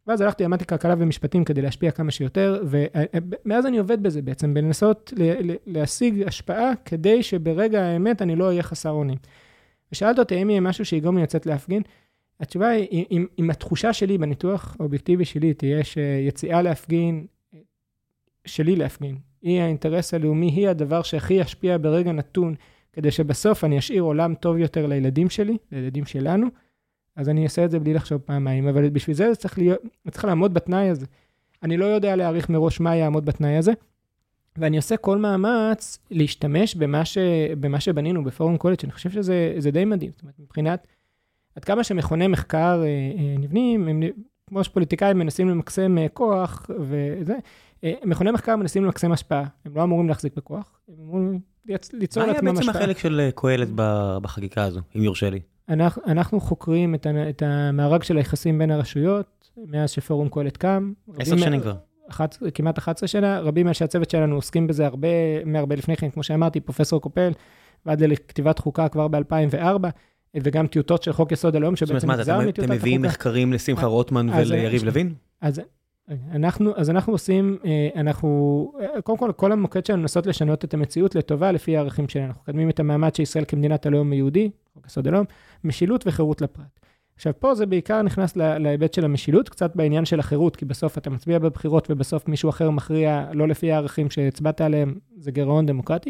[SPEAKER 2] ואז הלכתי, למדתי כלכלה ומשפטים כדי להשפיע כמה שיותר, ומאז אני עובד בזה בעצם, בלנסות להשיג השפעה, כדי שברגע האמת אני לא אהיה חסר אונים. ושאלת אותי, אם יהיה משהו שיגרום לי לצאת להפגין, התשובה היא, אם, אם התחושה שלי בניתוח האובייקטיבי שלי תהיה שיציאה להפגין, שלי להפגין, היא האינטרס הלאומי, היא הדבר שהכי ישפיע ברגע נתון, כדי שבסוף אני אשאיר עולם טוב יותר לילדים שלי, לילדים שלנו, אז אני אעשה את זה בלי לחשוב פעמיים, אבל בשביל זה צריך, להיות, צריך לעמוד בתנאי הזה. אני לא יודע להעריך מראש מה יעמוד בתנאי הזה, ואני עושה כל מאמץ להשתמש במה, ש, במה שבנינו בפורום קולג'. אני חושב שזה זה די מדהים. זאת אומרת, מבחינת, עד כמה שמכוני מחקר אה, אה, נבנים, הם, כמו שפוליטיקאים מנסים למקסם אה, כוח, וזה, אה, מכוני מחקר מנסים למקסם השפעה. הם לא אמורים להחזיק בכוח, הם אמורים ליצור לעצמם השפעה.
[SPEAKER 1] מה היה בעצם החלק של קהלת בחקיקה הזו, אם יורשה לי?
[SPEAKER 2] אנחנו, אנחנו חוקרים את, את המארג של היחסים בין הרשויות, מאז שפורום קהלת קם.
[SPEAKER 1] עשר שנים כבר.
[SPEAKER 2] אחת, כמעט אחת עשרה שנה, רבים מהצוות שלנו עוסקים בזה הרבה, מהרבה לפני כן, כמו שאמרתי, פרופסור קופל, ועד לכתיבת חוקה כבר ב-אלפיים וארבע, וגם טיוטות של חוק יסוד הלאום, שבעצם נגזר מטיוטת החוקה. אתם מביאים
[SPEAKER 1] מחקרים לשמחה רוטמן וליריב לוין?
[SPEAKER 2] אז, אנחנו, אז אנחנו עושים, אנחנו, קודם כל, כל המוקד שלנו לנסות לשנות את המציאות לטובה לפי הערכים שלנו. אנחנו קדמים את המעמד של ישראל כמדינת הלאום היהודי, חוק יסוד הלאום, משילות וחירות לפרט. עכשיו, פה זה בעיקר נכנס להיבט של המשילות, קצת בעניין של החירות, כי בסוף אתה מצביע בבחירות, ובסוף מישהו אחר מכריע לא לפי הערכים שהצבעת עליהם, זה גירעון דמוקרטי.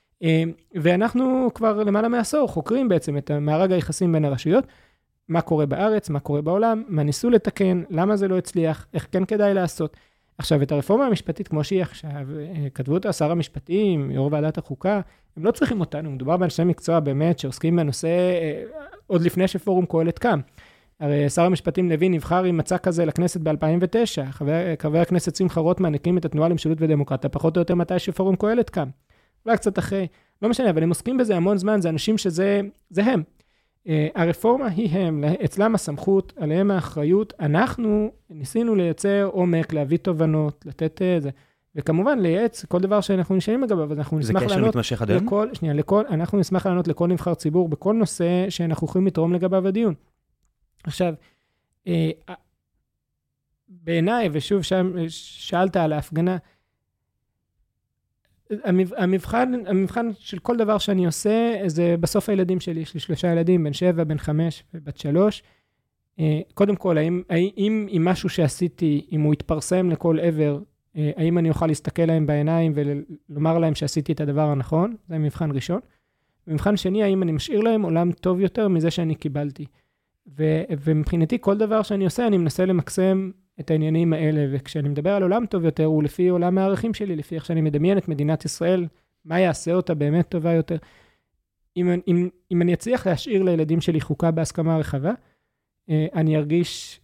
[SPEAKER 2] ואנחנו כבר למעלה מעשור חוקרים בעצם את מארג היחסים בין הרשויות, מה קורה בארץ, מה קורה בעולם, מה ניסו לתקן, למה זה לא הצליח, איך כן כדאי לעשות. עכשיו, את הרפורמה המשפטית, כמו שהיא עכשיו, כתבו אותה שר המשפטים, יו"ר ועדת החוקה, הם לא צריכים אותנו, מדובר באנשי מקצוע באמת, שעוסקים בנושא עוד לפני שפורום קהלת קם. הרי שר המשפטים לוין נבחר עם מצע כזה לכנסת ב-אלפיים ותשע, חבר, חבר הכנסת שמחה רוטמן הקים את התנועה למשילות ודמוקרטיה, פחות או יותר מתי שפורום קהלת קם. אולי קצת אחרי, לא משנה, אבל הם עוסקים בזה המון זמן, זה אנשים שזה, זה הם. הרפורמה היא הם, אצלם הסמכות, עליהם האחריות, אנחנו ניסינו לייצר עומק, להביא תובנות, לתת זה, וכמובן לייעץ כל דבר שאנחנו נשארים לגביו, אז אנחנו נשמח לענות לכל, שנייה, לכל, אנחנו נשמח לענות לכל נבחר ציבור, בכל נושא שאנחנו יכולים לתרום לגביו הדיון. עכשיו, בעיניי, ושוב שאלת על ההפגנה, המבחן, המבחן של כל דבר שאני עושה, זה בסוף הילדים שלי, יש לי שלושה ילדים, בן שבע, בן חמש ובת שלוש. קודם כל, האם, האם, אם משהו שעשיתי, אם הוא יתפרסם לכל עבר, האם אני אוכל להסתכל להם בעיניים ולומר להם שעשיתי את הדבר הנכון? זה מבחן ראשון. מבחן שני, האם אני משאיר להם עולם טוב יותר מזה שאני קיבלתי. ו, ומבחינתי, כל דבר שאני עושה, אני מנסה למקסם את העניינים האלה, וכשאני מדבר על עולם טוב יותר, הוא לפי עולם הערכים שלי, לפי איך שאני מדמיין את מדינת ישראל, מה יעשה אותה באמת טובה יותר. אם, אם, אם אני אצליח להשאיר לילדים שלי חוקה בהסכמה רחבה, אני ארגיש,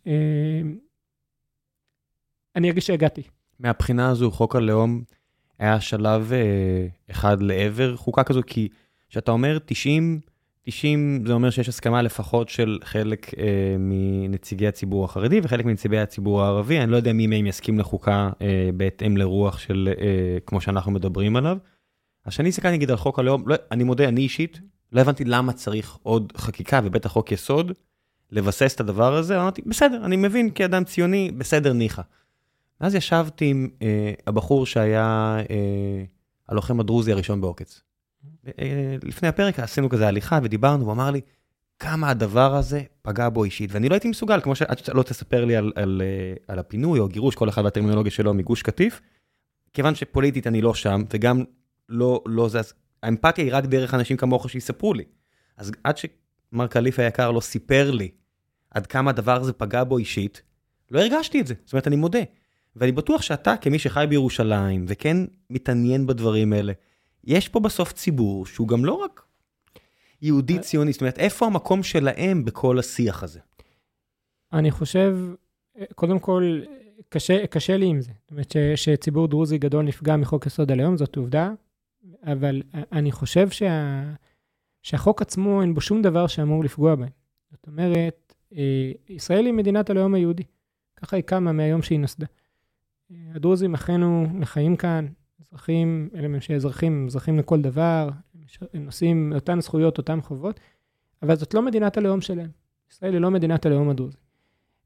[SPEAKER 2] אני ארגיש שהגעתי.
[SPEAKER 1] מהבחינה הזו, חוק הלאום היה שלב אחד לעבר חוקה כזו, כי שאתה אומר תשעים, תשעים זה אומר שיש הסכמה לפחות של חלק אה, מנציגי הציבור החרדי וחלק מנציגי הציבור הערבי. אני לא יודע מי מהם יסכים לחוקה אה, בהתאם לרוח של אה, כמו שאנחנו מדברים עליו. אז שאני אסתכל נגיד על חוק הלאום, לא, אני מודה, אני אישית, לא הבנתי למה צריך עוד חקיקה ובטח חוק יסוד לבסס את הדבר הזה. אמרתי, בסדר, אני מבין כאדם ציוני, בסדר ניחא. אז ישבתי עם אה, הבחור שהיה אה, הלוחם הדרוזי הראשון בעוקץ. לפני הפרק עשינו כזה הליכה ודיברנו, הוא אמר לי, כמה הדבר הזה פגע בו אישית, ואני לא הייתי מסוגל, כמו שאת לא תספר לי על, על, על הפינוי או גירוש, כל אחד והטרמינולוגיה שלו מגוש קטיף, כיוון שפוליטית אני לא שם, וגם לא, לא זה, אז האמפתיה היא רק דרך אנשים כמוך שיספרו לי. אז עד שמר קליף היקר לא סיפר לי, עד כמה הדבר הזה פגע בו אישית, לא הרגשתי את זה, זאת אומרת אני מודה, ואני בטוח שאתה כמי שחי בירושלים, וכן מתעניין בדברים האלה, יש פה בסוף ציבור שהוא גם לא רק יהודי ציוני, זאת אומרת, איפה המקום שלהם בכל השיח הזה?
[SPEAKER 2] אני חושב, קודם כל, קשה, קשה לי עם זה. זאת אומרת, ש, שציבור דרוזי גדול נפגע מחוק יסוד הלאום, זאת עובדה, אבל אני חושב שה, שהחוק עצמו אין בו שום דבר שאמור לפגוע בהם. זאת אומרת, ישראל היא מדינת הלאום היהודי. ככה היא קמה מהיום שהיא נוסדה. הדרוזים אחינו לחיים כאן, אזרחים, אלה הם שאזרחים, אזרחים לכל דבר, הם נושאים אותן זכויות, אותן חובות, אבל זאת לא מדינת הלאום שלהם. ישראל היא לא מדינת הלאום הדרוזי.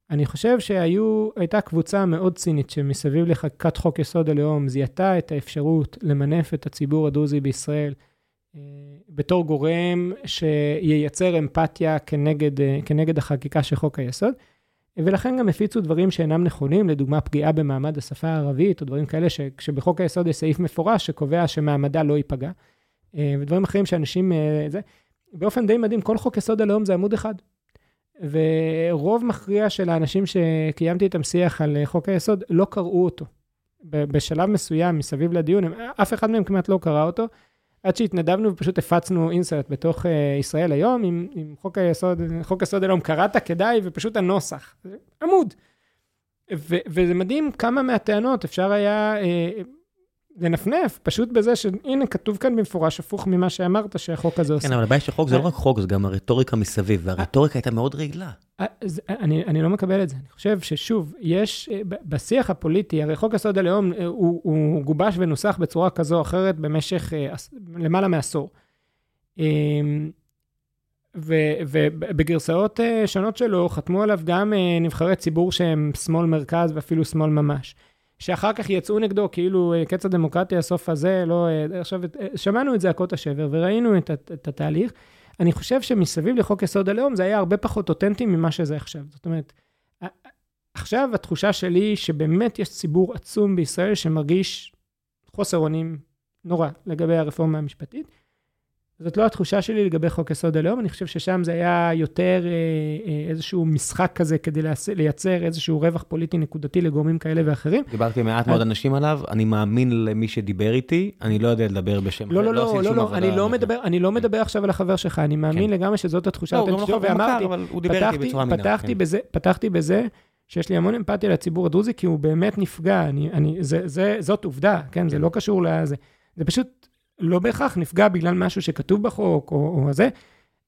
[SPEAKER 2] אני חושב שהייתה קבוצה מאוד צינית שמסביב לחקיקת חוק יסוד הלאום, זיהתה את האפשרות למנף את הציבור הדרוזי בישראל, בתור גורם שייצר אמפתיה כנגד, כנגד החקיקה של חוק היסוד, ולכן גם הפיצו דברים שאינם נכונים, לדוגמה פגיעה במעמד השפה הערבית, או דברים כאלה שבחוק היסוד יש סעיף מפורש שקובע שמעמדה לא ייפגע, ודברים אחרים שאנשים, זה, באופן די מדהים, כל חוק יסוד הלאום זה עמוד אחד, ורוב מכריע של האנשים שקיימתי איתם שיח על חוק היסוד לא קראו אותו. בשלב מסוים מסביב לדיון, אף אחד מהם כמעט לא קרא אותו, עד שהתנדבנו ופשוט הפצנו אינסרט בתוך uh, ישראל היום, עם, עם חוק היסוד, חוק היסוד הלאום קראת כדאי, ופשוט הנוסח, עמוד. ו, וזה מדהים כמה מהטענות אפשר היה uh, לנפנף, פשוט בזה שהנה כתוב כאן במפורש, הפוך ממה שאמרת שהחוק הזה עושה.
[SPEAKER 1] כן, אבל הבעיה של חוק זה לא רק חוק, זה גם הרטוריקה מסביב, והרטוריקה הייתה מאוד רעילה.
[SPEAKER 2] אני, אני לא מקבל את זה. אני חושב ששוב, יש, בשיח הפוליטי, הרי חוק יסוד הלאום הוא, הוא גובש ונוסח בצורה כזו או אחרת במשך למעלה מעשור. ובגרסאות שונות שלו חתמו עליו גם נבחרי ציבור שהם שמאל מרכז ואפילו שמאל ממש. שאחר כך יצאו נגדו, כאילו קץ הדמוקרטיה, הסוף הזה, לא, עכשיו, שמענו את זעקות השבר וראינו את, את התהליך. אני חושב שמסביב לחוק יסוד הלאום, זה היה הרבה פחות אותנטי ממה שזה עכשיו. זאת אומרת, עכשיו התחושה שלי שבאמת יש ציבור עצום בישראל שמרגיש חוסר אונים נורא לגבי הרפורמה המשפטית. זאת לא התחושה שלי לגבי חוק יסוד הלאום, אני חושב ששם זה היה יותר איזשהו משחק כזה כדי לייצר איזשהו רווח פוליטי נקודתי לגורמים כאלה ואחרים.
[SPEAKER 1] דיברתי מעט מאוד אנשים עליו, אני מאמין למי שדיבר איתי, אני לא יודע לדבר בשם.
[SPEAKER 2] לא, לא, לא, לא, לא, אני לא מדבר, אני לא מדבר עכשיו על החבר שלך, אני מאמין לגמרי שזאת התחושה.
[SPEAKER 1] לא, הוא מכר, אבל הוא דיבר איתי בצורה מינה.
[SPEAKER 2] פתחתי בזה, פתחתי בזה שיש לי המון אמפתיה לציבור הדרוזי, כי הוא באמת נפגע, אני, אני, זה, זה, זאת עובדה, כן, זה לא קשור לזה. זה פשוט לא בהכרח נפגע בגלל משהו שכתוב בחוק או, או זה,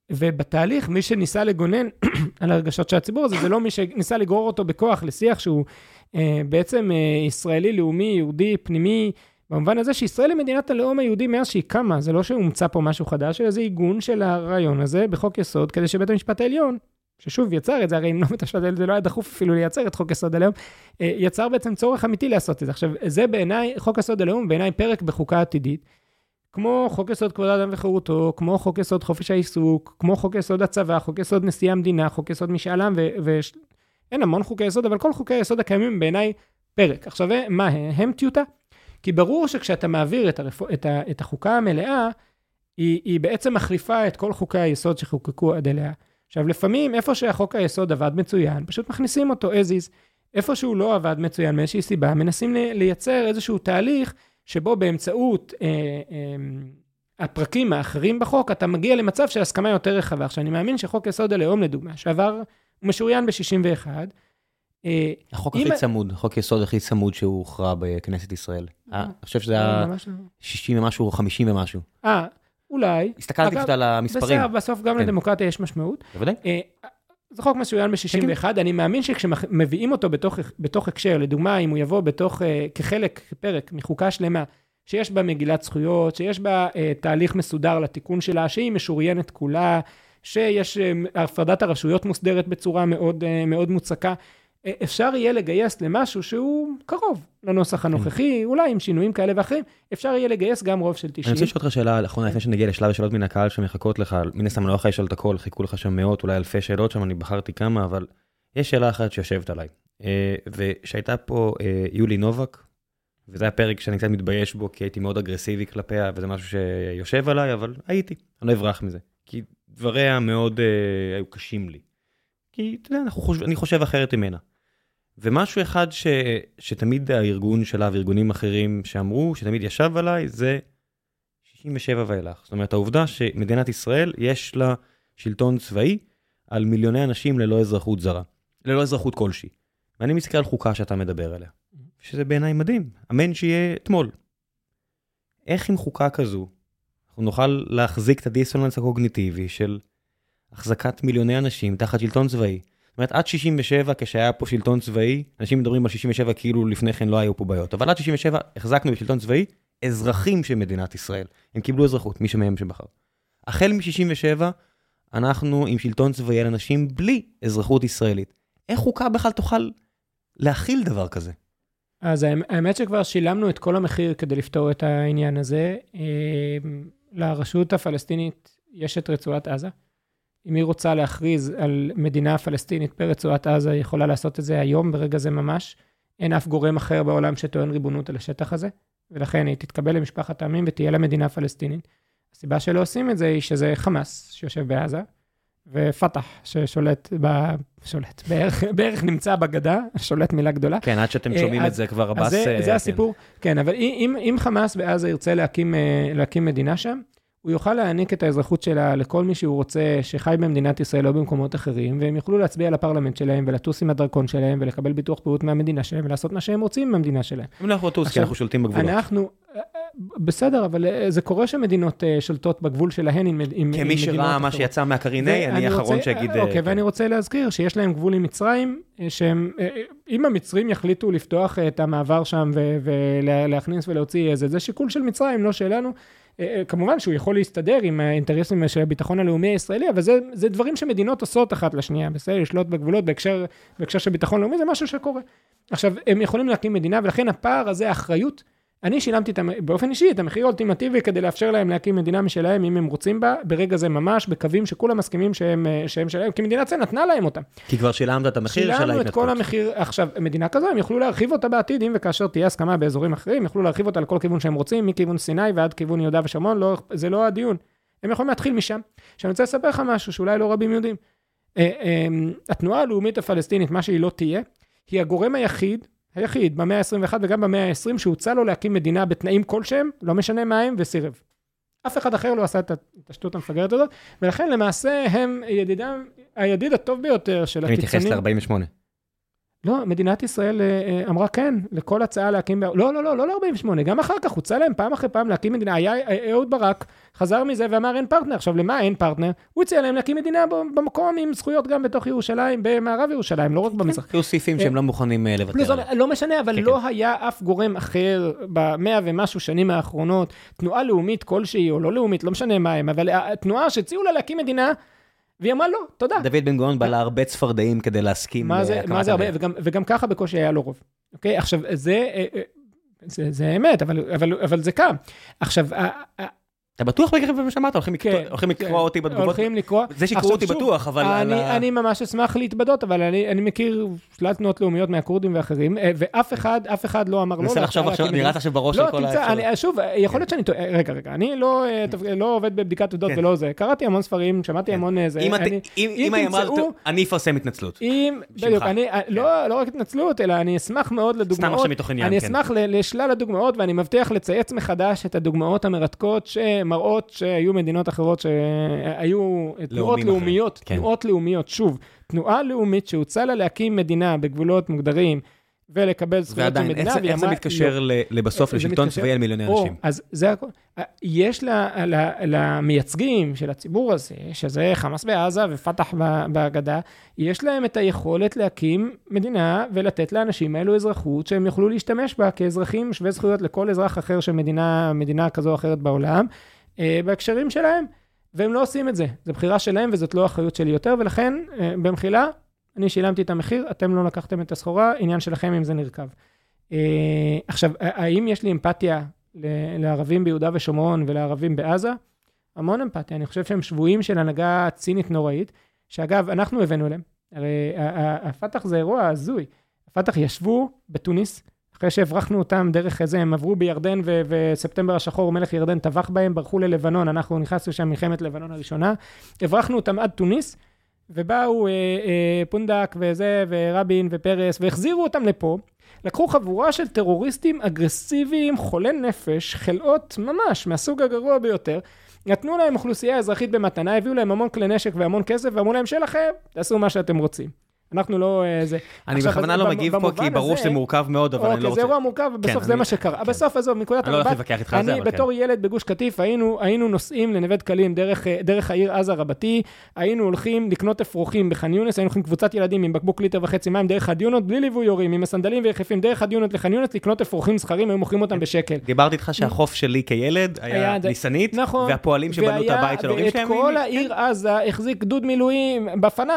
[SPEAKER 2] ובתהליך מי שניסה לגונן על הרגשות של הציבור הזה, זה לא מי שניסה לגרור אותו בכוח לשיח שהוא אה, בעצם אה, ישראלי, לאומי, יהודי, פנימי, במובן הזה שישראל היא מדינת הלאום היהודי מאז שהיא קמה, זה לא שהומצא פה משהו חדש, אלא זה עיגון של הרעיון הזה בחוק יסוד, כדי שבית המשפט העליון, ששוב יצר את זה, הרי אם לא מתשפט, זה לא היה דחוף אפילו לייצר את חוק יסוד הלאום, אה, יצר בעצם צורך אמיתי לעשות את זה. עכשיו, זה בעיניי, חוק יסוד הלאום, בעיניי פרק בחוקה עתידית, כמו חוק יסוד כבוד האדם וחירותו, כמו חוק יסוד חופש העיסוק, כמו חוק יסוד הצבא, חוק יסוד נשיא המדינה, חוק יסוד משאל עם, ואין המון חוקי יסוד, אבל כל חוקי היסוד הקיימים בעיניי פרק. עכשיו, מה הם? הם טיוטה. כי ברור שכשאתה מעביר את, הרפ... את, ה... את החוקה המלאה, היא, היא בעצם מחליפה את כל חוקי היסוד שחוקקו עד אליה. עכשיו, לפעמים, איפה שהחוק היסוד עבד מצוין, פשוט מכניסים אותו as is. איפה שהוא לא עבד מצוין מאיזושהי סיבה, מנסים לייצר איזשהו תהליך שבו באמצעות אה, אה, הפרקים האחרים בחוק, אתה מגיע למצב של הסכמה יותר רחבה. עכשיו, אני מאמין שחוק יסוד הלאום, לדוגמה, שעבר, הוא משוריין ב-שישים ואחת.
[SPEAKER 1] אה, החוק הכי צמוד, חוק יסוד הכי צמוד שהוא הוכרע בכנסת ישראל. אה, אני חושב שזה היה שישים ומשהו או חמישים ומשהו.
[SPEAKER 2] אה, אולי.
[SPEAKER 1] הסתכלתי קצת על המספרים.
[SPEAKER 2] בסדר, בסוף גם לדמוקרטיה יש משמעות.
[SPEAKER 1] בוודאי.
[SPEAKER 2] זה חוק משוריין ב-שישים ואחת, אני מאמין שכשמביאים אותו בתוך, בתוך הקשר, לדוגמה, אם הוא יבוא בתוך, כחלק, כפרק, מחוקה שלמה, שיש בה מגילת זכויות, שיש בה תהליך מסודר לתיקון שלה, שהיא משוריינת כולה, שיש הפרדת הרשויות מוסדרת בצורה מאוד, מאוד מוצקה, אפשר יהיה לגייס למשהו שהוא קרוב לנוסח הנוכחי, אולי עם שינויים כאלה ואחרים, אפשר יהיה לגייס גם רוב של תשעים.
[SPEAKER 1] אני רוצה לשאול אותך שאלה אחרונה, לפני שנגיע לשלב השאלות מן הקהל שמחכות לך, מן הסתם לא אחרי לשאול את הכל, חיכו לך שם מאות, אולי אלפי שאלות שם, אני בחרתי כמה, אבל יש שאלה אחת שיושבת עליי, ושהייתה פה יולי נובק, וזה היה פרק שאני קצת מתבייש בו, כי הייתי מאוד אגרסיבי כלפיה, וזה משהו שיושב עליי, אבל הייתי, אני לא אברח מזה, כי דבריה מאוד היו קשים לי. כי, אתה יודע, אני חושב אחרת ממנה. ומשהו אחד ש, שתמיד הארגון שלה וארגונים אחרים שאמרו, שתמיד ישב עליי, זה שישים ושבע ואילך. זאת אומרת, העובדה שמדינת ישראל יש לה שלטון צבאי על מיליוני אנשים ללא אזרחות זרה, ללא אזרחות כלשהי. ואני מסתכל על חוקה שאתה מדבר עליה, שזה בעיניי מדהים. אמן שיהיה אתמול. איך עם חוקה כזו, אנחנו נוכל להחזיק את הדיסוננס הקוגניטיבי של החזקת מיליוני אנשים תחת שלטון צבאי. זאת אומרת, עד שישים ושבע, כשהיה פה שלטון צבאי, אנשים מדברים על שישים ושבע כאילו לפני כן לא היו פה בעיות, אבל עד שישים ושבע החזקנו בשלטון צבאי אזרחים של מדינת ישראל. הם קיבלו אזרחות, מי שמהם שבחר. החל מ-שישים ושבע, אנחנו עם שלטון צבאי על אנשים בלי אזרחות ישראלית. איך חוקה בכלל תוכל להכיל דבר כזה?
[SPEAKER 2] אז האמת שכבר שילמנו את כל המחיר כדי לפתור את העניין הזה. לרשות הפלסטינית יש את רצועת עזה. אם היא רוצה להכריז על מדינה פלסטינית ברצועת עזה, היא יכולה לעשות את זה היום, ברגע זה ממש. אין אף גורם אחר בעולם שטוען ריבונות על השטח הזה, ולכן היא תתקבל למשפחת העמים ותהיה לה מדינה פלסטינית. הסיבה שלא עושים את זה היא שזה חמאס שיושב בעזה, ופתח ששולט, ב... שולט, בערך, בערך נמצא בגדה, שולט מילה גדולה.
[SPEAKER 1] כן, עד שאתם שומעים
[SPEAKER 2] אז,
[SPEAKER 1] את זה כבר הבאס...
[SPEAKER 2] זה,
[SPEAKER 1] כן.
[SPEAKER 2] זה הסיפור, כן, אבל אם, אם חמאס בעזה ירצה להקים, להקים מדינה שם, הוא יוכל להעניק את האזרחות שלה לכל מי שהוא רוצה שחי במדינת ישראל או במקומות אחרים, והם יוכלו להצביע לפרלמנט שלהם ולטוס עם הדרכון שלהם ולקבל ביטוח בריאות מהמדינה שלהם ולעשות מה שהם רוצים במדינה שלהם.
[SPEAKER 1] אם אנחנו לטוס, כי אנחנו שולטים בגבולות.
[SPEAKER 2] אנחנו, בסדר, אבל זה קורה שמדינות שולטות בגבול שלהן עם, עם
[SPEAKER 1] כמי שראה מה שיצא מהקריני, אני האחרון שיגיד...
[SPEAKER 2] אוקיי, ואני רוצה להזכיר שיש להם גבול עם מצרים, שהם, אם המצרים יחליטו לפתוח את המעבר שם ולהכניס ולהוציא איזה, זה שיקול של מצרים, לא שלנו. כמובן שהוא יכול להסתדר עם האינטרסים של הביטחון הלאומי הישראלי, אבל זה, זה דברים שמדינות עושות אחת לשנייה, בסדר, לשלוט בגבולות, בהקשר, בהקשר של ביטחון לאומי, זה משהו שקורה. עכשיו, הם יכולים להקים מדינה, ולכן הפער הזה, האחריות, אני שילמתי את, באופן אישי את המחיר האולטימטיבי, כדי לאפשר להם להקים מדינה משלהם, אם הם רוצים בה, ברגע זה ממש, בקווים שכולם מסכימים שהם, שהם שלהם, כי מדינת זה נתנה להם אותם.
[SPEAKER 1] כי כבר שילמת את המחיר של ההתנתקות.
[SPEAKER 2] שילמנו את כל המחיר, עכשיו, מדינה כזו, הם יוכלו להרחיב אותה בעתיד, אם וכאשר תהיה הסכמה באזורים אחרים, יוכלו להרחיב אותה לכל כיוון שהם רוצים, מכיוון סיני ועד כיוון יהודה ושומרון, לא, זה לא הדיון. הם יכולים להתחיל משם. שאני רוצה לספר לך משהו, שאולי לא רבים יודעים. התנועה הלאומית הפלסטינית, מה שהיא לא תהיה, היא הגורם היחיד, היחיד, במאה ה-עשרים ואחת וגם במאה ה-עשרים, שהוצא לו להקים מדינה בתנאים כלשהם, לא משנה מה הם, וסירב. אף אחד אחר לא עשה את השטות המפגרת הזאת, ולכן למעשה הם ידידם, הידיד הטוב ביותר של הקיצונים.
[SPEAKER 1] אני מתייחס ל-ארבעים ושמונה.
[SPEAKER 2] לא, מדינת ישראל אמרה כן, לכל הצעה להקים, לא, לא, לא, לא ל-ארבעים ושמונה, גם אחר כך הוצא להם פעם אחרי פעם להקים מדינה, היה אהוד ברק, חזר מזה ואמר אין פרטנר, עכשיו למה אין פרטנר? הוא הציע להם להקים מדינה במקום עם זכויות גם בתוך ירושלים, במערב ירושלים, לא רק במזרח.
[SPEAKER 1] היו סעיפים שהם לא מוכנים לוותר עליהם.
[SPEAKER 2] לא משנה, אבל לא היה אף גורם אחר במאה ומשהו שנים האחרונות, תנועה לאומית כלשהי או לא לאומית, לא משנה מה הם, אבל התנועה שהציעו לה להקים מדינה, והיא אמרה לא, תודה.
[SPEAKER 1] דוד בן גאון בא להרבה צפרדעים כדי להסכים.
[SPEAKER 2] מה זה, מה זה הרבה, וגם, וגם ככה בקושי היה לו רוב. אוקיי? עכשיו, זה, זה, זה אמת, אבל, אבל, אבל זה קם. עכשיו,
[SPEAKER 1] אתה בטוח בקרב במה שאמרת? הולכים לקרוא אותי בתגובות?
[SPEAKER 2] הולכים לקרוא.
[SPEAKER 1] זה שיקראו אותי בטוח, אבל...
[SPEAKER 2] אני ממש אשמח להתבדות, אבל אני מכיר שלל תנועות לאומיות מהקורדים ואחרים, ואף אחד, אף אחד לא אמר לא...
[SPEAKER 1] נסה לחשוב עכשיו, נראה לך שבראש של כל האפשרות.
[SPEAKER 2] לא, שוב, יכול להיות שאני... רגע, רגע, אני לא עובד בבדיקת עובדות ולא זה. קראתי המון ספרים, שמעתי המון זה.
[SPEAKER 1] אם היא אמרה, אני אפרסם התנצלות.
[SPEAKER 2] בדיוק, לא רק התנצלות, אלא אני אשמח מאוד לדוגמאות. אני אשמח לשלל הדוגמאות, ואני מבטיח לצייץ מחדש את הדוגמאות המרתקות מראות שהיו מדינות אחרות שהיו תנועות לאומיות, תנועות לאומיות, שוב, תנועה לאומית שהוצא לה להקים מדינה בגבולות מוגדרים ולקבל זכויות של מדינה.
[SPEAKER 1] ועדיין, איך זה מתקשר לבסוף לשלטון צבאי על מיליוני אנשים?
[SPEAKER 2] אז זה הכל. יש למייצגים של הציבור הזה, שזה חמאס בעזה ופתח בגדה, יש להם את היכולת להקים מדינה ולתת לאנשים האלו אזרחות שהם יוכלו להשתמש בה כאזרחים שווה זכויות לכל אזרח אחר של מדינה, מדינה כזו או אחרת בעולם. בהקשרים שלהם, והם לא עושים את זה. זו בחירה שלהם, וזאת לא האחריות שלי יותר, ולכן, במחילה, אני שילמתי את המחיר, אתם לא לקחתם את הסחורה, עניין שלכם אם זה נרכב. עכשיו, האם יש לי אמפתיה לערבים ביהודה ושומרון ולערבים בעזה? המון אמפתיה. אני חושב שהם שבויים של הנהגה צינית נוראית, שאגב, אנחנו הבאנו אליהם. הרי הפתח זה אירוע הזוי. הפתח ישבו בתוניס, אחרי שהברחנו אותם דרך איזה, הם עברו בירדן ו- וספטמבר השחור, מלך ירדן טבח בהם, ברחו ללבנון, אנחנו נכנסנו שם מלחמת לבנון הראשונה, הברחנו אותם עד תוניס, ובאו אה, אה, פונדק וזה, ורבין ופרס, והחזירו אותם לפה, לקחו חבורה של טרוריסטים אגרסיביים, חולי נפש, חלאות ממש, מהסוג הגרוע ביותר, נתנו להם אוכלוסייה אזרחית במתנה, הביאו להם המון כלי נשק והמון כסף, ואמרו להם שלכם, תעשו מה שאתם רוצים. אנחנו לא...
[SPEAKER 1] אני בכוונה לא מגיב פה, כי ברור שזה מורכב מאוד, אבל אני לא רוצה...
[SPEAKER 2] זה אירוע מורכב, ובסוף זה מה שקרה. בסוף, עזוב, מנקודת
[SPEAKER 1] המבט... אני לא הולך להתווכח איתך על זה, אבל כן.
[SPEAKER 2] אני בתור ילד בגוש קטיף, היינו נוסעים לנווה דקלים דרך העיר עזה רבתי, היינו הולכים לקנות אפרוחים בח'אן יונס, היינו הולכים קבוצת ילדים עם בקבוק ליטר וחצי מים דרך הדיונות, בלי ליווי יורים, עם הסנדלים ויחפים דרך הדיונות לח'אן יונס, לקנות אפרוחים זכרים, היו מוכרים אותם בשקל. דיברתי איתך שהחוף שלי כילד היה ניסנית, והפועלים שבנו את הבית של ההורים שלהם. ואת כל העיר עזה החזיק גדוד מילואים בפנן.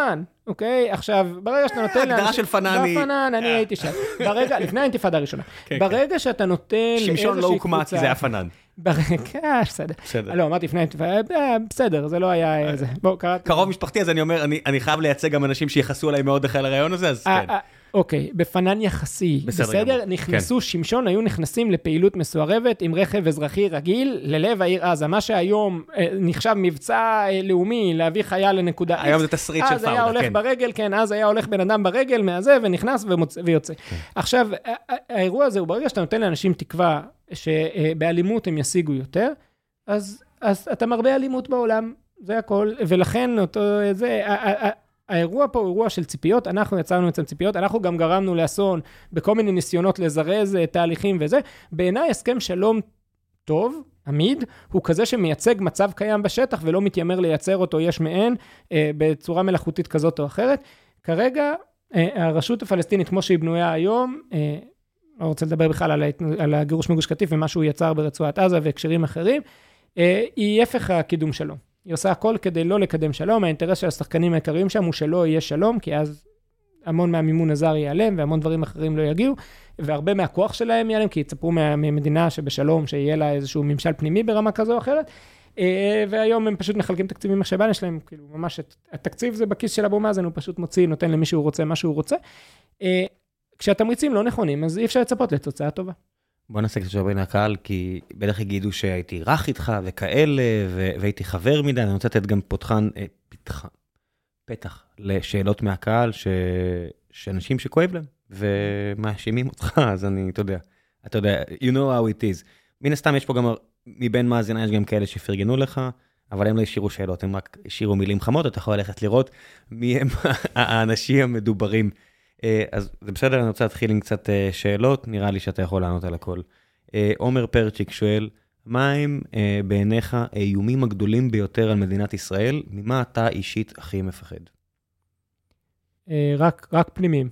[SPEAKER 2] אוקיי? עכשיו, ברגע שאתה נותן...
[SPEAKER 1] הגדרה של פנן היא...
[SPEAKER 2] בפנן, אני הייתי שם. ברגע, לפני האינתיפאדה הראשונה. ברגע שאתה נותן...
[SPEAKER 1] שמשון לא הוקמה כי זה היה פנן.
[SPEAKER 2] ברגע, בסדר. לא, אמרתי לפני האינתיפאדה, בסדר, זה לא היה איזה...
[SPEAKER 1] קרוב משפחתי, אז אני אומר, אני חייב לייצג גם אנשים שיחסו עליי מאוד אחרי הרעיון הזה, אז כן.
[SPEAKER 2] אוקיי, בפנן יחסי, בסדר? נכנסו, שמשון היו נכנסים לפעילות מסוערבת עם רכב אזרחי רגיל ללב העיר עזה. מה שהיום נחשב מבצע לאומי להביא חייל לנקודה.
[SPEAKER 1] היום זה תסריט של פאודה, כן.
[SPEAKER 2] אז היה הולך ברגל, כן, אז היה הולך בן אדם ברגל מהזה ונכנס ויוצא. עכשיו, האירוע הזה הוא ברגע שאתה נותן לאנשים תקווה שבאלימות הם ישיגו יותר, אז אתה מרבה אלימות בעולם, זה הכל, ולכן אותו, זה... האירוע פה הוא אירוע של ציפיות, אנחנו יצרנו אצלם ציפיות, אנחנו גם גרמנו לאסון בכל מיני ניסיונות לזרז תהליכים וזה. בעיניי הסכם שלום טוב, עמיד, הוא כזה שמייצג מצב קיים בשטח ולא מתיימר לייצר אותו יש מאין אה, בצורה מלאכותית כזאת או אחרת. כרגע אה, הרשות הפלסטינית כמו שהיא בנויה היום, אה, לא רוצה לדבר בכלל על, על הגירוש מגוש קטיף ומה שהוא יצר ברצועת עזה והקשרים אחרים, אה, היא הפך הקידום שלום. היא עושה הכל כדי לא לקדם שלום, האינטרס של השחקנים העיקריים שם הוא שלא יהיה שלום, כי אז המון מהמימון הזר ייעלם, והמון דברים אחרים לא יגיעו, והרבה מהכוח שלהם ייעלם, כי יצפרו ממדינה שבשלום, שיהיה לה איזשהו ממשל פנימי ברמה כזו או אחרת, והיום הם פשוט מחלקים תקציבים מחשבן, יש להם כאילו ממש, התקציב זה בכיס של אבו מאזן, הוא פשוט מוציא, נותן למי שהוא רוצה, מה שהוא רוצה. כשהתמריצים לא נכונים, אז אי אפשר לצפות לתוצאה טובה.
[SPEAKER 1] בוא נעשה קצת בין הקהל, כי בטח יגידו שהייתי רך איתך וכאלה, והייתי חבר מדי, אני רוצה לתת גם פותחן, פתח, פתח לשאלות מהקהל, שאנשים שכואב להם, ומאשימים אותך, אז אני, אתה יודע, אתה יודע, you know how it is. מן הסתם יש פה גם, מבין מאזינה, יש גם כאלה שפרגנו לך, אבל הם לא השאירו שאלות, הם רק השאירו מילים חמות, אתה יכול ללכת לראות מי הם האנשים המדוברים. אז זה בסדר, אני רוצה להתחיל עם קצת שאלות, נראה לי שאתה יכול לענות על הכל. עומר פרצ'יק שואל, מה הם בעיניך האיומים הגדולים ביותר על מדינת ישראל? ממה אתה אישית הכי מפחד?
[SPEAKER 2] רק, רק פנימיים.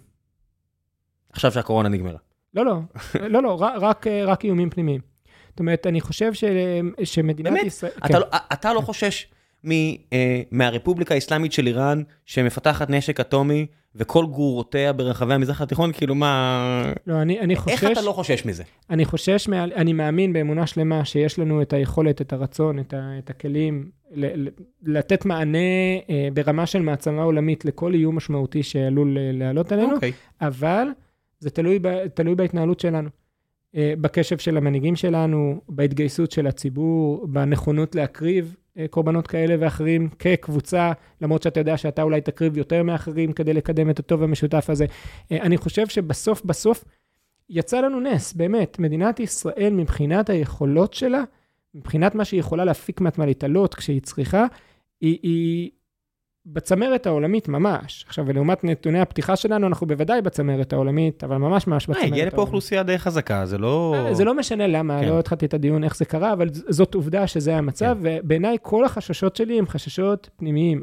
[SPEAKER 1] עכשיו שהקורונה נגמרה. לא,
[SPEAKER 2] לא, לא, לא, רק, רק איומים פנימיים. זאת אומרת, אני חושב ש, שמדינת
[SPEAKER 1] באמת?
[SPEAKER 2] ישראל...
[SPEAKER 1] אתה, כן. לא, אתה לא חושש מ, מהרפובליקה האסלאמית של איראן, שמפתחת נשק אטומי, וכל גרורותיה ברחבי המזרח התיכון, כאילו מה...
[SPEAKER 2] לא, אני, אני חושש...
[SPEAKER 1] איך אתה לא חושש מזה?
[SPEAKER 2] אני חושש, מה, אני מאמין באמונה שלמה, שיש לנו את היכולת, את הרצון, את, ה, את הכלים, ל, ל, לתת מענה אה, ברמה של מעצמה עולמית, לכל איום משמעותי שעלול לעלות עלינו,
[SPEAKER 1] אוקיי.
[SPEAKER 2] אבל זה תלוי, ב, תלוי בהתנהלות שלנו. אה, בקשב של המנהיגים שלנו, בהתגייסות של הציבור, בנכונות להקריב, קורבנות כאלה ואחרים כקבוצה, למרות שאתה יודע שאתה אולי תקריב יותר מאחרים כדי לקדם את הטוב המשותף הזה. אני חושב שבסוף בסוף יצא לנו נס, באמת, מדינת ישראל מבחינת היכולות שלה, מבחינת מה שהיא יכולה להפיק מעצמה להתעלות כשהיא צריכה, היא, היא בצמרת העולמית ממש. עכשיו, ולעומת נתוני הפתיחה שלנו, אנחנו בוודאי בצמרת העולמית, אבל ממש ממש בצמרת העולמית.
[SPEAKER 1] הגיע לפה אוכלוסייה די חזקה, זה לא...
[SPEAKER 2] זה לא משנה למה, לא התחלתי את הדיון איך זה קרה, אבל זאת עובדה שזה המצב, ובעיניי כל החששות שלי הם חששות פנימיים.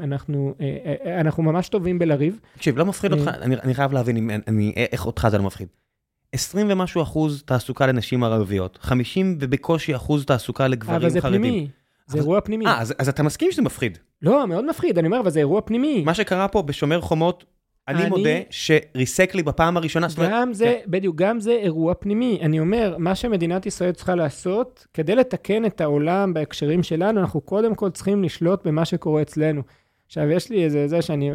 [SPEAKER 2] אנחנו ממש טובים בלריב.
[SPEAKER 1] תקשיב, לא מפחיד אותך, אני חייב להבין איך אותך זה לא מפחיד. עשרים ומשהו אחוז תעסוקה לנשים ערביות, חמישים ובקושי אחוז תעסוקה לגברים חרדים. אבל זה פנימי.
[SPEAKER 2] זה אירוע פנימי.
[SPEAKER 1] אה, אז, אז אתה מסכים שזה מפחיד?
[SPEAKER 2] לא, מאוד מפחיד, אני אומר, אבל זה אירוע פנימי.
[SPEAKER 1] מה שקרה פה בשומר חומות, אני, אני מודה שריסק לי בפעם הראשונה.
[SPEAKER 2] גם זה, כן. בדיוק, גם זה אירוע פנימי. אני אומר, מה שמדינת ישראל צריכה לעשות, כדי לתקן את העולם בהקשרים שלנו, אנחנו קודם כל צריכים לשלוט במה שקורה אצלנו. עכשיו, יש לי איזה, זה שאני,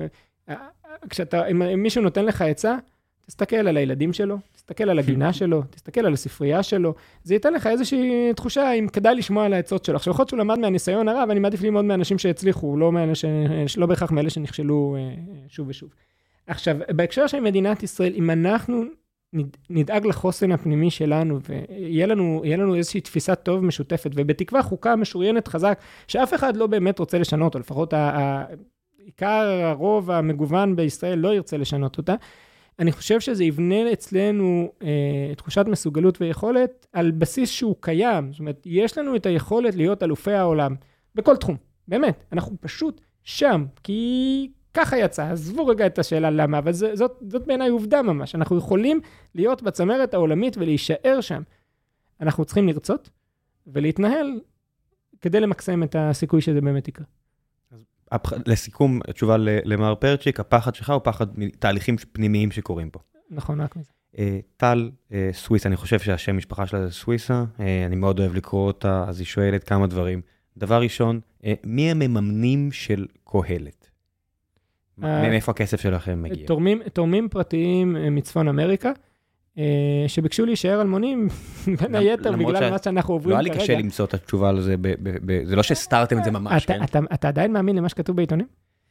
[SPEAKER 2] כשאתה, אם, אם מישהו נותן לך עצה, תסתכל על הילדים שלו, תסתכל על הגינה שלו, תסתכל על הספרייה שלו, זה ייתן לך איזושהי תחושה אם כדאי לשמוע על העצות שלו. עכשיו, יכול להיות שהוא למד מהניסיון הרב, ואני מעדיף ללמוד מאנשים שהצליחו, לא, מאלה, לא בהכרח מאלה שנכשלו שוב ושוב. עכשיו, בהקשר של מדינת ישראל, אם אנחנו נדאג לחוסן הפנימי שלנו, ויהיה לנו, יהיה לנו איזושהי תפיסה טוב משותפת, ובתקווה חוקה משוריינת חזק, שאף אחד לא באמת רוצה לשנות, או לפחות העיקר הרוב המגוון בישראל לא ירצה לשנות אותה, אני חושב שזה יבנה אצלנו אה, תחושת מסוגלות ויכולת על בסיס שהוא קיים. זאת אומרת, יש לנו את היכולת להיות אלופי העולם בכל תחום. באמת, אנחנו פשוט שם, כי ככה יצא. עזבו רגע את השאלה למה, אבל זה, זאת, זאת בעיניי עובדה ממש. אנחנו יכולים להיות בצמרת העולמית ולהישאר שם. אנחנו צריכים לרצות ולהתנהל כדי למקסם את הסיכוי שזה באמת יקרה.
[SPEAKER 1] לסיכום, תשובה למר פרצ'יק, הפחד שלך הוא פחד מתהליכים פנימיים שקורים פה.
[SPEAKER 2] נכון, רק מזה.
[SPEAKER 1] טל, סוויסה, אני חושב שהשם משפחה שלה זה סוויסה, אני מאוד אוהב לקרוא אותה, אז היא שואלת כמה דברים. דבר ראשון, מי המממנים של קהלת? מאיפה הכסף שלכם מגיע?
[SPEAKER 2] תורמים פרטיים מצפון אמריקה, שביקשו להישאר אלמונים, בין היתר, בגלל מה שאנחנו עוברים כרגע.
[SPEAKER 1] לא היה לי קשה למצוא את התשובה על זה, זה לא שסתרתם את זה ממש, כן?
[SPEAKER 2] אתה עדיין מאמין למה שכתוב בעיתונים?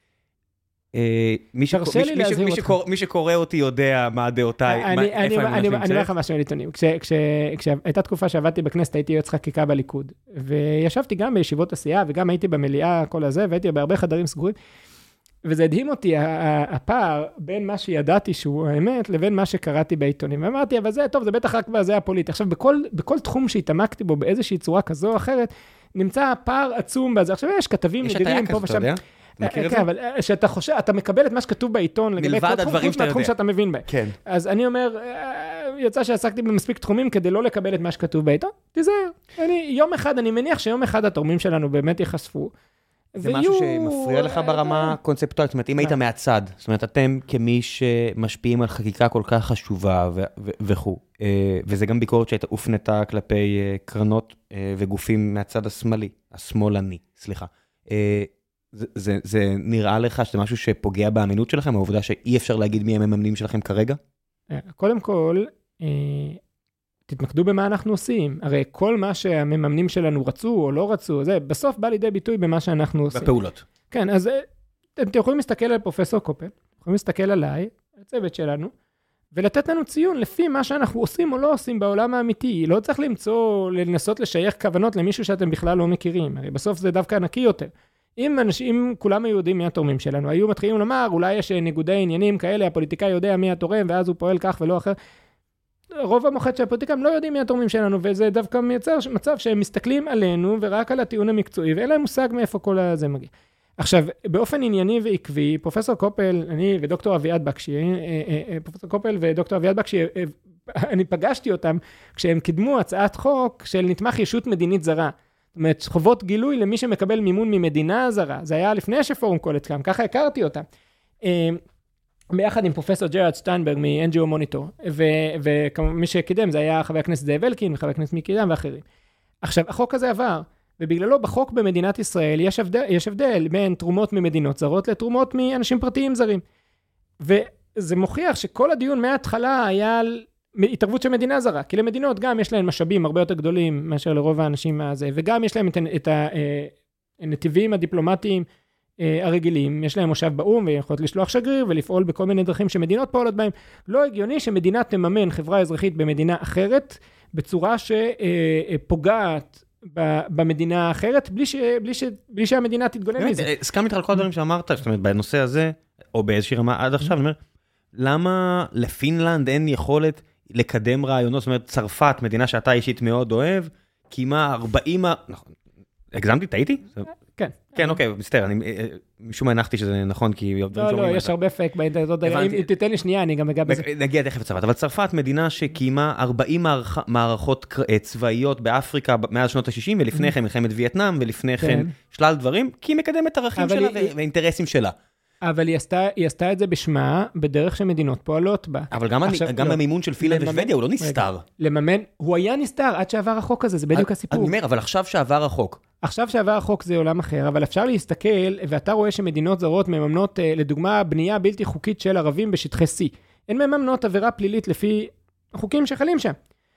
[SPEAKER 1] מי שקורא אותי יודע מה הדעותיי,
[SPEAKER 2] אני אומר לך משהו על עיתונים. כשהייתה תקופה שעבדתי בכנסת, הייתי יועץ חקיקה בליכוד, וישבתי גם בישיבות עשייה, וגם הייתי במליאה, כל הזה, והייתי בהרבה חדרים סגורים, וזה הדהים אותי, הפער בין מה שידעתי שהוא האמת, לבין מה שקראתי בעיתונים. ואמרתי, אבל זה טוב, זה בטח רק בזה הפוליטי. עכשיו, בכל תחום שהתעמקתי בו, באיזושהי צורה כזו או אחרת, נמצא פער עצום בזה. עכשיו, יש כתבים נדירים פה ושם. כן, אבל שאתה חושב, אתה מקבל את מה שכתוב בעיתון, לגבי כל תחום, חוץ מהתחום שאתה מבין בהם.
[SPEAKER 1] כן.
[SPEAKER 2] אז אני אומר, יצא שעסקתי במספיק תחומים כדי לא לקבל את מה שכתוב בעיתון, תיזהר. אני, יום אחד, אני מניח שיום אחד התורמים שלנו באמת יחשפו.
[SPEAKER 1] זה משהו שמפריע לך ברמה קונספטואלית, זאת אומרת, אם היית מהצד, זאת אומרת, אתם כמי שמשפיעים על חקיקה כל כך חשובה וכו', וזה גם ביקורת שהייתה הופנתה כלפי קרנות וגופים מהצד השמאלי, השמאלני, סליחה. זה, זה, זה נראה לך שזה משהו שפוגע באמינות שלכם, העובדה שאי אפשר להגיד מי המממנים שלכם כרגע?
[SPEAKER 2] קודם כל, תתמקדו במה אנחנו עושים. הרי כל מה שהמממנים שלנו רצו או לא רצו, זה בסוף בא לידי ביטוי במה שאנחנו עושים.
[SPEAKER 1] בפעולות.
[SPEAKER 2] כן, אז אתם יכולים להסתכל על פרופסור קופל, יכולים להסתכל עליי, הצוות שלנו, ולתת לנו ציון לפי מה שאנחנו עושים או לא עושים בעולם האמיתי. לא צריך למצוא, לנסות לשייך כוונות למישהו שאתם בכלל לא מכירים. הרי בסוף זה דווקא ענקי יותר. אם אנשים, כולם היהודים מי התורמים שלנו, היו מתחילים לומר, אולי יש ניגודי עניינים כאלה, הפוליטיקאי יודע מי התורם, ואז הוא פועל כך ולא אחר. רוב המוחד של הפוליטיקאים לא יודעים מי התורמים שלנו, וזה דווקא מייצר מצב שהם מסתכלים עלינו, ורק על הטיעון המקצועי, ואין להם מושג מאיפה כל הזה מגיע. עכשיו, באופן ענייני ועקבי, פרופסור קופל, אני ודוקטור אביעד בקשי, פרופסור קופל ודוקטור אביעד בקשי, אני פגשתי אותם כשהם קידמו הצעת חוק של נתמך ישות מדינית זרה. זאת אומרת, חובות גילוי למי שמקבל מימון ממדינה זרה. זה היה לפני שפורום קהלת קם, ככה הכרתי אותם. ביחד עם פרופסור ג'רארד שטיינברג מ-אן ג'י או מוניטור, ומי שקידם זה היה חבר הכנסת זאב אלקין, וחבר הכנסת מיקי דם ואחרים. עכשיו, החוק הזה עבר, ובגללו בחוק במדינת ישראל יש הבדל, יש הבדל בין תרומות ממדינות זרות לתרומות מאנשים פרטיים זרים. וזה מוכיח שכל הדיון מההתחלה היה על התערבות של מדינה זרה, כי למדינות גם יש להן משאבים הרבה יותר גדולים מאשר לרוב האנשים הזה, וגם יש להם את, את הנתיבים הדיפלומטיים הרגילים, יש להם מושב באום ויכולות לשלוח שגריר ולפעול בכל מיני דרכים שמדינות פועלות בהם. לא הגיוני שמדינה תממן חברה אזרחית במדינה אחרת, בצורה שפוגעת במדינה האחרת, בלי, ש, בלי, ש, בלי שהמדינה תתגונן מזה.
[SPEAKER 1] הסכמתי איתך על כל הדברים שאמרת, זאת אומרת, בנושא הזה, או באיזושהי רמה עד עכשיו, אני אומר, למה לפינלנד אין יכולת לקדם רעיונות, זאת אומרת, צרפת, מדינה שאתה אישית מאוד אוהב, קיימה ארבעים, נכון, הגזמתי, טעיתי?
[SPEAKER 2] כן.
[SPEAKER 1] כן, אוקיי, מסתר, אני משום מה הנחתי שזה נכון, כי...
[SPEAKER 2] לא, לא, יש הרבה פייק באינטרנט, אם תיתן לי שנייה, אני גם אגע בזה.
[SPEAKER 1] נגיע תכף לצרפת, אבל צרפת מדינה שקיימה ארבעים מערכות צבאיות באפריקה מאז שנות ה-שישים, ולפני כן מלחמת וייטנאם, ולפני כן שלל דברים, כי היא מקדמת ערכים שלה ואינטרסים שלה.
[SPEAKER 2] אבל היא עשתה, היא עשתה את זה בשמה, בדרך שמדינות פועלות בה.
[SPEAKER 1] אבל גם, עכשיו, גם לא. המימון של פינלנד ושוודיה, הוא לא נסתר.
[SPEAKER 2] לממן, הוא היה נסתר עד שעבר החוק הזה, זה בדיוק הסיפור.
[SPEAKER 1] אני אומר, אבל עכשיו שעבר החוק.
[SPEAKER 2] עכשיו שעבר החוק זה עולם אחר, אבל אפשר להסתכל, ואתה רואה שמדינות זרות מממנות, לדוגמה, בנייה בלתי חוקית של ערבים בשטחי C. הן מממנות עבירה פלילית לפי חוקים שחלים שם.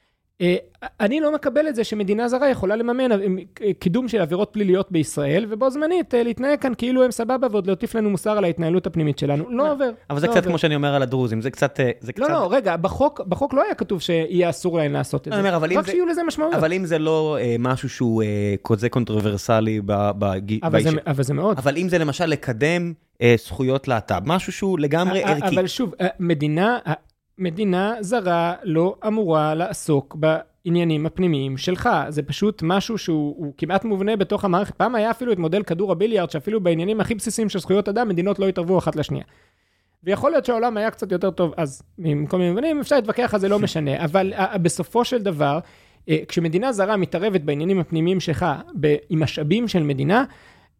[SPEAKER 2] אני לא מקבל את זה שמדינה זרה יכולה לממן קידום של עבירות פליליות בישראל, ובו זמנית להתנהג כאן כאילו הם סבבה, ועוד להוטיף לנו מוסר על ההתנהלות הפנימית שלנו. לא עובר.
[SPEAKER 1] אבל זה קצת כמו שאני אומר על הדרוזים, זה קצת...
[SPEAKER 2] לא, לא, רגע, בחוק לא היה כתוב שיהיה אסור להם לעשות את זה. רק שיהיו לזה משמעות.
[SPEAKER 1] אבל אם זה לא משהו שהוא כזה קונטרוברסלי באיש...
[SPEAKER 2] אבל זה מאוד.
[SPEAKER 1] אבל אם זה למשל לקדם זכויות להט"ב, משהו שהוא לגמרי ערכי.
[SPEAKER 2] אבל שוב, מדינה... מדינה זרה לא אמורה לעסוק בעניינים הפנימיים שלך. זה פשוט משהו שהוא כמעט מובנה בתוך המערכת. פעם היה אפילו את מודל כדור הביליארד, שאפילו בעניינים הכי בסיסיים של זכויות אדם, מדינות לא התערבו אחת לשנייה. ויכול להיות שהעולם היה קצת יותר טוב, אז עם כל מיני מבינים, אפשר להתווכח, אז זה לא משנה. אבל בסופו של דבר, כשמדינה זרה מתערבת בעניינים הפנימיים שלך, עם משאבים של מדינה,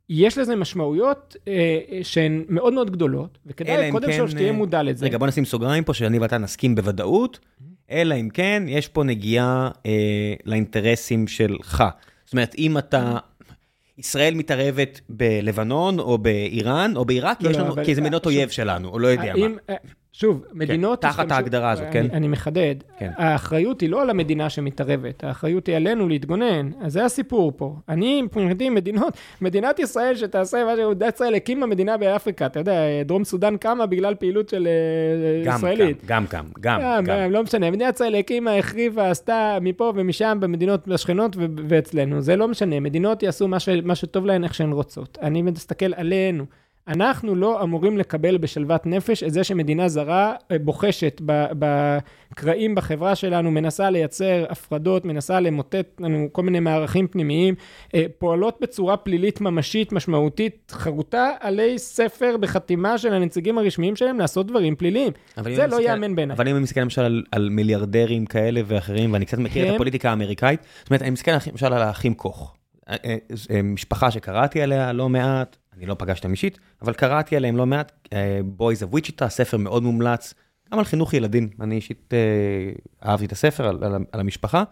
[SPEAKER 2] יש לזה משמעויות אה, שהן מאוד מאוד גדולות, וכדאי קודם כל שתהיה מודע לזה.
[SPEAKER 1] רגע, בוא נשים סוגריים פה, שאני ואתה נסכים בוודאות, אלא אם כן, יש פה נגיעה אה, לאינטרסים שלך. זאת אומרת, אם אתה, ישראל מתערבת בלבנון, או באיראן, או בעיראק, יש לנו, כי זה מדינות אויב שלנו, או לא יודע מה.
[SPEAKER 2] שוב, מדינות...
[SPEAKER 1] תחת ההגדרה הזאת, כן?
[SPEAKER 2] אני מחדד. האחריות היא לא על המדינה שמתערבת, האחריות היא עלינו להתגונן. אז זה הסיפור פה. אני, מבחינתי, מדינות, מדינת ישראל שתעשה מה שמדינת ישראל הקימה מדינה באפריקה. אתה יודע, דרום סודן קמה בגלל פעילות של ישראלית.
[SPEAKER 1] גם, גם, גם, גם.
[SPEAKER 2] לא משנה. מדינת ישראל הקימה, החריבה, עשתה מפה ומשם במדינות השכנות ואצלנו. זה לא משנה. מדינות יעשו מה שטוב להן איך שהן רוצות. אני מסתכל עלינו. אנחנו לא אמורים לקבל בשלוות נפש את זה שמדינה זרה בוחשת בקרעים בחברה שלנו, מנסה לייצר הפרדות, מנסה למוטט לנו כל מיני מערכים פנימיים, פועלות בצורה פלילית ממשית, משמעותית, חרוטה עלי ספר בחתימה של הנציגים הרשמיים שלהם לעשות דברים פליליים. זה לא יאמן בעיניי.
[SPEAKER 1] אבל אם אני מסתכל למשל על, על מיליארדרים כאלה ואחרים, ואני קצת מכיר את הפוליטיקה האמריקאית, זאת אומרת, אני מסתכל למשל על האחים קוך. משפחה שקראתי עליה לא מעט, אני לא פגשתם אישית, אבל קראתי עליהם לא מעט, Boys of Wichita, ספר מאוד מומלץ, גם על חינוך ילדים, אני אישית אהבתי את הספר על, על, על המשפחה.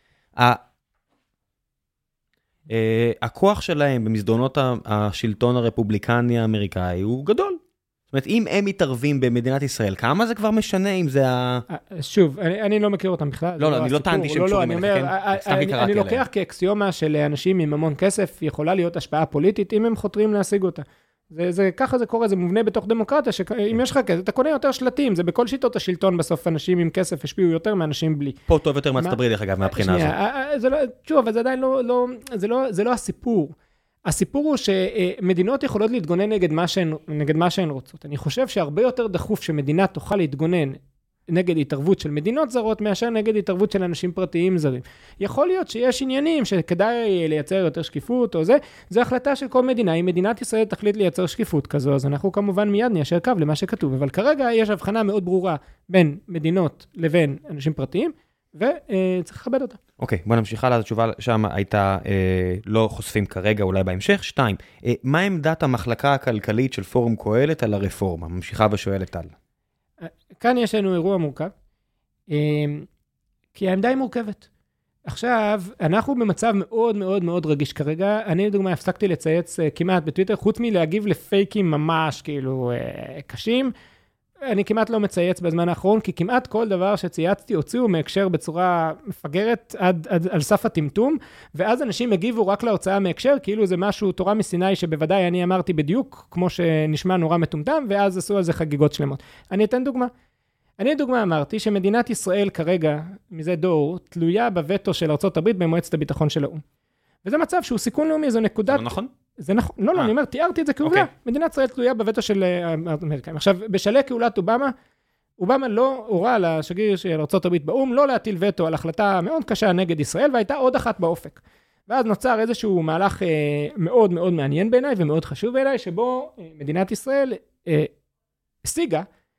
[SPEAKER 1] הכוח שלהם במסדרונות השלטון הרפובליקני האמריקאי הוא גדול. זאת אומרת, אם הם מתערבים במדינת ישראל, כמה זה כבר משנה אם זה ה...
[SPEAKER 2] שוב, אני, אני לא מכיר אותם בכלל.
[SPEAKER 1] לא, לא, אני לא טענתי שהם קשורים אליך, כן? סתם כי קראתי עליהם.
[SPEAKER 2] אני לוקח כאקסיומה של אנשים עם המון כסף, יכולה להיות השפעה פוליטית, אם הם חותרים להשיג אותה. זה, זה, ככה זה קורה, זה מובנה בתוך דמוקרטיה, שאם יש לך כסף, אתה קונה יותר שלטים, זה בכל שיטות השלטון בסוף, אנשים עם כסף השפיעו יותר מאנשים בלי.
[SPEAKER 1] פה טוב יותר מארצות הברית, דרך אגב, מהבחינה הזאת.
[SPEAKER 2] זה לא, שוב, אבל זה עדיין לא, לא, זה לא, זה לא הסיפור. הסיפור הוא שמדינות יכולות להתגונן נגד מה שהן, נגד מה שהן רוצות. אני חושב שהרבה יותר דחוף שמדינה תוכל להתגונן נגד התערבות של מדינות זרות, מאשר נגד התערבות של אנשים פרטיים זרים. יכול להיות שיש עניינים שכדאי לייצר יותר שקיפות או זה, זה החלטה של כל מדינה. אם מדינת ישראל תחליט לייצר שקיפות כזו, אז אנחנו כמובן מיד ניישר קו למה שכתוב. אבל כרגע יש הבחנה מאוד ברורה בין מדינות לבין אנשים פרטיים, וצריך לכבד אותה.
[SPEAKER 1] אוקיי, בוא נמשיך הלאה, התשובה שם הייתה לא חושפים כרגע, אולי בהמשך. שתיים, מה עמדת המחלקה הכלכלית של פורום קהלת על הרפורמה? ממשיכה ושואלת על.
[SPEAKER 2] כאן יש לנו אירוע מורכב, כי העמדה היא מורכבת. עכשיו, אנחנו במצב מאוד מאוד מאוד רגיש כרגע, אני לדוגמה הפסקתי לצייץ כמעט בטוויטר, חוץ מלהגיב לפייקים ממש כאילו קשים, אני כמעט לא מצייץ בזמן האחרון, כי כמעט כל דבר שצייצתי הוציאו מהקשר בצורה מפגרת עד, עד על סף הטמטום, ואז אנשים הגיבו רק להוצאה מהקשר, כאילו זה משהו תורה מסיני שבוודאי אני אמרתי בדיוק, כמו שנשמע נורא מטומטם, ואז עשו על זה חגיגות שלמות. אני אתן דוגמה. אני דוגמה אמרתי שמדינת ישראל כרגע, מזה דור, תלויה בווטו של ארצות הברית במועצת הביטחון של האו"ם. וזה מצב שהוא סיכון לאומי, זו נקודת...
[SPEAKER 1] זה לא נכון?
[SPEAKER 2] זה נכון, לא, לא, אני אומר, תיארתי את זה כעובדה. מדינת ישראל תלויה בווטו של אמריקאים. עכשיו, בשלהי פעולת אובמה, אובמה לא הורה לשגריר של ארצות הברית באו"ם, לא להטיל וטו על החלטה מאוד קשה נגד ישראל, והייתה עוד אחת באופק. ואז נוצר איזשהו מהלך מאוד מאוד מעניין בעיניי, ומאוד חשוב בעיניי, שבו מדינת ישראל השיגה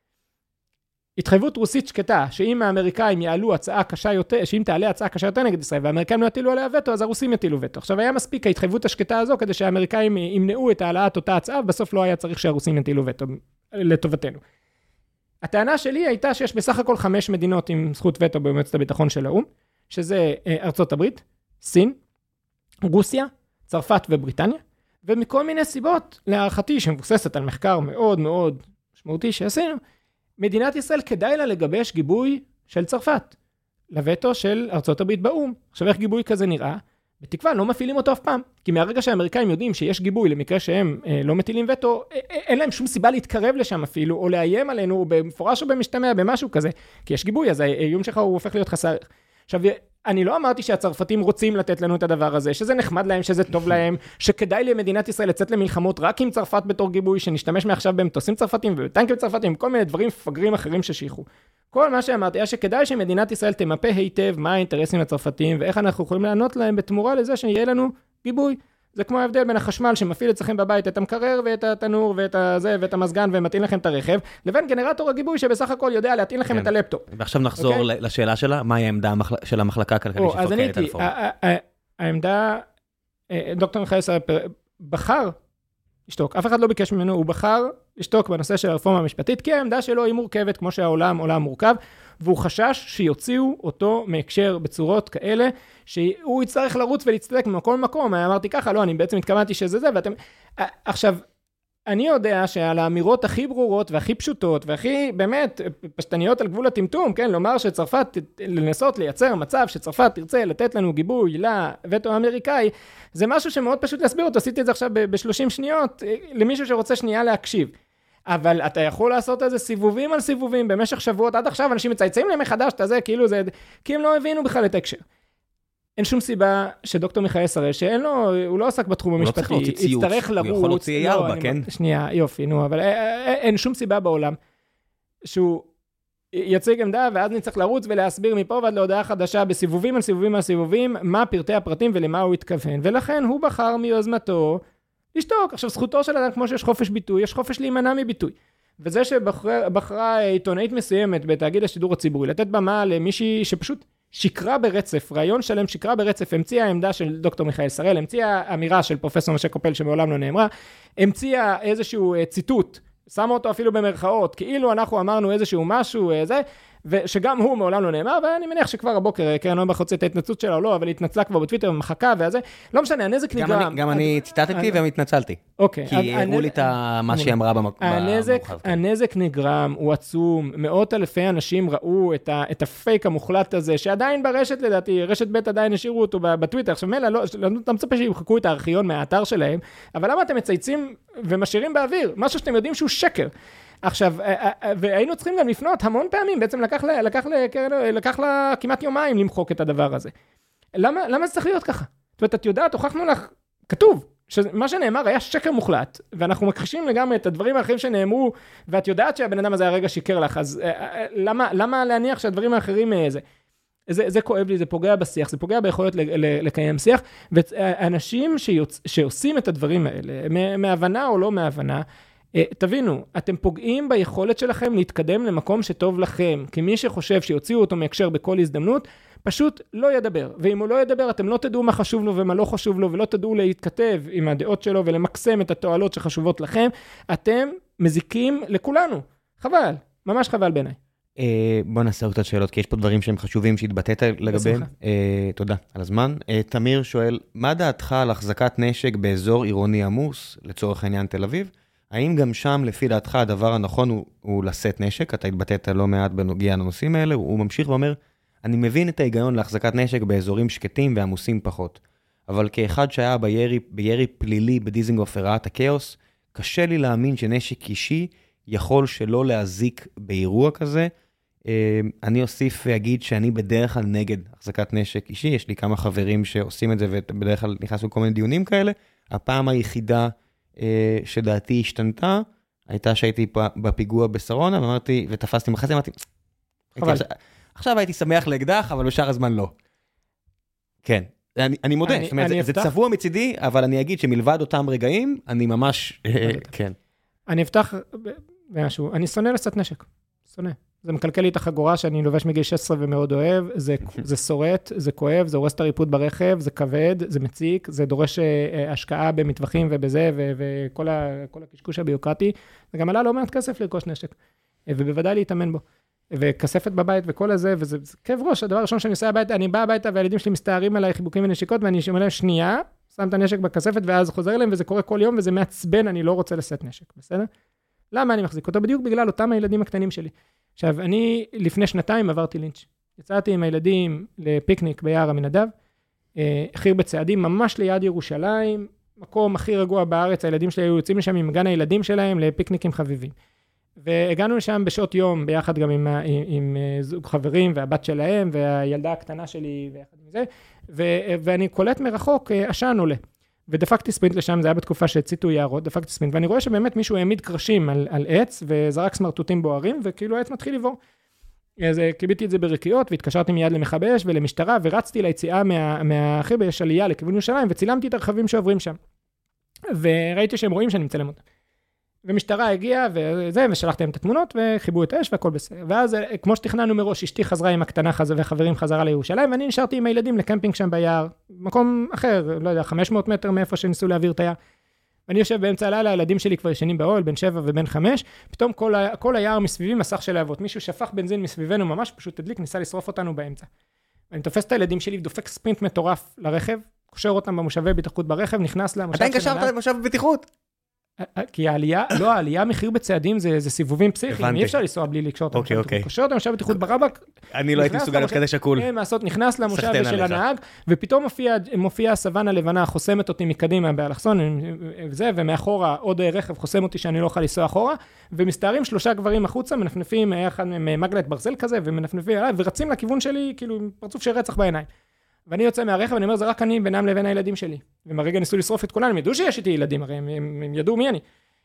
[SPEAKER 2] התחייבות רוסית שקטה, שאם האמריקאים יעלו הצעה קשה יותר, שאם תעלה הצעה קשה יותר נגד ישראל, והאמריקאים לא יטילו עליה וטו, אז הרוסים יטילו וטו. עכשיו היה מספיק ההתחייבות השקטה הזו, כדי שהאמריקאים ימנעו את העלאת אותה הצעה, ובסוף לא היה צריך שהרוסים יטילו וטו לטובתנו. הטענה שלי הייתה שיש בסך הכל חמש מדינות עם זכות וטו במועצת הביטחון של האו"ם, שזה ארצות הברית, סין, רוסיה, צרפת ובריטניה, ומכל מיני סיבות, להערכתי שמבוססת על מחקר מאוד מאוד משמעותי שעשינו, מדינת ישראל כדאי לה לגבש גיבוי של צרפת, לווטו של ארצות הברית באו"ם. עכשיו איך גיבוי כזה נראה? בתקווה לא מפעילים אותו אף פעם, כי מהרגע שהאמריקאים יודעים שיש גיבוי למקרה שהם אה, לא מטילים וטו, אה, אה, אין להם שום סיבה להתקרב לשם אפילו, או לאיים עלינו, או במפורש או במשתמע, במשהו כזה, כי יש גיבוי, אז האיום שלך הוא הופך להיות חסר. עכשיו, אני לא אמרתי שהצרפתים רוצים לתת לנו את הדבר הזה, שזה נחמד להם, שזה טוב להם, שכדאי למדינת ישראל לצאת למלחמות רק עם צרפת בתור גיבוי, שנשתמש מעכשיו במטוסים צרפתים ובטנקים צרפתים, כל מיני דברים פגרים אחרים ששייכו. כל מה שאמרתי היה שכדאי שמדינת ישראל תמפה היטב מה האינטרסים הצרפתיים, ואיך אנחנו יכולים לענות להם בתמורה לזה שיהיה לנו גיבוי. זה כמו ההבדל בין החשמל שמפעיל אצלכם בבית את המקרר ואת התנור ואת הזה ואת המזגן ומתאים לכם את הרכב, לבין גנרטור הגיבוי שבסך הכל יודע להתאים לכם את הלפטופ.
[SPEAKER 1] ועכשיו נחזור לשאלה שלה, מהי העמדה של המחלקה הכלכלית שפוקדת על פורום?
[SPEAKER 2] העמדה, דוקטור מיכאל ספר בחר לשתוק. אף אחד לא ביקש ממנו, הוא בחר לשתוק בנושא של הרפורמה המשפטית, כי העמדה שלו היא מורכבת, כמו שהעולם עולם מורכב, והוא חשש שיוציאו אותו מהקשר בצורות כאלה, שהוא יצטרך לרוץ ולהצטדק ממקום למקום. אמרתי ככה, לא, אני בעצם התכוונתי שזה זה, ואתם... עכשיו, אני יודע שעל האמירות הכי ברורות והכי פשוטות, והכי באמת פשטניות על גבול הטמטום, כן, לומר שצרפת, לנסות לייצר מצב שצרפת תרצה לתת לנו גיבוי לווטו האמריקאי, זה משהו שמאוד פשוט להסביר אותו, עשיתי את זה עכשיו ב-שלושים שניות, למישהו שרוצה שנייה להקשיב. אבל אתה יכול לעשות איזה סיבובים על סיבובים במשך שבועות, עד עכשיו אנשים מצייצים להם מחדש את זה, כאילו זה, כי הם לא הבינו בכלל את ההקשר. אין שום סיבה שדוקטור מיכאל שראל, שאין לו, הוא לא עסק בתחום המשפטי, יצטרך לרוץ. הוא
[SPEAKER 1] יכול להוציא ארבע, כן?
[SPEAKER 2] שנייה, יופי, נו, אבל אין שום סיבה בעולם שהוא יציג עמדה, ואז נצטרך לרוץ ולהסביר מפה ועד להודעה חדשה בסיבובים על סיבובים על סיבובים, מה פרטי הפרטים ולמה הוא התכוון. ולכן הוא בחר מיוזמתו לשתוק. עכשיו, זכותו של אדם, כמו שיש חופש ביטוי, יש חופש להימנע מביטוי. וזה שבחרה עיתונאית מסוימת בתאגיד השידור הציבורי, לתת במה למישהי שפשוט שקרה ברצף, רעיון שלם שקרה ברצף, המציאה העמדה של דוקטור מיכאל שראל, המציאה אמירה של פרופסור משה קופל שמעולם לא נאמרה, המציאה איזשהו ציטוט, שמה אותו אפילו במרכאות, כאילו אנחנו אמרנו איזשהו משהו, זה, ושגם הוא מעולם לא נאמר, ואני מניח שכבר הבוקר קרן נויבך הוציא את ההתנצלות שלה או לא, אבל היא התנצלה כבר בטוויטר ומחקה וזה, לא משנה, הנזק נגרם.
[SPEAKER 1] גם אני ציטטתי והם התנצלתי.
[SPEAKER 2] אוקיי.
[SPEAKER 1] כי הראו לי את מה שהיא אמרה במקום.
[SPEAKER 2] הנזק נגרם, הוא עצום, מאות אלפי אנשים ראו את הפייק המוחלט הזה, שעדיין ברשת לדעתי, רשת ב' עדיין השאירו אותו בטוויטר, עכשיו מילא, לא מצפה שימחקו את הארכיון מהאתר שלהם, אבל למה אתם מצייצים ומשאירים באוויר? משהו שאתם יודעים שהוא שקר. עכשיו, והיינו צריכים גם לפנות המון פעמים, בעצם לקח לה, לקח לה, לקח לה כמעט יומיים למחוק את הדבר הזה. למה, למה זה צריך להיות ככה? זאת אומרת, את יודעת, הוכחנו לך, כתוב, שמה שנאמר היה שקר מוחלט, ואנחנו מכחישים לגמרי את הדברים האחרים שנאמרו, ואת יודעת שהבן אדם הזה הרגע שיקר לך, אז למה, למה להניח שהדברים האחרים זה? זה, זה כואב לי, זה פוגע בשיח, זה פוגע ביכולת לקיים שיח, ואנשים שיוצ... שעושים את הדברים האלה, מהבנה או לא מהבנה, תבינו, אתם פוגעים ביכולת שלכם להתקדם למקום שטוב לכם, כי מי שחושב שיוציאו אותו מהקשר בכל הזדמנות, פשוט לא ידבר, ואם הוא לא ידבר, אתם לא תדעו מה חשוב לו ומה לא חשוב לו, ולא תדעו להתכתב עם הדעות שלו, ולמקסם את התועלות שחשובות לכם, אתם מזיקים לכולנו, חבל, ממש חבל בעיניי.
[SPEAKER 1] בוא נעשה אותה שאלות, כי יש פה דברים שהם חשובים שהתבטאת לגביהם. תודה על הזמן. תמיר שואל, מה דעתך על החזקת נשק באזור עירוני עמוס, לצורך העניין תל אביב? האם גם שם, לפי דעתך, הדבר הנכון הוא, הוא לשאת נשק? אתה התבטאת לא מעט בנוגע לנושאים האלה, הוא ממשיך ואומר, אני מבין את ההיגיון להחזקת נשק באזורים שקטים ועמוסים פחות, אבל כאחד שהיה בירי, בירי פלילי בדיזינגוף וראה את הכאוס, קשה לי להאמין שנשק אישי יכול שלא להזיק באירוע כזה. אני אוסיף ואגיד שאני בדרך כלל נגד החזקת נשק אישי, יש לי כמה חברים שעושים את זה ובדרך כלל נכנסו כל מיני דיונים כאלה. הפעם היחידה שדעתי השתנתה, הייתה שהייתי בפיגוע בסרונה, ואמרתי, ותפסתי מחצי, אמרתי, עכשיו הייתי שמח לאקדח, אבל בשאר הזמן לא. כן, אני מודה, זה צבוע מצידי, אבל אני אגיד שמלבד אותם רגעים, אני ממש, כן.
[SPEAKER 2] אני אפתח משהו, אני שונא לשאת נשק, שונא. זה מקלקל לי את החגורה שאני לובש מגיל שש עשרה ומאוד אוהב, זה, זה שורט, זה כואב, זה הורס את הריפוד ברכב, זה כבד, זה מציק, זה דורש השקעה במטווחים ובזה, ו- וכל ה- כל הקשקוש הביוקרטי. זה גם עלה לא מעט כסף לרכוש נשק, ובוודאי להתאמן בו. וכספת בבית וכל הזה, וזה כאב ראש. הדבר הראשון שאני עושה הביתה, אני בא הביתה והילדים שלי מסתערים עליי חיבוקים ונשיקות, ואני שומע להם שנייה, שם את הנשק בכספת, ואז חוזר אליהם, וזה קורה כל יום, וזה מעצבן, אני לא רוצה לשאת נשק, בסדר? למה אני מחזיק אותו? בדיוק בגלל אותם הילדים הקטנים שלי. עכשיו, אני לפני שנתיים עברתי לינץ'. יצאתי עם הילדים לפיקניק ביער המנדב, אחיר בצעדים ממש ליד ירושלים, מקום הכי רגוע בארץ, הילדים שלי היו יוצאים לשם עם גן הילדים שלהם לפיקניקים חביבים. והגענו לשם בשעות יום, ביחד גם עם, עם, עם זוג חברים והבת שלהם, והילדה הקטנה שלי ויחד עם זה, ו, ואני קולט מרחוק עשן עולה. ודפקתי ספרינט לשם, זה היה בתקופה שהציתו יערות, דפקתי ספרינט, ואני רואה שבאמת מישהו העמיד קרשים על, על עץ, וזרק סמרטוטים בוערים, וכאילו העץ מתחיל לבוא. אז קיביתי את זה ברקיעות, והתקשרתי מיד למכבי אש ולמשטרה, ורצתי ליציאה מה, מהחיר ביש עלייה לכיוון ירושלים, וצילמתי את הרכבים שעוברים שם. וראיתי שהם רואים שאני מצלם אותם. ומשטרה הגיעה, וזה, ושלחתי להם את התמונות, וחיבו את האש, והכל בסדר. ואז, כמו שתכננו מראש, אשתי חזרה עם הקטנה וחברים חזרה לירושלים, ואני נשארתי עם הילדים לקמפינג שם ביער, מקום אחר, לא יודע, חמש מאות מטר מאיפה שניסו להעביר את היער. ואני יושב באמצע הלילה, הילדים שלי כבר ישנים באוהל, בין שבע ובין חמש, פתאום כל, ה, כל היער מסביבי מסך של להבות, מישהו שפך בנזין מסביבנו ממש, פשוט תדליק, ניסה לשרוף אותנו באמצע. אני תופס את הילדים שלי, ודופק ספרינט מטורף לרכב, קושר אותם במושבי בטיחות ברכב, נכנס למושב
[SPEAKER 1] עדיין קשרת למושב בטיחות?
[SPEAKER 2] כי העלייה, לא, העלייה מחיר בצעדים זה, זה סיבובים פסיכיים, אי אפשר לנסוע בלי לקשור אותם.
[SPEAKER 1] אוקיי, אוקיי.
[SPEAKER 2] קושר אותם למושב בטיחות ברבק.
[SPEAKER 1] אני לא הייתי מסוגל להיות כזה שקול.
[SPEAKER 2] נכנס למושב של הנהג, ופתאום מופיע, מופיע הסוון הלבנה, חוסמת אותי מקדימה באלכסון, וזה, ומאחורה עוד רכב חוסם אותי שאני לא אוכל לנסוע אחורה, ומסתערים שלושה גברים החוצה, מנפנפים אחד ממגלת ברזל כזה, ומנפנפים עליי, ורצים לכיוון שלי, כאילו, פרצוף של רצח בעיניים. ואני יוצא מהרכב, ואני אומר, זה רק אני בינם לבין הילדים שלי. ומרגע ניסו לשרוף את כולנו, הם ידעו שיש איתי ילדים, הרי הם, הם, הם ידעו מי אני.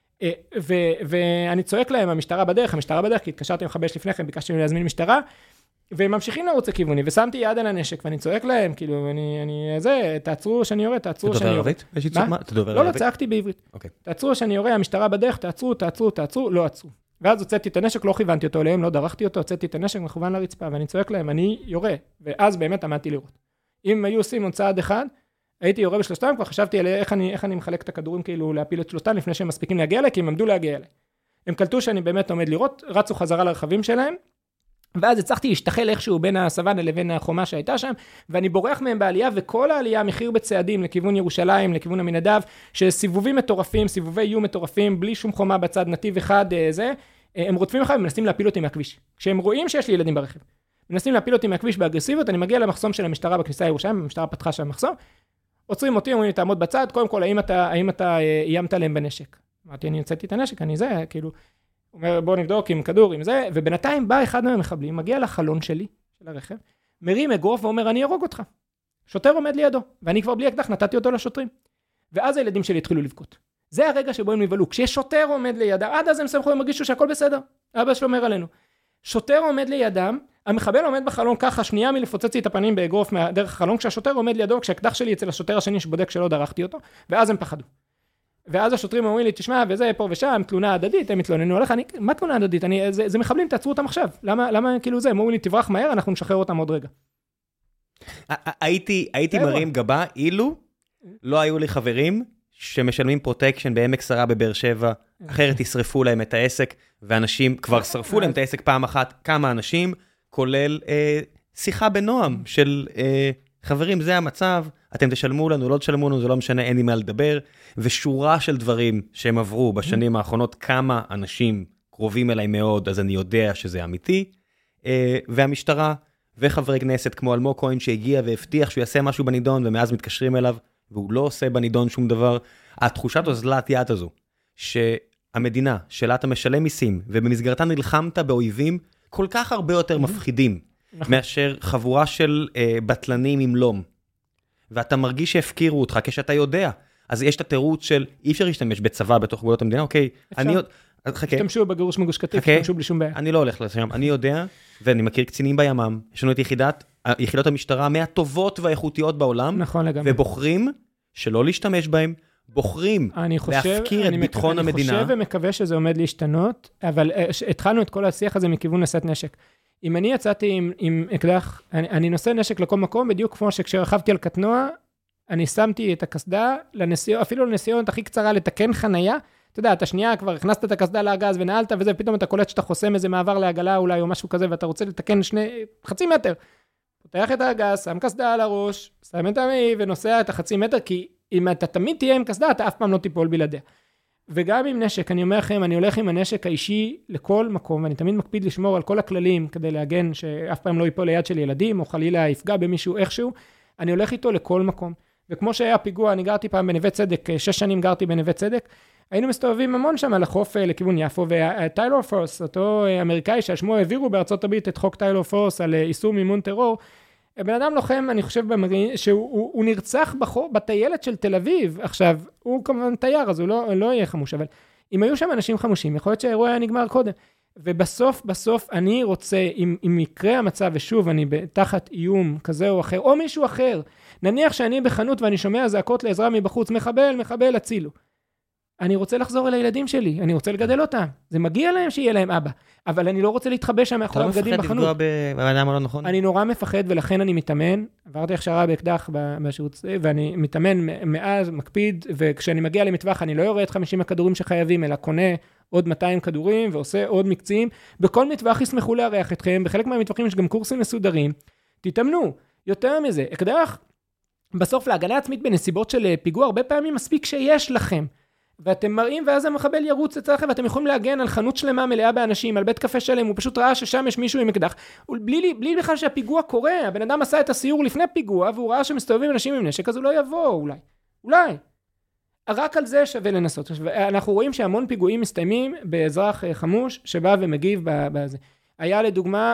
[SPEAKER 2] ו, ואני צועק להם, המשטרה בדרך, המשטרה בדרך, כי התקשרתי עם חבש לפני כן, ביקשתי להם להזמין משטרה, והם ממשיכים לרוץ לכיווני, ושמתי יד על הנשק, ואני צועק להם, כאילו, אני, אני, זה, תעצרו שאני יורה, תעצרו שאני יורה.
[SPEAKER 1] אתה דובר ערבית? אתה דובר
[SPEAKER 2] ערבית? לא, לא, צעקתי בעברית.
[SPEAKER 1] אוקיי.
[SPEAKER 2] תעצרו שאני יורה, המשטרה בדרך, תעצרו, תעצרו, תעצרו, לא עצרו. ואז הוצאתי את הנשק, לא כיוונתי אותו אליהם, לא דרכתי אותו, הוצאתי את הנשק מכוון לרצפה, ואני צועק להם, אני יורה, ואז באמת עמדתי לראות. אם היו עושים עוד צעד אחד, הייתי יורה בשלושתם, כבר חשבתי על איך אני, איך אני מחלק את הכדורים, כאילו להפיל את שלושתם, לפני שהם מספיקים להגיע אליי, כי הם עמדו להגיע אליי. הם קלטו שאני באמת עומד לראות, רצו חזרה לרכבים שלהם, ואז הצלחתי להשתחל איכשהו בין הסוואנה לבין החומה שהייתה שם, ואני בורח מהם בעלייה, וכל העלייה מחיר בצעדים לכיוון ירושלים, לכיוון המנדב, שסיבובים מטורפים, סיבובי איום מטורפים, בלי שום חומה בצד, נתיב אחד, זה, הם רודפים אחריי ומנסים להפיל אותי מהכביש. כשהם רואים שיש לי ילדים ברכב, מנסים להפיל אותי מהכביש באגרסיביות, אני מגיע למחסום של המשטרה בכניסה לירושלים, המשטרה פתחה שם מחסום, עוצרים אותי, אומרים לי, תעמוד בצד, קודם כל, האם אתה, האם אתה איימת עליהם בנשק? אמרתי, אני יוצאתי את הנשק, אני זה, כאילו, אומר, בוא נבדוק עם כדור, עם זה, ובינתיים בא אחד מהמחבלים, מגיע לחלון שלי, של הרכב, מרים אגרוף ואומר, אני ארוג אותך. שוטר עומד לידו, ואני כבר בלי אקדח, נתתי אותו לשוטרים. ואז הילדים שלי התחילו לבכות. זה הרגע שבו הם נבהלו. כשיש שוטר עומד לידם, עד אז הם שמחו, הם מרגישו שהכל בסדר. אבא שלו אומר עלינו. שוטר עומד לידם, המחבל עומד בחלון ככה, שנייה מלפוצץ לי את הפנים באגרוף דרך החלון, כשהשוטר עומד לידו, כשהאקדח שלי אצל השוטר השני שבודק שלא דרכתי אותו, ואז הם פחדו. ואז השוטרים אומרים לי, תשמע, וזה פה ושם, תלונה הדדית, הם התלוננו עליך, אני, מה תלונה הדדית? אני, זה, זה מחבלים, תעצרו אותם עכשיו. למה, למה כאילו זה? הם אומרים לי, תברח מהר, אנחנו נשחרר אותם עוד רגע.
[SPEAKER 1] הייתי, הייתי מרים גבה, אילו לא היו לי חברים שמשלמים פרוטקשן בעמק שרה בבאר שבע, אחרת ישרפו להם את העסק, ואנשים כבר שרפו להם את העסק פעם אחת, כמה אנשים, כולל אה, שיחה בנועם של אה, חברים, זה המצב, אתם תשלמו לנו, לא תשלמו לנו, זה לא משנה, אין לי מה לדבר, ושורה של דברים שהם עברו בשנים האחרונות, כמה אנשים קרובים אליי מאוד, אז אני יודע שזה אמיתי, אה, והמשטרה וחברי כנסת כמו אלמוג כהן שהגיע והבטיח שהוא יעשה משהו בנידון, ומאז מתקשרים אליו, והוא לא עושה בנידון שום דבר, התחושת אוזלת יד הזו, שהמדינה שלה אתה משלם מיסים, ובמסגרתה נלחמת באויבים, כל כך הרבה יותר מפחידים, מאשר חבורה של אה, בטלנים עם לום. ואתה מרגיש שהפקירו אותך כשאתה יודע. אז יש את התירוץ של, אי אפשר להשתמש בצבא בתוך גבולות המדינה, אוקיי, אני עוד...
[SPEAKER 2] השתמשו בגירוש מגוש קטיף, השתמשו בלי שום בעיה.
[SPEAKER 1] אני לא הולך לשם, אני יודע, ואני מכיר קצינים בימ"מ, יש לנו את יחידת, יחידות המשטרה מהטובות והאיכותיות בעולם,
[SPEAKER 2] נכון לגמרי.
[SPEAKER 1] ובוחרים שלא להשתמש בהם, בוחרים להפקיר את ביטחון המדינה.
[SPEAKER 2] אני חושב ומקווה שזה עומד להשתנות, אבל התחלנו את כל השיח הזה מכיוון לשאת נשק. אם אני יצאתי עם, עם אקדח, אני, אני נושא נשק לכל מקום, בדיוק כמו שכשרכבתי על קטנוע, אני שמתי את הקסדה לנסיון, אפילו לנסיונות הכי קצרה לתקן חנייה, אתה יודע, אתה שנייה כבר הכנסת את הקסדה לארגז ונעלת וזה, פתאום אתה קולט שאתה חוסם איזה מעבר לעגלה אולי או משהו כזה, ואתה רוצה לתקן שני, חצי מטר. פותח את הארגז, שם קסדה על הראש, שם את המעי ונוסע את החצי מטר, כי אם אתה תמיד תהיה עם קסדה, אתה אף פעם לא תיפול בלעדיה. וגם עם נשק, אני אומר לכם, אני הולך עם הנשק האישי לכל מקום, ואני תמיד מקפיד לשמור על כל הכללים, כדי להגן שאף פעם לא ייפול ליד של ילדים, או חלילה יפגע במישהו איכשהו, אני הולך איתו לכל מקום. וכמו שהיה פיגוע, אני גרתי פעם בנווה צדק, שש שנים גרתי בנווה צדק, היינו מסתובבים המון שם על החוף לכיוון יפו, וטיילור פורס, אותו אמריקאי שהשמו העבירו בארצות הברית את חוק טיילור פורס על איסור מימון טרור, בן אדם לוחם, אני חושב במרי, שהוא הוא, הוא נרצח בחור, בטיילת של תל אביב, עכשיו, הוא כמובן תייר, אז הוא לא, לא יהיה חמוש, אבל אם היו שם אנשים חמושים, יכול להיות שהאירוע היה נגמר קודם, ובסוף, בסוף, אני רוצה, אם, אם יקרה המצב, ושוב, אני תחת איום כזה או אחר, או מישהו אחר, נניח שאני בחנות ואני שומע זעקות לעזרה מבחוץ, מחבל, מחבל, הצילו. אני רוצה לחזור אל הילדים שלי, אני רוצה לגדל אותם, זה מגיע להם שיהיה להם אבא, אבל אני לא רוצה להתחבא שם מאחורי הבגדים בחנות.
[SPEAKER 1] אתה לא מפחד לפגוע באדם הלא נכון?
[SPEAKER 2] אני נורא מפחד, ולכן אני מתאמן, עברתי הכשרה באקדח בשירות, ואני מתאמן מאז, מקפיד, וכשאני מגיע למטווח, אני לא יורה את חמישים הכדורים שחייבים, אלא קונה עוד מאתיים כדורים, ועושה עוד מקצים. בכל מטווח ישמחו לארח אתכם, בחלק מהמטווחים יש גם קורסים מסודרים. תתאמנו. יותר מזה, אקדח, בסוף להגנה עצמית בנסיבות של פיגוע, הרבה פעמים מספיק שיש לכם. ואתם מראים, ואז המחבל ירוץ אצלכם, ואתם יכולים להגן על חנות שלמה מלאה באנשים, על בית קפה שלם, הוא פשוט ראה ששם יש מישהו עם אקדח. בלי, בלי בכלל שהפיגוע קורה, הבן אדם עשה את הסיור לפני פיגוע, והוא ראה שמסתובבים אנשים עם נשק, אז הוא לא יבוא, אולי. אולי. רק על זה שווה לנסות. אנחנו רואים שהמון פיגועים מסתיימים באזרח חמוש, שבא ומגיב בזה. היה לדוגמה,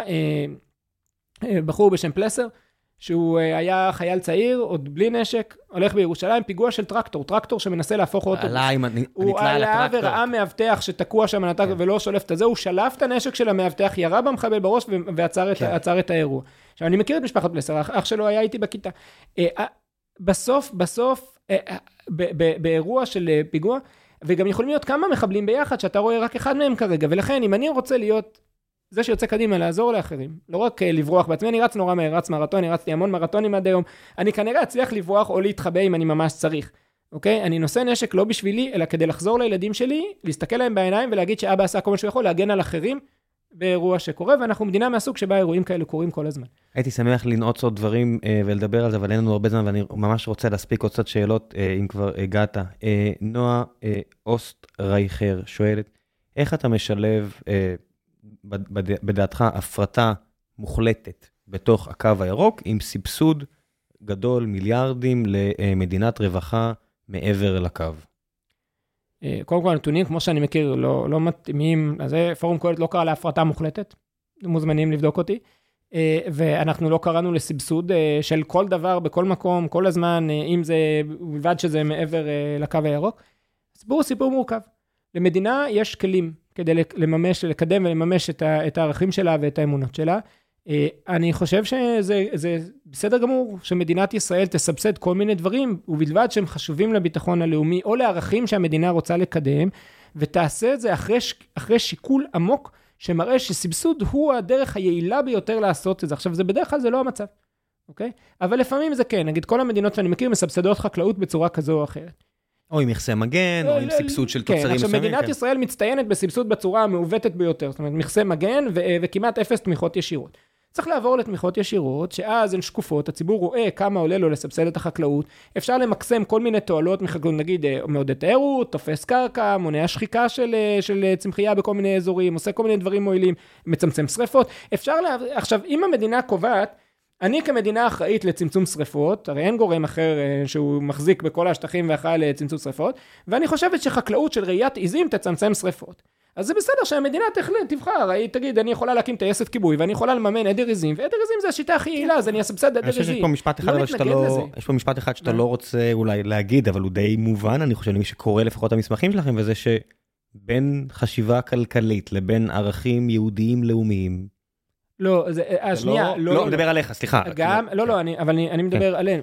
[SPEAKER 2] בחור בשם פלסר, שהוא היה חייל צעיר, עוד בלי נשק, הולך בירושלים, פיגוע של טרקטור, טרקטור שמנסה להפוך אוטובוס. הוא עלה וראה מאבטח שתקוע שם על הטרקטור ולא שולף את זה, הוא שלף את הנשק של המאבטח, ירה במחבל בראש ועצר את האירוע. עכשיו, אני מכיר את משפחת פלסר, אח שלו היה איתי בכיתה. בסוף, בסוף, באירוע של פיגוע, וגם יכולים להיות כמה מחבלים ביחד, שאתה רואה רק אחד מהם כרגע, ולכן, אם אני רוצה להיות זה שיוצא קדימה לעזור לאחרים, לא רק לברוח בעצמי, אני רץ נורא מהר, רץ מרתון, אני רצתי המון מרתונים עד היום, אני כנראה אצליח לברוח או להתחבא אם אני ממש צריך, אוקיי? אני נושא נשק לא בשבילי, אלא כדי לחזור לילדים שלי, להסתכל להם בעיניים ולהגיד שאבא עשה כל מה שהוא יכול, להגן על אחרים באירוע שקורה, ואנחנו מדינה מהסוג שבה אירועים כאלה קורים כל הזמן.
[SPEAKER 1] הייתי שמח לנעוץ עוד דברים ולדבר על זה, אבל אין לנו הרבה זמן, ואני ממש רוצה להספיק עוד קצת שאלות, אם כבר הגעת. נועה אוסט רייכר שואלת, איך אתה משלב בדעתך הפרטה מוחלטת בתוך הקו הירוק, עם סבסוד גדול מיליארדים למדינת רווחה מעבר לקו?
[SPEAKER 2] קודם כל, הנתונים, כמו שאני מכיר, לא, לא מתאימים, אז פורום קהלת לא קרא להפרטה מוחלטת, מוזמנים לבדוק אותי, ואנחנו לא קראנו לסבסוד של כל דבר, בכל מקום, כל הזמן, אם זה, בלבד שזה מעבר לקו הירוק. סיפור הוא סיפור מורכב. למדינה יש כלים כדי לממש, לקדם ולממש את, ה, את הערכים שלה ואת האמונות שלה. אני חושב שזה זה בסדר גמור שמדינת ישראל תסבסד כל מיני דברים, ובלבד שהם חשובים לביטחון הלאומי, או לערכים שהמדינה רוצה לקדם, ותעשה את זה אחרי, אחרי שיקול עמוק, שמראה שסבסוד הוא הדרך היעילה ביותר לעשות את זה. עכשיו, זה בדרך כלל זה לא המצב, אוקיי? אבל לפעמים זה כן, נגיד כל המדינות שאני מכיר מסבסדות חקלאות בצורה כזו או אחרת.
[SPEAKER 1] או עם מכסה מגן, או עם סבסוד של תוצרים מסוימים.
[SPEAKER 2] כן, עכשיו מדינת ישראל מצטיינת בסבסוד בצורה המעוותת ביותר, זאת אומרת, מכסה מגן וכמעט אפס תמיכות ישירות. צריך לעבור לתמיכות ישירות, שאז הן שקופות, הציבור רואה כמה עולה לו לסבסד את החקלאות, אפשר למקסם כל מיני תועלות מחקלאות, נגיד מעודד תיירות, תופס קרקע, מונע שחיקה של, של צמחייה בכל מיני אזורים, עושה כל מיני דברים מועילים, מצמצם שריפות. אפשר לה... עכשיו, אם המדינה קובעת, אני כמדינה אחראית לצמצום שריפות, הרי אין גורם אחר שהוא מחזיק בכל השטחים ואחראי לצמצום שריפות, ואני חושבת שחקלאות של ראיית עיזים תצמצם שריפות. אז זה בסדר שהמדינה תבחר, היא תגיד, אני יכולה להקים טייסת כיבוי, ואני יכולה לממן עדר עיזים, ועדר עיזים זה השיטה הכי יעילה, אז אני אסבסד עדר עיזים.
[SPEAKER 1] יש פה משפט אחד, אבל שאתה לא, יש פה משפט אחד שאתה לא רוצה אולי להגיד, אבל הוא די מובן, אני חושב, למי שקורא לפחות המסמכים שלכם, וזה שבין חשיבה כלכלית לבין ערכים יהודיים לאומיים,
[SPEAKER 2] לא, זה, השנייה,
[SPEAKER 1] לא, לא, מדבר עליך, סליחה.
[SPEAKER 2] גם, לא, לא, אבל אני מדבר עליהם.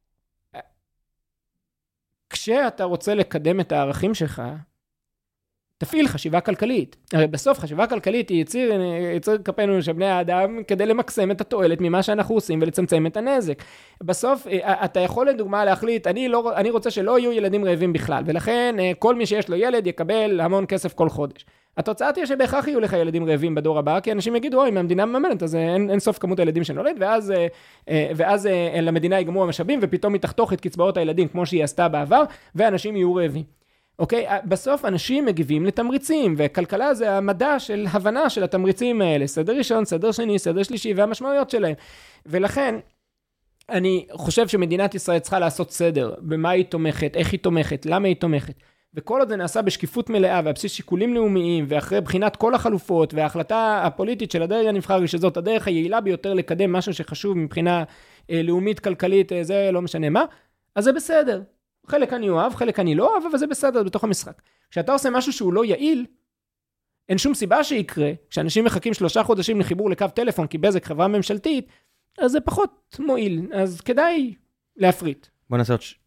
[SPEAKER 2] כשאתה רוצה לקדם את הערכים שלך, תפעיל חשיבה כלכלית. הרי בסוף חשיבה כלכלית היא יציר, יציר כפינו של בני האדם כדי למקסם את התועלת ממה שאנחנו עושים ולצמצם את הנזק. בסוף אתה יכול לדוגמה להחליט, אני, לא, אני רוצה שלא יהיו ילדים רעבים בכלל, ולכן כל מי שיש לו ילד יקבל המון כסף כל חודש. התוצאה תהיה שבהכרח יהיו לך ילדים רעבים בדור הבא, כי אנשים יגידו, אוי, מהמדינה מממנת, אז אין, אין סוף כמות הילדים שנולד, ואז, ואז למדינה יגמרו המשאבים, ופתאום היא תחתוך את קצבאות הילדים כמו שהיא עשתה בעבר, ואנשים יהיו רעבים. אוקיי? בסוף אנשים מגיבים לתמריצים, וכלכלה זה המדע של הבנה של התמריצים האלה, סדר ראשון, סדר שני, סדר שלישי, והמשמעויות שלהם. ולכן, אני חושב שמדינת ישראל צריכה לעשות סדר, במה היא תומכת, איך היא תומכת, למה היא תומכת. וכל עוד זה נעשה בשקיפות מלאה, והבסיס שיקולים לאומיים, ואחרי בחינת כל החלופות, וההחלטה הפוליטית של הדרג הנבחר, שזאת הדרך היעילה ביותר לקדם משהו שחשוב מבחינה אה, לאומית, כלכלית, אה, זה לא משנה מה, אז זה בסדר. חלק אני אוהב, חלק אני לא אוהב, אבל זה בסדר בתוך המשחק. כשאתה עושה משהו שהוא לא יעיל, אין שום סיבה שיקרה, כשאנשים מחכים שלושה חודשים לחיבור לקו טלפון, כי בזק חברה ממשלתית, אז זה פחות מועיל, אז כדאי להפריט.
[SPEAKER 1] בוא נעשה עוד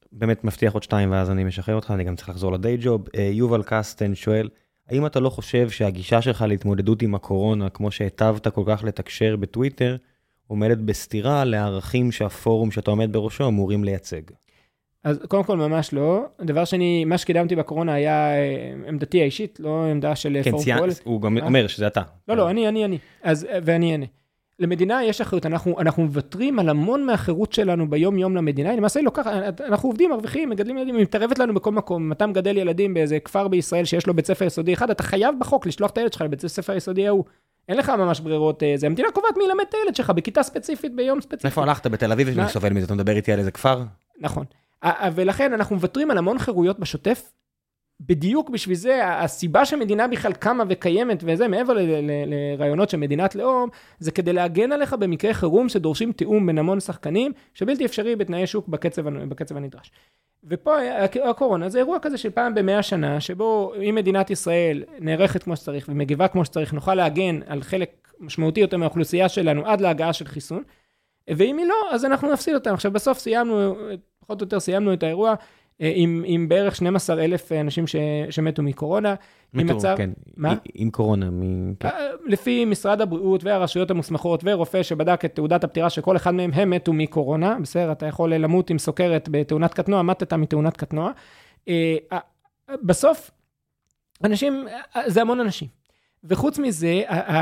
[SPEAKER 1] באמת מבטיח עוד שתיים, ואז אני משחרר אותך, אני גם צריך לחזור לדי ג'וב. יובל קסטן שואל, האם אתה לא חושב שהגישה שלך להתמודדות עם הקורונה, כמו שהטבת כל כך לתקשר בטוויטר, עומדת בסתירה לערכים שהפורום שאתה עומד בראשו אמורים לייצג?
[SPEAKER 2] אז קודם כל ממש לא. דבר שני, מה שקידמתי בקורונה היה עמדתי האישית, לא עמדה של פורום קהלת.
[SPEAKER 1] הוא גם אומר שזה אתה.
[SPEAKER 2] לא, לא, אני, אני, אני. אז, ואני אענה. למדינה יש אחריות, אנחנו, אנחנו מוותרים על המון מהחירות שלנו ביום יום למדינה, למעשה לא ככה, אנחנו עובדים, מרוויחים, מגדלים ילדים, היא מתערבת לנו בכל מקום, אם אתה מגדל ילדים באיזה כפר בישראל שיש לו בית ספר יסודי אחד, אתה חייב בחוק לשלוח את הילד שלך לבית ספר יסודי ההוא. אין לך ממש ברירות, זה המדינה קובעת מי ילמד את הילד שלך בכיתה ספציפית ביום ספציפי.
[SPEAKER 1] איפה הלכת בתל אביב שאני סובל מזה, אתה מדבר איתי על איזה כפר?
[SPEAKER 2] נכון. ולכן אנחנו מוותרים על המון חירויות בשוטף, בדיוק בשביל זה, הסיבה שמדינה בכלל קמה וקיימת, וזה מעבר לרעיונות של מדינת לאום, זה כדי להגן עליך במקרה חירום שדורשים תיאום בין המון שחקנים, שבלתי אפשרי בתנאי שוק בקצב, בקצב הנדרש. ופה הקורונה זה אירוע כזה של פעם במאה שנה, שבו אם מדינת ישראל נערכת כמו שצריך ומגיבה כמו שצריך, נוכל להגן על חלק משמעותי יותר מהאוכלוסייה שלנו עד להגעה של חיסון, ואם היא לא, אז אנחנו נפסיד אותם. עכשיו בסוף סיימנו, פחות או יותר סיימנו את האירוע, עם, עם בערך שנים עשר אלף אנשים ש, שמתו מקורונה.
[SPEAKER 1] מתו,
[SPEAKER 2] מצב,
[SPEAKER 1] כן.
[SPEAKER 2] מה?
[SPEAKER 1] עם קורונה. מ...
[SPEAKER 2] לפי משרד הבריאות והרשויות המוסמכות ורופא שבדק את תעודת הפטירה שכל אחד מהם הם מתו מקורונה. בסדר, אתה יכול למות עם סוכרת בתאונת קטנוע, מתת מתאונת קטנוע. בסוף, אנשים, זה המון אנשים. וחוץ מזה,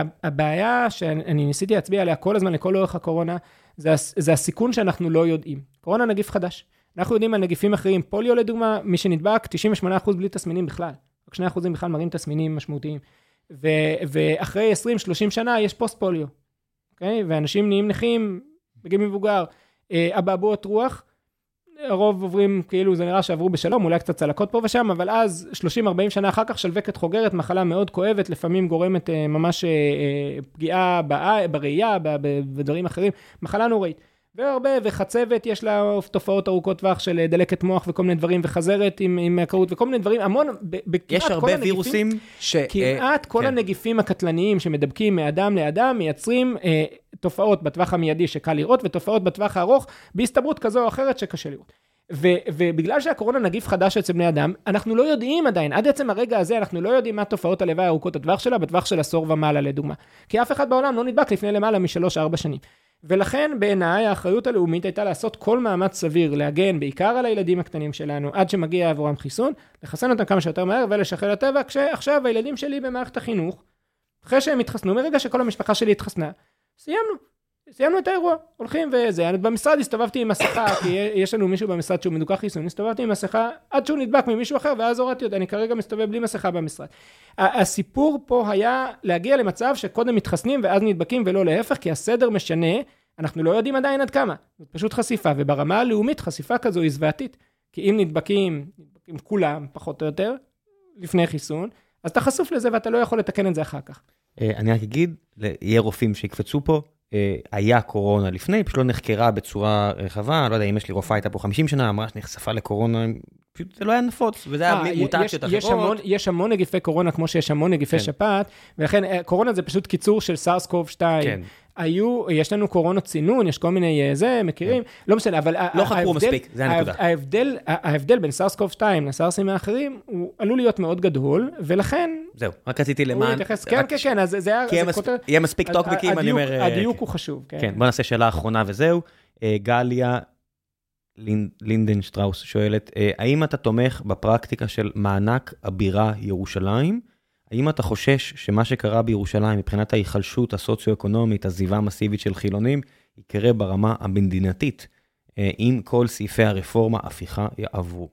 [SPEAKER 2] הבעיה שאני ניסיתי להצביע עליה כל הזמן לכל אורך הקורונה, זה, זה הסיכון שאנחנו לא יודעים. קורונה נגיף חדש. אנחנו יודעים על נגיפים אחרים, פוליו לדוגמה, מי שנדבק, תשעים ושמונה אחוז בלי תסמינים בכלל. רק שני אחוזים בכלל מראים תסמינים משמעותיים. ו- ואחרי עשרים שלושים שנה יש פוסט פוליו. אוקיי? ואנשים נהיים נכים בגיל מבוגר. אבעבועות רוח, הרוב עוברים, כאילו זה נראה שעברו בשלום, אולי קצת צלקות פה ושם, אבל אז שלושים ארבעים שנה אחר כך שלווקת חוגרת, מחלה מאוד כואבת, לפעמים גורמת ממש פגיעה בראייה, בדברים אחרים, מחלה נוראית. והרבה, וחצבת יש לה תופעות ארוכות טווח של דלקת מוח וכל מיני דברים, וחזרת עם, עם הקרות וכל מיני דברים, המון,
[SPEAKER 1] יש הרבה וירוסים
[SPEAKER 2] ש... כמעט כל כן. הנגיפים הקטלניים שמדבקים מאדם לאדם, מייצרים אה, תופעות בטווח המיידי שקל לראות, ותופעות בטווח הארוך, בהסתברות כזו או אחרת שקשה לראות. ו, ובגלל שהקורונה נגיף חדש אצל בני אדם, אנחנו לא יודעים עדיין, עד עצם הרגע הזה, אנחנו לא יודעים מה תופעות הלוואי ארוכות הטווח שלה, בטווח של עשור ומעלה לדוגמה. כי אף אחד בעולם לא נדבק לפני למעלה משלוש ארבע שנים. ולכן בעיניי האחריות הלאומית הייתה לעשות כל מאמץ סביר, להגן בעיקר על הילדים הקטנים שלנו, עד שמגיע עבורם חיסון, לחסן אותם כמה שיותר מהר ולשחרר לטבע, כשעכשיו הילדים שלי במערכת החינוך, אחרי שהם התחסנו, מרגע שכל המשפחה שלי התחסנה, סיימנו. סיימנו את האירוע, הולכים וזה, במשרד הסתובבתי עם מסכה, כי יש לנו מישהו במשרד שהוא מדוכא חיסון, הסתובבתי עם מסכה עד שהוא נדבק ממישהו אחר, ואז הורדתי אותה, אני כרגע מסתובב בלי מסכה במשרד. הסיפור פה היה להגיע למצב שקודם מתחסנים ואז נדבקים ולא להפך, כי הסדר משנה, אנחנו לא יודעים עדיין עד כמה, זאת פשוט חשיפה, וברמה הלאומית חשיפה כזו היא זוועתית, כי אם נדבקים, נדבקים כולם פחות או יותר, לפני חיסון, אז אתה חשוף לזה ואתה לא יכול לתקן את זה אחר כך.
[SPEAKER 1] אני רק אגיד, יהיה רופאים שיקפצו פה, היה קורונה לפני, פשוט לא נחקרה בצורה רחבה, לא יודע, אם יש לי רופאה הייתה פה חמישים שנה, אמרה שנחשפה לקורונה, פשוט זה לא היה נפוץ, וזה היה מוטציות אחרות.
[SPEAKER 2] יש המון נגיפי קורונה, כמו שיש המון נגיפי שפעת, ולכן קורונה זה פשוט קיצור של סארס קוב שתיים. היו, יש לנו קורונות צינון, יש כל מיני זה, מכירים, לא משנה, אבל...
[SPEAKER 1] לא חקרו מספיק, זה הנקודה.
[SPEAKER 2] ההבדל, ההבדל בין סארס קוב שתיים לסארסים האחרים, הוא עלול להיות מאוד גדול, ולכן...
[SPEAKER 1] זהו, רק רציתי למען...
[SPEAKER 2] כן, כן, כן, אז זה היה...
[SPEAKER 1] כי יהיה מספיק טוקבקים, אני אומר...
[SPEAKER 2] הדיוק הוא חשוב, כן.
[SPEAKER 1] כן, בוא נעשה שאלה אחרונה וזהו. גליה לינדנשטראוס שואלת, האם אתה תומך בפרקטיקה של מענק הבירה ירושלים? האם אתה חושש שמה שקרה בירושלים, מבחינת ההיחלשות הסוציו-אקונומית, הזיבה המסיבית של חילונים, יקרה ברמה המדינתית, אם כל סעיפי הרפורמה הפיכה יעברו?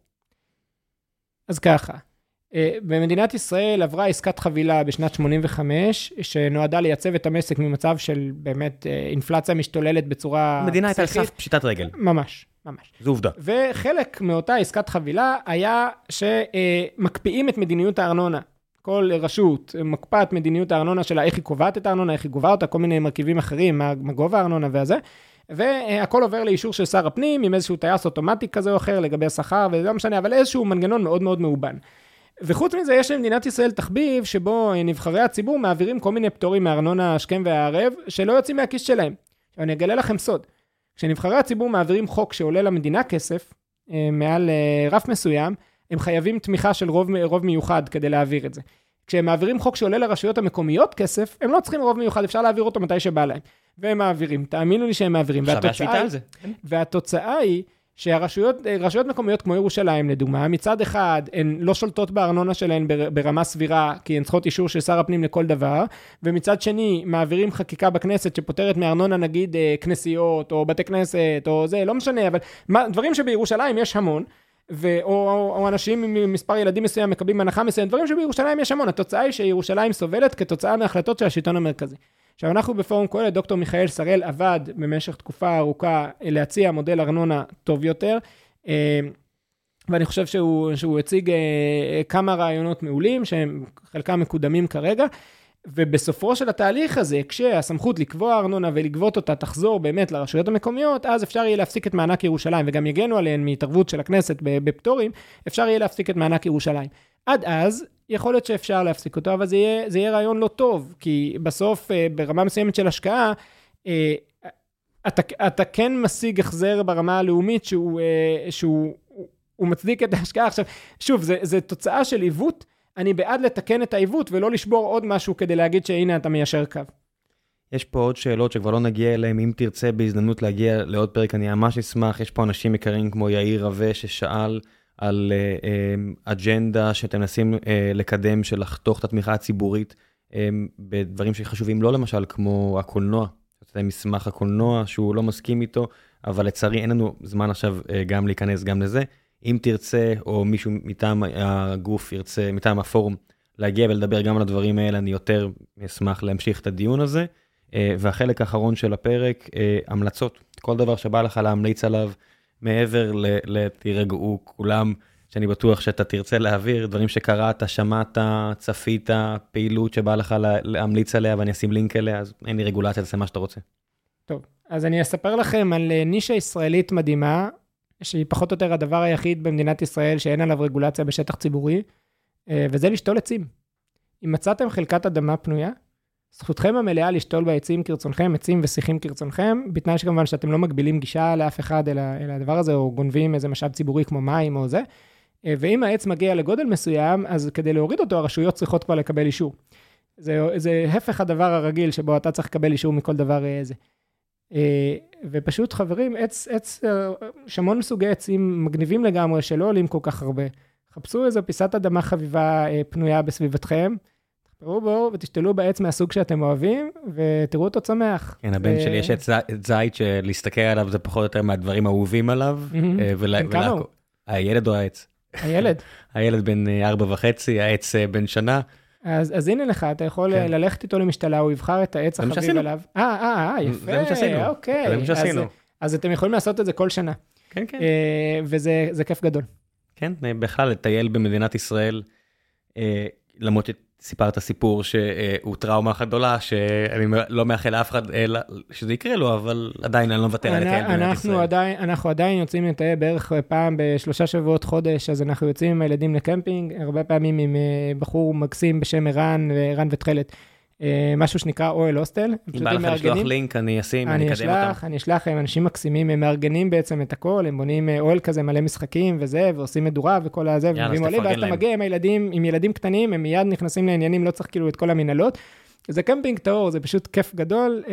[SPEAKER 2] אז ככה, במדינת ישראל עברה עסקת חבילה בשנת שמונים וחמש, שנועדה לייצב את המשק ממצב של באמת אינפלציה משתוללת בצורה...
[SPEAKER 1] מדינה הייתה על סף פשיטת רגל.
[SPEAKER 2] ממש, ממש.
[SPEAKER 1] זו עובדה.
[SPEAKER 2] וחלק מאותה עסקת חבילה היה שמקפיאים את מדיניות הארנונה. כל רשות מקפאת מדיניות הארנונה שלה, איך היא קובעת את הארנונה, איך היא גובה אותה, כל מיני מרכיבים אחרים, מה גובה הארנונה והזה, והכל עובר לאישור של שר הפנים, עם איזשהו טייס אוטומטי כזה או אחר, לגבי השכר, וזה לא משנה, אבל איזשהו מנגנון מאוד מאוד מאובן. וחוץ מזה, יש למדינת ישראל תחביב, שבו נבחרי הציבור מעבירים כל מיני פטורים מהארנונה השכם והערב, שלא יוצאים מהכיס שלהם. אני אגלה לכם סוד. כשנבחרי הציבור מעבירים חוק שעולה למדינה כסף, מעל רף מסוים, הם חייבים תמיכה של רוב, רוב מיוחד כדי להעביר את זה. כשהם מעבירים חוק שעולה לרשויות המקומיות כסף, הם לא צריכים רוב מיוחד, אפשר להעביר אותו מתי שבא להם. והם מעבירים, תאמינו לי שהם מעבירים. והתוצאה, היא, והתוצאה היא שהרשויות רשויות מקומיות כמו ירושלים, לדוגמה, מצד אחד הן לא שולטות בארנונה שלהן ברמה סבירה, כי הן צריכות אישור של שר הפנים לכל דבר, ומצד שני מעבירים חקיקה בכנסת שפותרת מארנונה נגיד כנסיות או בתי כנסת או זה, לא משנה, אבל מה, דברים שבירושלים יש המון, ו- או, או, או אנשים עם מספר ילדים מסוים מקבלים הנחה מסוים, דברים שבירושלים יש המון. התוצאה היא שירושלים סובלת כתוצאה מהחלטות של השלטון המרכזי. עכשיו אנחנו בפורום קהלת, דוקטור מיכאל שראל עבד במשך תקופה ארוכה להציע מודל ארנונה טוב יותר, ואני חושב שהוא, שהוא הציג כמה רעיונות מעולים, שהם חלקם מקודמים כרגע, ובסופו של התהליך הזה, כשהסמכות לקבוע ארנונה ולגבות אותה תחזור באמת לרשויות המקומיות, אז אפשר יהיה להפסיק את מענק ירושלים, וגם יגנו עליהן מהתערבות של הכנסת בפטורים, אפשר יהיה להפסיק את מענק ירושלים. עד אז, יכול להיות שאפשר להפסיק אותו, אבל זה יהיה, זה יהיה רעיון לא טוב, כי בסוף, ברמה מסוימת של השקעה, אתה, אתה כן משיג החזר ברמה הלאומית, שהוא, שהוא הוא מצדיק את ההשקעה. עכשיו, שוב, זה, זה תוצאה של עיוות, אני בעד לתקן את העיוות, ולא לשבור עוד משהו כדי להגיד שהנה אתה מיישר קו.
[SPEAKER 1] יש פה עוד שאלות שכבר לא נגיע אליהן, אם תרצה בהזדמנות להגיע לעוד פרק, אני ממש אשמח, יש פה אנשים יקרים כמו יאיר רווה, ששאל על uh, um, אג'נדה שאתם מנסים uh, לקדם, של לחתוך את התמיכה הציבורית, um, בדברים שחשובים, לא למשל כמו הקולנוע, זה מסמך הקולנוע שהוא לא מסכים איתו, אבל לצערי אין לנו זמן עכשיו uh, גם להיכנס גם לזה, אם תרצה, או מישהו מטעם הגוף ירצה, מטעם הפורום, להגיע ולדבר גם על הדברים האלה, אני יותר אשמח להמשיך את הדיון הזה. והחלק האחרון של הפרק, המלצות. כל דבר שבא לך להמליץ עליו, מעבר לתירגעו כולם, שאני בטוח שאתה תרצה להעביר, דברים שקראת, שמעת, צפית, פעילות שבא לך להמליץ עליה, ואני אשים לינק אליה, אז אין לי רגולציה, תעשה מה שאתה רוצה.
[SPEAKER 2] טוב, אז אני אספר לכם על נישה ישראלית מדהימה, שהיא פחות או יותר הדבר היחיד במדינת ישראל שאין עליו רגולציה בשטח ציבורי, וזה לשתול עצים. אם מצאתם חלקת אדמה פנויה, זכותכם המלאה לשתול בעצים כרצונכם, עצים ושיחים כרצונכם, בתנאי שכמובן שאתם לא מגבילים גישה לאף אחד אל הדבר הזה, או גונבים איזה משאב ציבורי כמו מים או זה, ואם העץ מגיע לגודל מסוים, אז כדי להוריד אותו, הרשויות צריכות כבר לקבל אישור. זה, זה הפך הדבר הרגיל שבו אתה צריך לקבל אישור מכל דבר איזה. ופשוט חברים, עץ, עץ, שמון סוגי עצים מגניבים לגמרי, שלא עולים כל כך הרבה. חפשו איזו פיסת אדמה חביבה פנויה בסביבתכם, תחפרו בו ותשתלו בעץ מהסוג שאתם אוהבים, ותראו אותו צומח.
[SPEAKER 1] כן, הבן שלי יש עץ זית שלהסתכל עליו זה פחות או יותר מהדברים האהובים עליו.
[SPEAKER 2] כמה הוא?
[SPEAKER 1] הילד או העץ?
[SPEAKER 2] הילד.
[SPEAKER 1] הילד בן ארבע וחצי, העץ בן שנה.
[SPEAKER 2] אז, אז הנה לך, אתה יכול כן. ללכת איתו למשתלה, הוא יבחר את העץ החביב עליו. אה, אה, אה, יפה.
[SPEAKER 1] זה מה שעשינו.
[SPEAKER 2] אוקיי.
[SPEAKER 1] זה מה שעשינו.
[SPEAKER 2] אז, אז אתם יכולים לעשות את זה כל שנה.
[SPEAKER 1] כן, כן.
[SPEAKER 2] אה, וזה זה כיף גדול.
[SPEAKER 1] כן, בכלל, לטייל במדינת ישראל, אה, למרות שסיפרת סיפור שהוא טראומה אחת גדולה, שאני לא מאחל לאף אחד שזה יקרה לו, אבל עדיין אני לא מוותר על לטייל במדינת ישראל.
[SPEAKER 2] עדיין, אנחנו עדיין יוצאים לטייל בערך פעם בשלושה שבועות חודש, אז אנחנו יוצאים עם הילדים לקמפינג, הרבה פעמים עם בחור מקסים בשם ערן, ערן ותחלת, משהו שנקרא אוהל הוסטל.
[SPEAKER 1] אם בא לך לשלוח לינק, אני אשים, אני אקדם אותם.
[SPEAKER 2] אני אשלח, הם אנשים מקסימים, הם מארגנים בעצם את הכל, הם בונים אוהל כזה מלא משחקים וזה, ועושים מדורה וכל הזה, ומביאים עולים, ואתה מגיע עם הילדים, עם ילדים קטנים, הם מיד נכנסים לעניינים, לא צריך כאילו את כל המנהלות. זה קמפינג טרור, זה פשוט כיף גדול,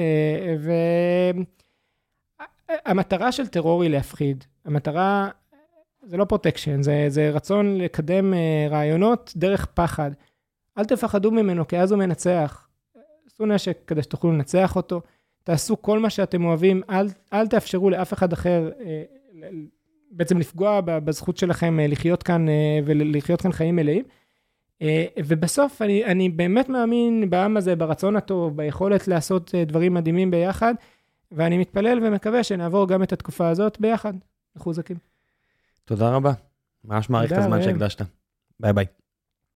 [SPEAKER 2] והמטרה של טרור היא להפחיד. המטרה, זה לא פרוטקשן, זה, זה רצון לקדם רעיונות דרך פחד. אל תפחדו ממנו, כי אז הוא מנצח. עשו נשק כדי שתוכלו לנצח אותו, תעשו כל מה שאתם אוהבים, אל, אל תאפשרו לאף אחד אחר, אה, בעצם לפגוע בזכות שלכם אה, לחיות כאן, אה, ולחיות כאן חיים מלאים, אה, ובסוף אני, אני באמת מאמין בעם הזה, ברצון הטוב, ביכולת לעשות אה, דברים מדהימים ביחד, ואני מתפלל ומקווה שנעבור גם את התקופה הזאת ביחד, מחוזקים.
[SPEAKER 1] תודה רבה, ממש מעריך את הזמן שהקדשת. ביי ביי.